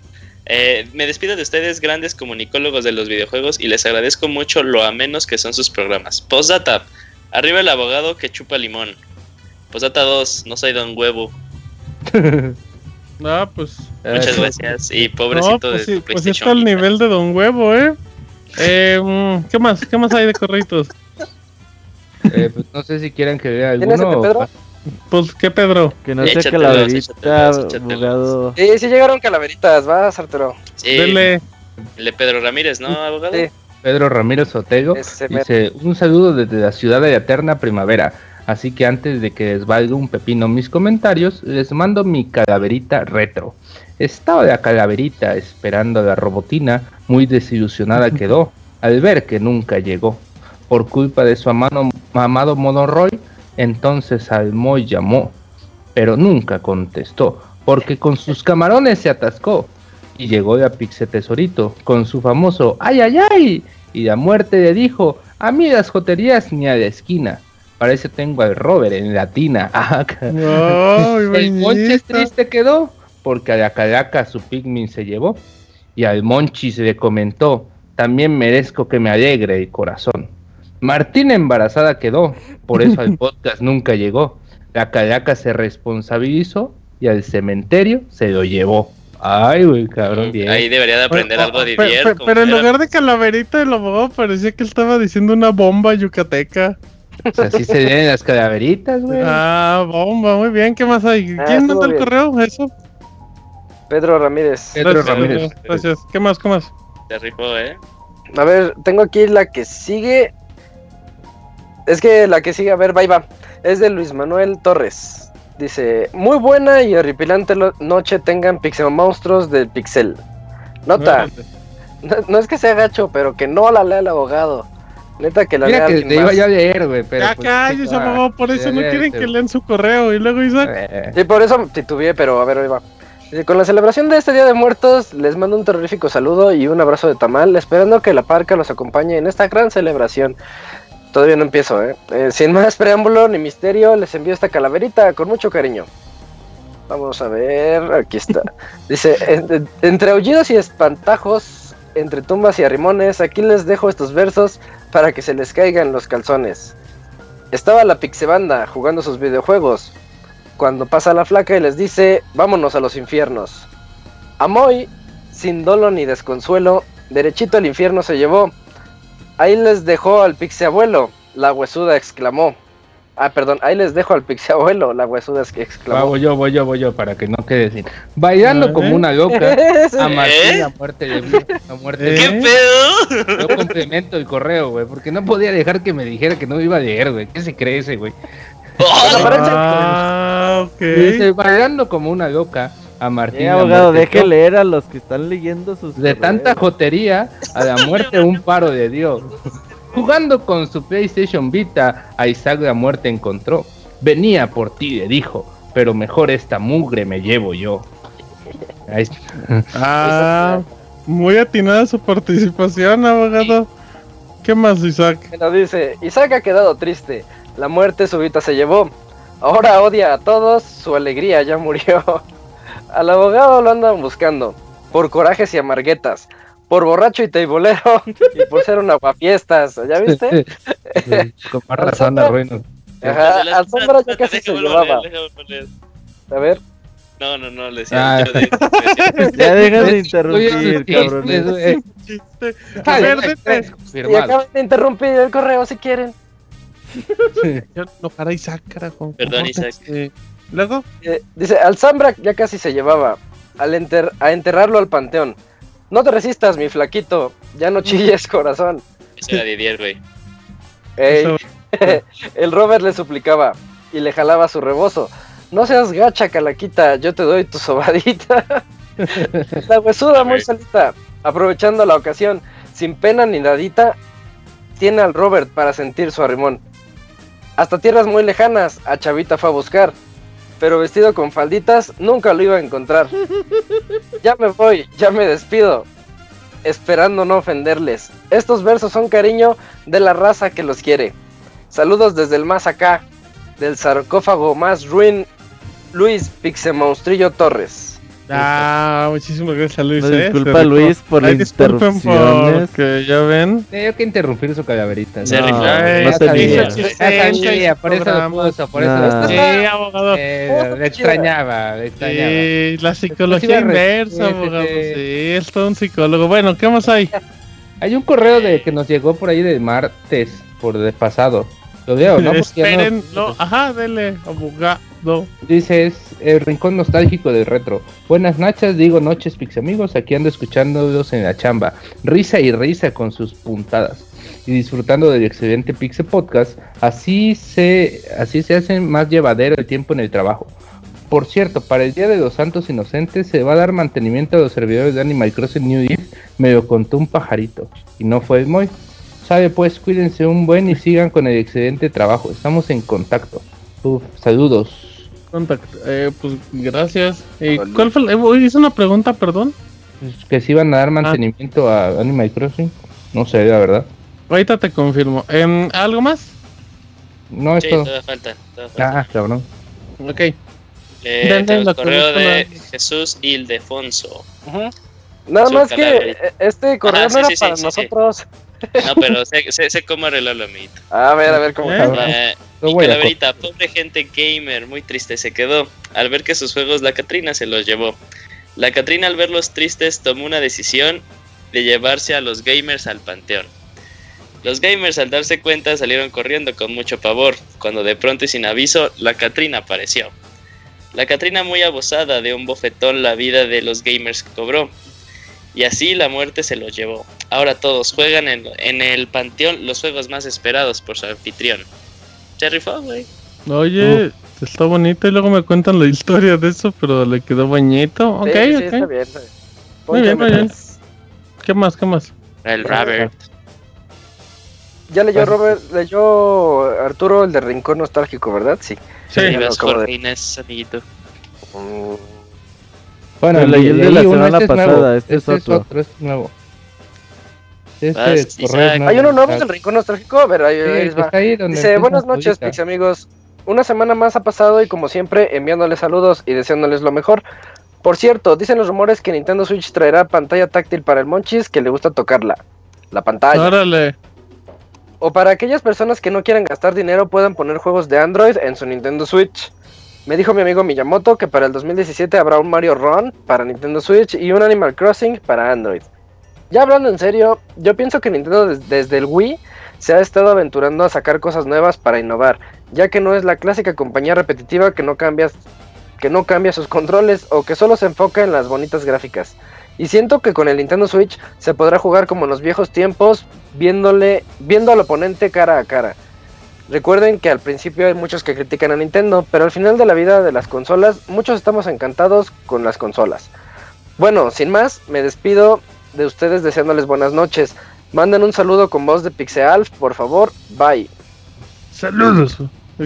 Eh, me despido de ustedes, grandes comunicólogos de los videojuegos, y les agradezco mucho lo amenos que son sus programas. Postdata, arriba el abogado que chupa limón. Postdata dos, no soy don huevo. Ah, pues muchas eso. gracias y pobrecito no, pues de sí, pues está al nivel de don huevo, eh. eh ¿Qué más? ¿Qué más hay de correitos? Eh, pues no sé si quieran que vea alguno. ¿Tienes Pedro? Pues, ¿qué Pedro? Que no sea calaverita, abogado. Sí, sí llegaron calaveritas, vas, Arturo. Sí. Dele. El de Pedro Ramírez, ¿no, abogado? Sí. Pedro Ramírez Otego dice, un saludo desde la ciudad de la eterna primavera. Así que antes de que les valga un pepino mis comentarios, les mando mi calaverita retro. Estaba la calaverita esperando a la robotina, muy desilusionada quedó, al ver que nunca llegó. Por culpa de su amado, amado Monoroy, entonces al Moy llamó, pero nunca contestó, porque con sus camarones se atascó. Y llegó la Pixe Tesorito, con su famoso ¡ay, ay, ay! Y la muerte le dijo, a mí las joterías ni a la esquina. Parece tengo al Robert en latina. Oh, el Monchis triste quedó, porque a la calaca su Pikmin se llevó. Y al Monchis le comentó, también merezco que me alegre el corazón. Martina embarazada quedó, por eso al podcast nunca llegó. La calaca se responsabilizó y al cementerio se lo llevó. Ay, güey, cabrón, bien. Ahí debería de aprender pero, algo de Didier. Pero, pero en lugar de calaverita del abogado parecía que él estaba diciendo una bomba yucateca. O sea, así se ven las calaveritas, güey. Ah, bomba, muy bien. ¿Qué más hay? Ah, ¿Quién mandó el bien. correo? ¿Eso? Pedro Ramírez. Pedro Gracias, Ramírez. Gracias. ¿Qué más? ¿Qué más? Se rifó, ¿eh? A ver, tengo aquí la que sigue. Es que la que sigue, a ver, va y va. Es de Luis Manuel Torres. Dice, muy buena y horripilante lo- noche tengan Pixel Monstruos del Pixel. Nota, no, no es que sea gacho, pero que no la lea el abogado. Neta que la Mira lea que alguien te iba más. ya a leer, güey, pero Ya pues, cállese, sí, abogado, por eso no ya, quieren ya, que lean su correo. Y luego Isaac. eh, Sí, por eso titubeé, pero a ver, ahí va. Dice, con la celebración de este Día de Muertos, les mando un terrorífico saludo y un abrazo de tamal, esperando que la parca los acompañe en esta gran celebración. Todavía no empiezo, ¿eh? eh sin más preámbulo ni misterio, les envío esta calaverita con mucho cariño. Vamos a ver, aquí está. Dice, en- entre aullidos y espantajos, entre tumbas y arrimones, aquí les dejo estos versos para que se les caigan los calzones. Estaba la Pixebanda jugando sus videojuegos, cuando pasa la flaca y les dice, vámonos a los infiernos. Amoy, sin dolo ni desconsuelo, derechito al infierno se llevó. Ahí les dejó al Pixie abuelo, la huesuda exclamó. Ah, perdón, ahí les dejo al Pixabuelo, la huesuda es que exclamó. Ah, voy yo, voy yo, voy yo, para que no quede sin. Bailando como una loca, a Martín la muerte de mí, la muerte de ¿Qué mí. pedo? Yo complemento el correo, güey, porque no podía dejar que me dijera que no me iba a leer, güey. ¿Qué se cree ese, güey? Ah, ok. Dice, bailando como una loca, a Martín Sí, la abogado, muerte deje dio. leer a los que están leyendo sus De correos. tanta jotería, a la muerte un paro de Dios. Jugando con su PlayStation Vita, a Isaac la muerte encontró. Venía por ti, le dijo, pero mejor esta mugre me llevo yo. Ahí está. Ah, muy atinada su participación, abogado. ¿Qué más, Isaac? Nos dice, Isaac ha quedado triste, la muerte súbita se llevó. Ahora odia a todos, su alegría ya murió. Al abogado lo andan buscando, por corajes y amarguetas, por borracho y teibolero, y por ser un aguafiestas, ¿ya viste? Con más razón, arruino. Ajá, al sombra ya casi se llevaba. A ver. No, no, no, le decía. Ah. yo de- Ya dejas de Oye, interrumpir, sí, cabrones. sí, eh, Chiste. Ay, Verde. Y confirmado. acaban de interrumpir el correo si quieren. Ya no para Isaac, carajo. Perdón, Compórtense. Luego, Eh, dice, al Zambra ya casi se llevaba, al enter a enterrarlo al panteón. No te resistas, mi flaquito, ya no chilles, corazón. Ese era Didier, güey. Ey, eso- el Robert le suplicaba y le jalaba su rebozo. No seas gacha, calaquita, yo te doy tu sobadita. La huesuda muy solita, aprovechando la ocasión, sin pena ni nadita, tiene al Robert para sentir su arrimón. Hasta tierras muy lejanas, a Chavita fue a buscar, pero vestido con falditas, nunca lo iba a encontrar. Ya me voy, ya me despido, esperando no ofenderles. Estos versos son cariño de la raza que los quiere. Saludos desde el más acá, del sarcófago más ruin, Luis Pixemonstrillo Torres. Ah, muchísimas gracias, Luis. Una eh. disculpa, Se Luis, por Ay, las disculpen interrupciones. porque ya ven. Tenía que interrumpir su calaverita. Se ¿no? rifó. Ay, no ya tenía. sabía, Ya sabía, por eso lo programa. puso, por eso Nah. lo puso. Sí, abogado. Eh, le extrañaba, le extrañaba. Sí, la psicología Pues iba a re- inversa, sí, sí, abogado. sí. Sí, es todo un psicólogo. Bueno, ¿qué más hay? Hay un correo de que nos llegó por ahí de martes, por de pasado. Lo leo, ¿no? Porque ya no- Esperen, no, ajá, dele, abogado. Dice, es el rincón nostálgico del retro. Buenas noches, digo noches, pix amigos. Aquí ando escuchándolos en la chamba. Risa y risa con sus puntadas. Y disfrutando del excelente Pixe Podcast. Así se, así se hace más llevadero el tiempo en el trabajo. Por cierto, para el Día de los Santos Inocentes se va a dar mantenimiento a los servidores de Animal Crossing New Leaf. Me lo contó un pajarito. Y no fue el Moy. Sabe pues, cuídense un buen y sigan con el excelente trabajo. Estamos en contacto. Uf, saludos. Contacto. Eh, pues gracias. Eh, ¿Cuál fue? el- eh, hice una pregunta, perdón. Que si iban a dar mantenimiento a Animal Crossing. No sé, la verdad. Ahorita te confirmo. Em, ¿Algo más? No, Sí, esto. todavía falta. todavía falta. Ah, cabrón. Ok. Eh, Den- den tenemos la correo de película. Jesús Ildefonso. Nada Su más que calaverita. eh, este correo Ajá, no sí, era sí, sí, para sí, sí. nosotros. No, pero sé, sé, sé cómo arreglarlo, amiguito. A ver, a ver cómo ¿Eh? Cabrón. Eh, Lo y voy a Calaverita, pobre gente gamer, muy triste se quedó. Al ver que sus juegos la Catrina se los llevó. La Catrina al verlos tristes tomó una decisión de llevarse a los gamers al panteón. Los gamers al darse cuenta salieron corriendo con mucho pavor, cuando de pronto y sin aviso la Catrina apareció. La Catrina muy abusada de un bofetón la vida de los gamers cobró. Y así la muerte se los llevó. Ahora todos juegan en, en el panteón los juegos más esperados por su anfitrión. Se rifó, güey. Oye, está bonito y luego me cuentan la historia de eso, pero le quedó bañito. Ok, Sí, sí, ok. está bien. está bien. Muy bien, muy bien. Pónchame. ¿Qué más? ¿Qué más? El Robert. Ya leyó Pues- Robert, leyó Arturo el de Rincón Nostálgico, ¿verdad? Sí. Sí. Y lo vas acabo de- Jorge Inés, amiguito. Mm, Bueno, Yo leí el de leí la uno, semana este es pasada, nuevo, este es otro. Este es nuevo. Este Vas, es correo Isaac. nuevo. Hay uno nuevo Ah, del Rincón Nostálgico, a ver, ahí, sí, ahí les que va. está ahí donde Dice, empieza buenas noches, ahorita. Pix amigos. Una semana más ha pasado y como siempre, enviándoles saludos y deseándoles lo mejor. Por cierto, dicen los rumores que Nintendo Switch traerá pantalla táctil para el Monchis que le gusta tocarla. La pantalla. Órale. O para aquellas personas que no quieran gastar dinero puedan poner juegos de Android en su Nintendo Switch. Me dijo mi amigo Miyamoto que para el dos mil diecisiete habrá un Mario Run para Nintendo Switch y un Animal Crossing para Android. Ya hablando en serio, yo pienso que Nintendo des- desde el Wii se ha estado aventurando a sacar cosas nuevas para innovar, ya que no es la clásica compañía repetitiva que no cambia, que no cambia sus controles o que solo se enfoca en las bonitas gráficas. Y siento que con el Nintendo Switch se podrá jugar como en los viejos tiempos, viéndole, viendo al oponente cara a cara. Recuerden que al principio hay muchos que critican a Nintendo, pero al final de la vida de las consolas, muchos estamos encantados con las consolas. Bueno, sin más, me despido de ustedes deseándoles buenas noches. Manden un saludo con voz de Pixealf, por favor. Bye. Saludos.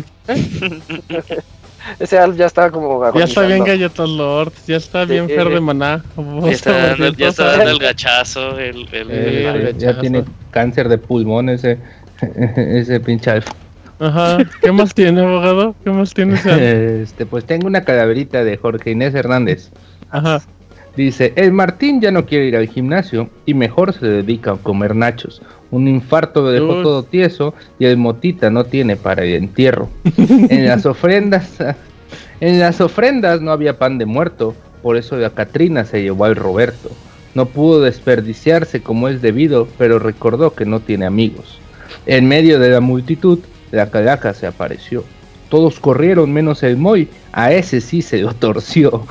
Ese Alf ya está como ya está bien Galletas Lord, ya está bien sí, Fer de Maná. Ya está dando, ya está dando el gachazo. El, el, eh, el, el ya tiene cáncer de pulmón ese, ese pinche Alf. Ajá, ¿qué más tiene, abogado? ¿Qué más tiene ese Alf? Este, pues tengo una calaverita de Jorge Inés Hernández. Ajá. Dice, el Martín ya no quiere ir al gimnasio y mejor se dedica a comer nachos. Un infarto me dejó Uy. todo tieso y el Motita no tiene para el entierro. En las ofrendas, en las ofrendas no había pan de muerto, por eso la Catrina se llevó al Roberto. No pudo desperdiciarse como es debido, pero recordó que no tiene amigos. En medio de la multitud, la Calaca se apareció. Todos corrieron menos el Moy, a ese sí se lo torció.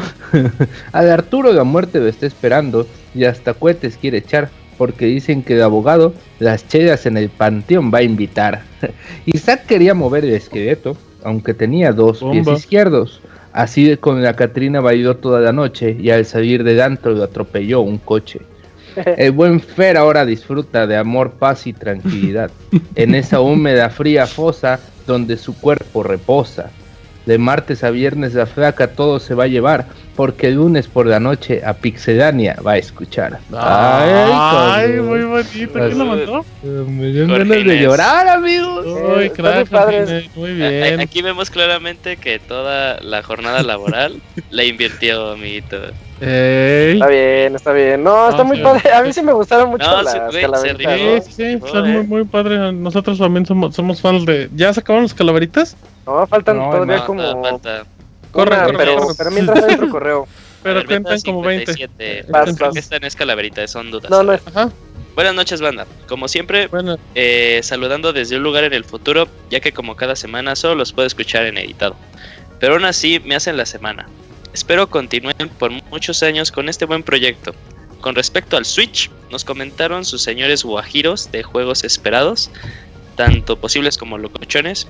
Al Arturo la muerte lo está esperando y hasta cohetes quiere echar, porque dicen que el abogado las chelas en el panteón va a invitar. Isaac quería mover el esqueleto, aunque tenía dos Bomba. pies izquierdos. Así de con la Catrina bailó toda la noche y al salir del antro lo atropelló un coche. El buen Fer ahora disfruta de amor, paz y tranquilidad en esa húmeda, fría fosa donde su cuerpo reposa. De martes a viernes la flaca todo se va a llevar, porque el lunes por la noche a Pixelania va a escuchar. Ay, ay muy bonito. ¿Quién lo mandó? Me dio ganas de llorar, amigos. Ay, crack, muy, muy bien. Aquí vemos claramente que toda la jornada laboral la invirtió, amiguito. Ey. Está bien, está bien. No, está no, muy sí. padre. A mí sí me gustaron mucho no, las sí, calaveritas. Sí, sí, sí, está muy, muy padre. Nosotros también somos, somos fans de... ¿Ya se acabaron las calaveritas? No, faltan no, todavía no, como... No, falta. Corre, Una, corre, pero, corre. pero mientras hay otro correo. Pero cuentan como veinte. Vas, vas. Esta no es calaverita, son dudas. No, no es. Ajá. Buenas noches, banda. Como siempre, bueno. eh, saludando desde un lugar en el futuro, ya que como cada semana solo los puedo escuchar en editado. Pero aún así me hacen la semana. Espero continúen por muchos años con este buen proyecto. Con respecto al Switch, nos comentaron sus señores guajiros de juegos esperados, tanto posibles como locochones.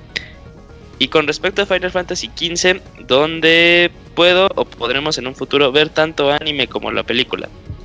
Y con respecto a Final Fantasy quince, donde puedo o podremos en un futuro ver tanto anime como la película.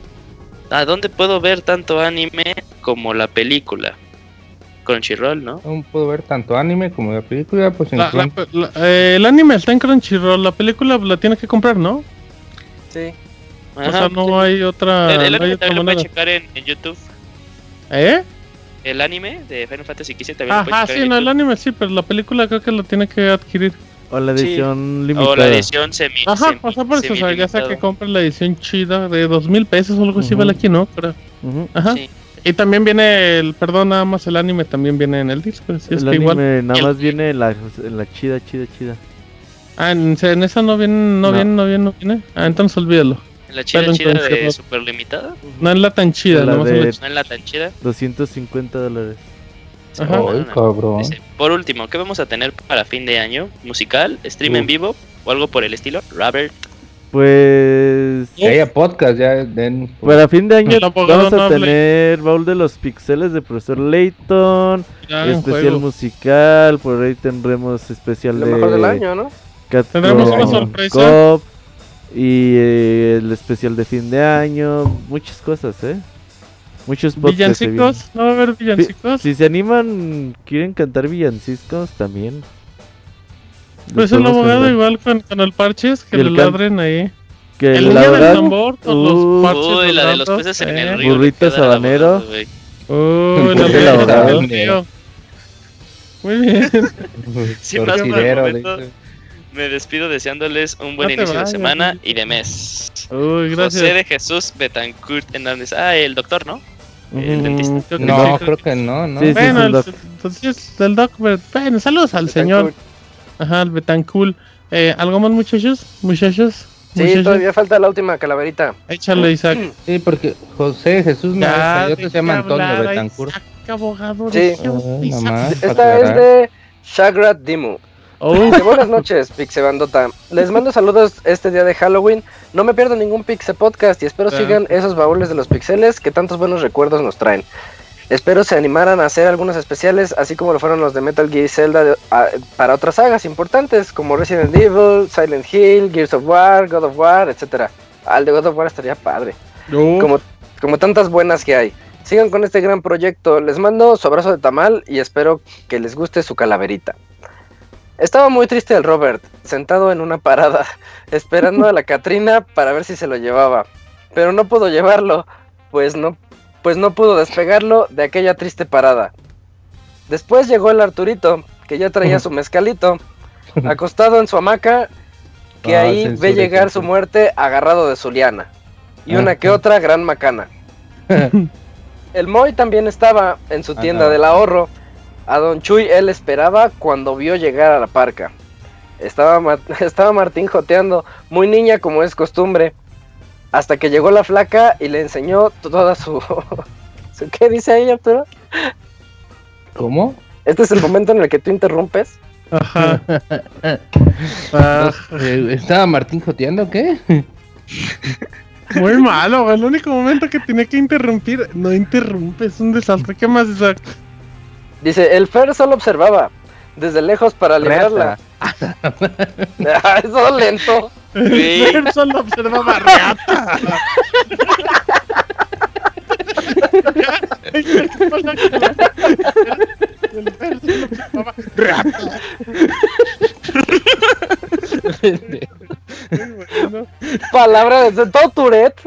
¿A dónde puedo ver tanto anime como la película? Crunchyroll, ¿no? No puedo ver tanto anime como la película, pues en la, la, la, eh, el anime está en Crunchyroll, la película la tienes que comprar, ¿no? Sí. Ajá, o sea, no sí. hay otra. El, el no anime hay otra también manera. lo puedes checar en, en YouTube. ¿Eh? El anime de Final Fantasy quince también Ajá, lo puedes checar sí, en no, YouTube. el anime sí, pero la película creo que la tiene que adquirir. O la edición sí. limitada. O la edición semi. Ajá, semi, o sea, por eso, o sea, ya sea que compren la edición chida de dos mil pesos o algo así, uh-huh. vale aquí, ¿no? Pero, uh-huh. Ajá. Sí. Y también viene el, perdón, nada más el anime también viene en el disco. Si el es anime que igual. nada más viene en la, en la chida, chida, chida. Ah, en, en esa no viene, no, no viene, no viene, no viene. Ah, entonces olvídalo. ¿En la chida, Pero chida de no. super limitada? No en la tan chida, la no, de... no en la tan chida. doscientos cincuenta dólares. Ajá. Ay, cabrón. Dice, por último, ¿qué vamos a tener para fin de año? ¿Musical? ¿Stream uh. en vivo? ¿O algo por el estilo? Robert. Pues... Que haya podcast ya. Den, pues. Para fin de año no, vamos no a tener Baúl de los Pixeles de Profesor Layton, ya, especial musical, por ahí tendremos especial Lo de... mejor del año, ¿no? Cat tendremos una sorpresa. Cop, y eh, el especial de fin de año, muchas cosas, ¿eh? Muchos podcasts. ¿Villancicos? ¿No va a haber villancicos? Si, si se animan, quieren cantar villancicos también. Pues el abogado cantar. Igual con, con el parches, que le ladren ahí. Que el niño del tambor con uh, los parches. Uy, la de los peces en eh. el río. Burrito sabanero. Uy, la del abogado. Muy bien. Sin más por el momento, me despido deseándoles un buen no inicio vayas, de semana ¿sí? y de mes. Uy, gracias. José de Jesús Betancourt Hernández. Ah, el doctor, ¿no? El mm, dentista. Creo no, sí, creo que no, no. Sí, sí, bueno, el doc. Entonces, del doc, bueno, saludos al señor. Ajá, el Betancourt. Eh, ¿Algo más, muchachos? ¿Muchachos? Sí, ¿Muchachos? todavía falta la última calaverita. Échale, Isaac. Sí, porque José Jesús no, yo te llamo Antonio Betancourt. qué abogado. Sí. De Ah, nomás, Esta para es de Shagrat Dimu. Oh. Dice, buenas noches, Pixebandota. Les mando saludos este día de Halloween. No me pierdo ningún Pixe Podcast y espero Ah. sigan esos baúles de los pixeles que tantos buenos recuerdos nos traen. Espero se animaran a hacer algunos especiales, así como lo fueron los de Metal Gear Zelda de- a- para otras sagas importantes como Resident Evil, Silent Hill, Gears of War, God of War, etcétera. Al de God of War estaría padre. No. Como, como tantas buenas que hay. Sigan con este gran proyecto. Les mando su abrazo de tamal y espero que les guste su calaverita. Estaba muy triste el Robert, sentado en una parada, esperando a la Katrina para ver si se lo llevaba. Pero no pudo llevarlo, pues no, pues no pudo despegarlo de aquella triste parada. Después llegó el Arturito, que ya traía su mezcalito, acostado en su hamaca, que Ah, ahí ve censura, llegar su censura. muerte agarrado de su liana. Y una Ajá. que otra gran macana. El Moy también estaba en su tienda Ajá. del ahorro. A Don Chuy él esperaba cuando vio llegar a la parca. Estaba, Ma- estaba Martín joteando, muy niña como es costumbre. Hasta que llegó la flaca y le enseñó toda su... su- ¿Qué dice ahí, Arturo? ¿Cómo? Este es el momento en el que tú interrumpes. Ajá. Ah, Eh, ¿Estaba Martín joteando o qué? muy malo, güey. El único momento que tenía que interrumpir, no interrumpe, es un desastre. ¿Qué más, Isaac? Dice, el Fer solo observaba desde lejos para librarla. Ah, eso lento. Güey. Él solo observaba reata. El Fer solo observaba reata. Muy bueno. Palabra de todo Tourette.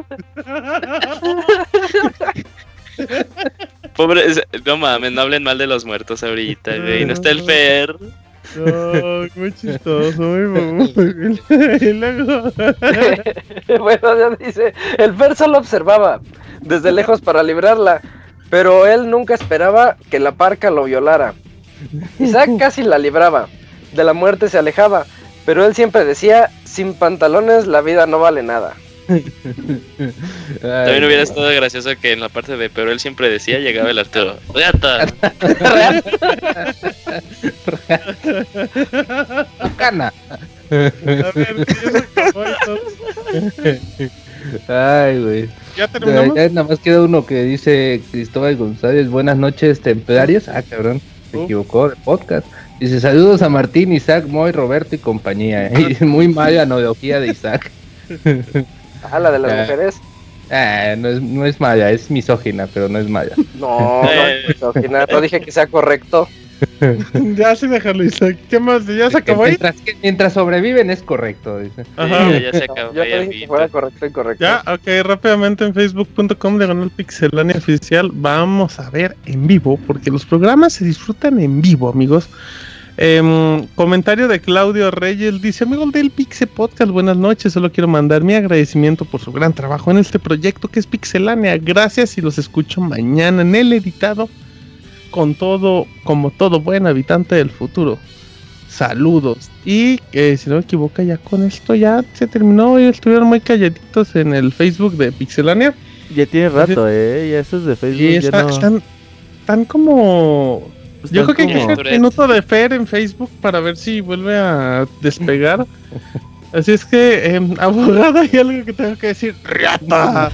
Pobre, es- no mames, no hablen mal de los muertos ahorita, güey. No está el Fer. No, muy chistoso, muy mamón. Y luego. Bueno, ya dice, el Fer solo observaba desde lejos para librarla, pero él nunca esperaba que la parca lo violara. Isaac casi la libraba, de la muerte se alejaba, pero él siempre decía, sin pantalones la vida no vale nada. También hubiera estado gracioso que en la parte de pero él siempre decía, llegaba el Arturo. ¡Reata! Cana. A ver, que ya se acabó entonces. Ay, güey. ¿Ya Ya, terminamos? ya nada más queda uno que dice Cristóbal González, buenas noches templarios. Ah, cabrón, se Uh. equivocó de podcast. Dice, saludos a Martín, Isaac, Moy, Roberto y compañía. Y muy mala analogía de Isaac. Ah, la de las Ya. mujeres. Ah, no es, no es mala, es misógina, pero no es mala. No, no, Eh. misógina, no dije que sea correcto. Ya sí, déjalo, Isaac. ¿Qué más? ¿Ya se acabó ahí? Mientras, que- mientras sobreviven es correcto, dice. Ajá. Ya, ya se acabó. Yo ya no dije vi. que fuera correcto y correcto. Ya, ok, rápidamente en facebook punto com diagonal pixelania oficial vamos a ver en vivo, porque los programas se disfrutan en vivo, amigos. Em, comentario de Claudio Reyes, dice, amigo del Pixe Podcast, buenas noches, solo quiero mandar mi agradecimiento por su gran trabajo en este proyecto que es Pixelania, gracias y los escucho mañana en el editado, con todo, como todo buen habitante del futuro. Saludos. Y eh, si no me equivoco, ya con esto ya se terminó. Y estuvieron muy calladitos en el Facebook de Pixelania. Ya tiene rato, eh. Ya esos de Facebook Y ya está- no. están, están como. Yo creo están que hay que como- hacer el minuto de Fer en Facebook para ver si vuelve a despegar. Así es que, eh, abogado, hay algo que tengo que decir. ¡Riata!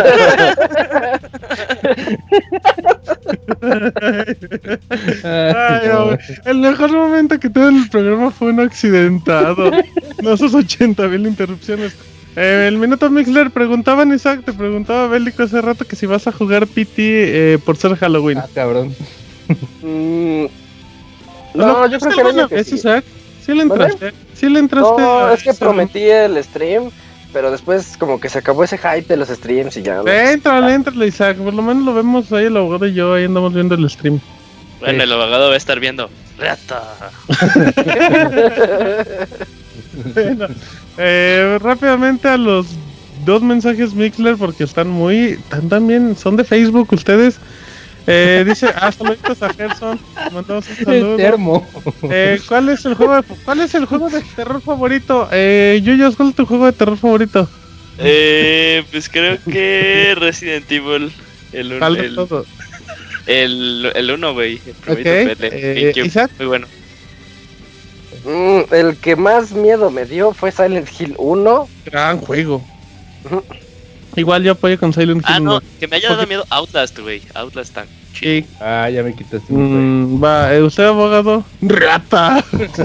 Ay, hombre, el mejor momento que tuve en el programa fue un accidentado. No esos ochenta mil interrupciones. Eh, el minuto Mixler preguntaban, Isaac, te preguntaba Bélico hace rato que si vas a jugar P T eh, por ser Halloween. Ah, cabrón. Mm, ¿No no, lo yo creo jugaste que el alguna año que vez, sí. Isaac? ¿Sí le ¿Vale? entraste? ¿Sí le entraste? No, a es que eso? prometí el stream, pero después como que se acabó ese hype de los streams y ya. ¿no? Entrale, entrale, Isaac. Por lo menos lo vemos ahí, el abogado y yo, ahí andamos viendo el stream. Bueno, el abogado va a estar viendo. ¡Reata! Bueno, eh, rápidamente a los dos mensajes Mixler porque están muy, están también, son de Facebook ustedes. Eh, dice, ah, saluditos a Gerson, mandamos un El saludo. termo. Eh, ¿cuál es el juego de, cuál es el juego de terror favorito? Eh, Yuyos, ¿cuál es tu juego de terror favorito? Eh, pues creo que Resident Evil. El, un- ¿Cuál de el, todos? El, el uno, güey. Ok, eh, Isaac. Muy bueno. Mm, el que más miedo me dio fue Silent Hill uno. Gran juego. Uh-huh. Igual yo apoyo con Silent Hill. Ah, no, que me haya dado miedo Outlast, güey. Outlast tan chido. Sí. Ah, ya me quitaste. Mm, va, eh, ¿usted abogado? ¡Rata!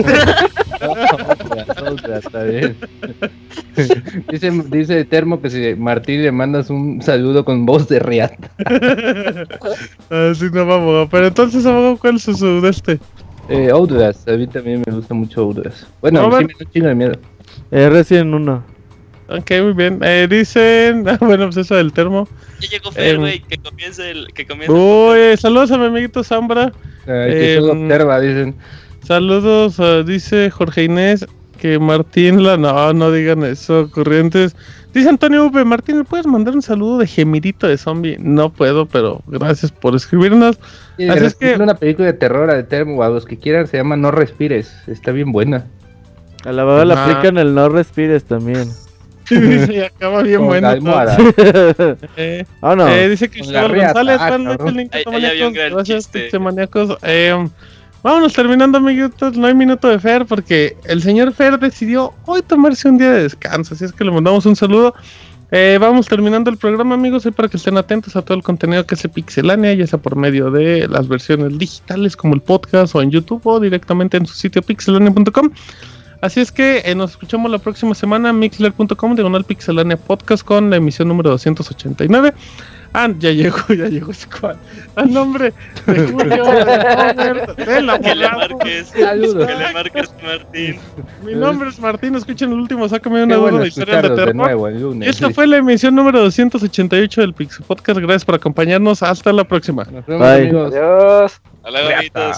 Está bien. dice, dice Termo que si Martín le mandas un saludo con voz de riata. Así no va, abogado. Pero entonces, abogado, ¿cuál es su de este? Eh, Outlast, a mí también me gusta mucho Outlast. Bueno, sí me da un chingo de miedo. Eh, Resident uno. Ok, muy bien. Eh, dicen, ah, bueno, pues eso del termo. Ya llegó Fer, güey, eh, que comience el... Que comience uy, el saludos a mi amiguito Zambra. Ay, que eh, solo observa, dicen. Saludos, uh, dice Jorge Inés, que Martín la... No, no digan eso, corrientes. Dice Antonio V, Martín, ¿me puedes mandar un saludo de gemidito de zombie? No puedo, pero gracias por escribirnos. Sí, así es que... una película de terror de termo, a los que quieran, se llama No Respires, está bien buena. A la baba la aplican el No Respires también. Sí, dice, acaba bien con bueno. eh, oh, no. eh, dice que González, ah, el link de maníacos. Gracias, pinche maníacos. Eh, vámonos terminando, amiguitos. No hay minuto de Fer porque el señor Fer decidió hoy tomarse un día de descanso. Así es que le mandamos un saludo. Eh, vamos terminando el programa, amigos. Hoy para que estén atentos a todo el contenido que hace Pixelania, ya sea por medio de las versiones digitales como el podcast o en YouTube o directamente en su sitio pixelania punto com. Así es que eh, nos escuchamos la próxima semana en mixler punto com, diagonal Pixelania Podcast con la emisión número doscientos ochenta y nueve. Ah, ya llegó, ya llegó Squad. Al nombre de Julio, de, de la Que le marques, saludos. Que le marques, Martín. Mi nombre es Martín, escuchen el último, sácame una duda de historia de terror. De esta fue la emisión número doscientos ochenta y ocho del Pixel Podcast. Gracias por acompañarnos. Hasta la próxima. Nos vemos, Bye. Amigos. Adiós. Hola, amiguitos.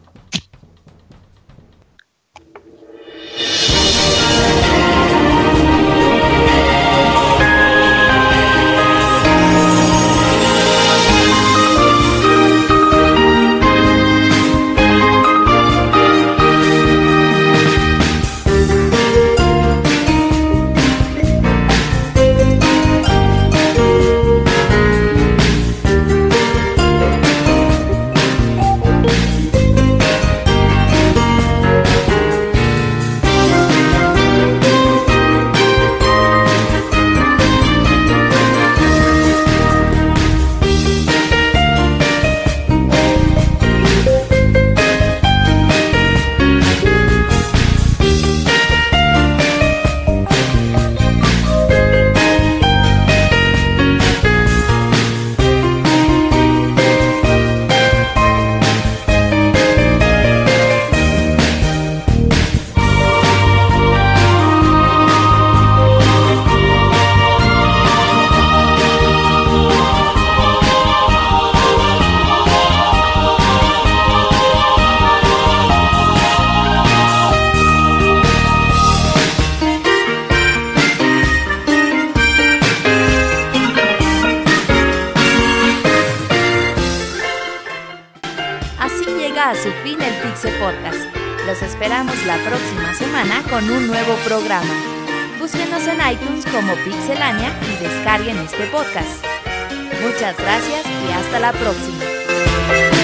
A su fin el Pixel Podcast. Los esperamos la próxima semana con un nuevo programa. Búsquenos en iTunes como Pixelania y descarguen este podcast. Muchas gracias y hasta la próxima.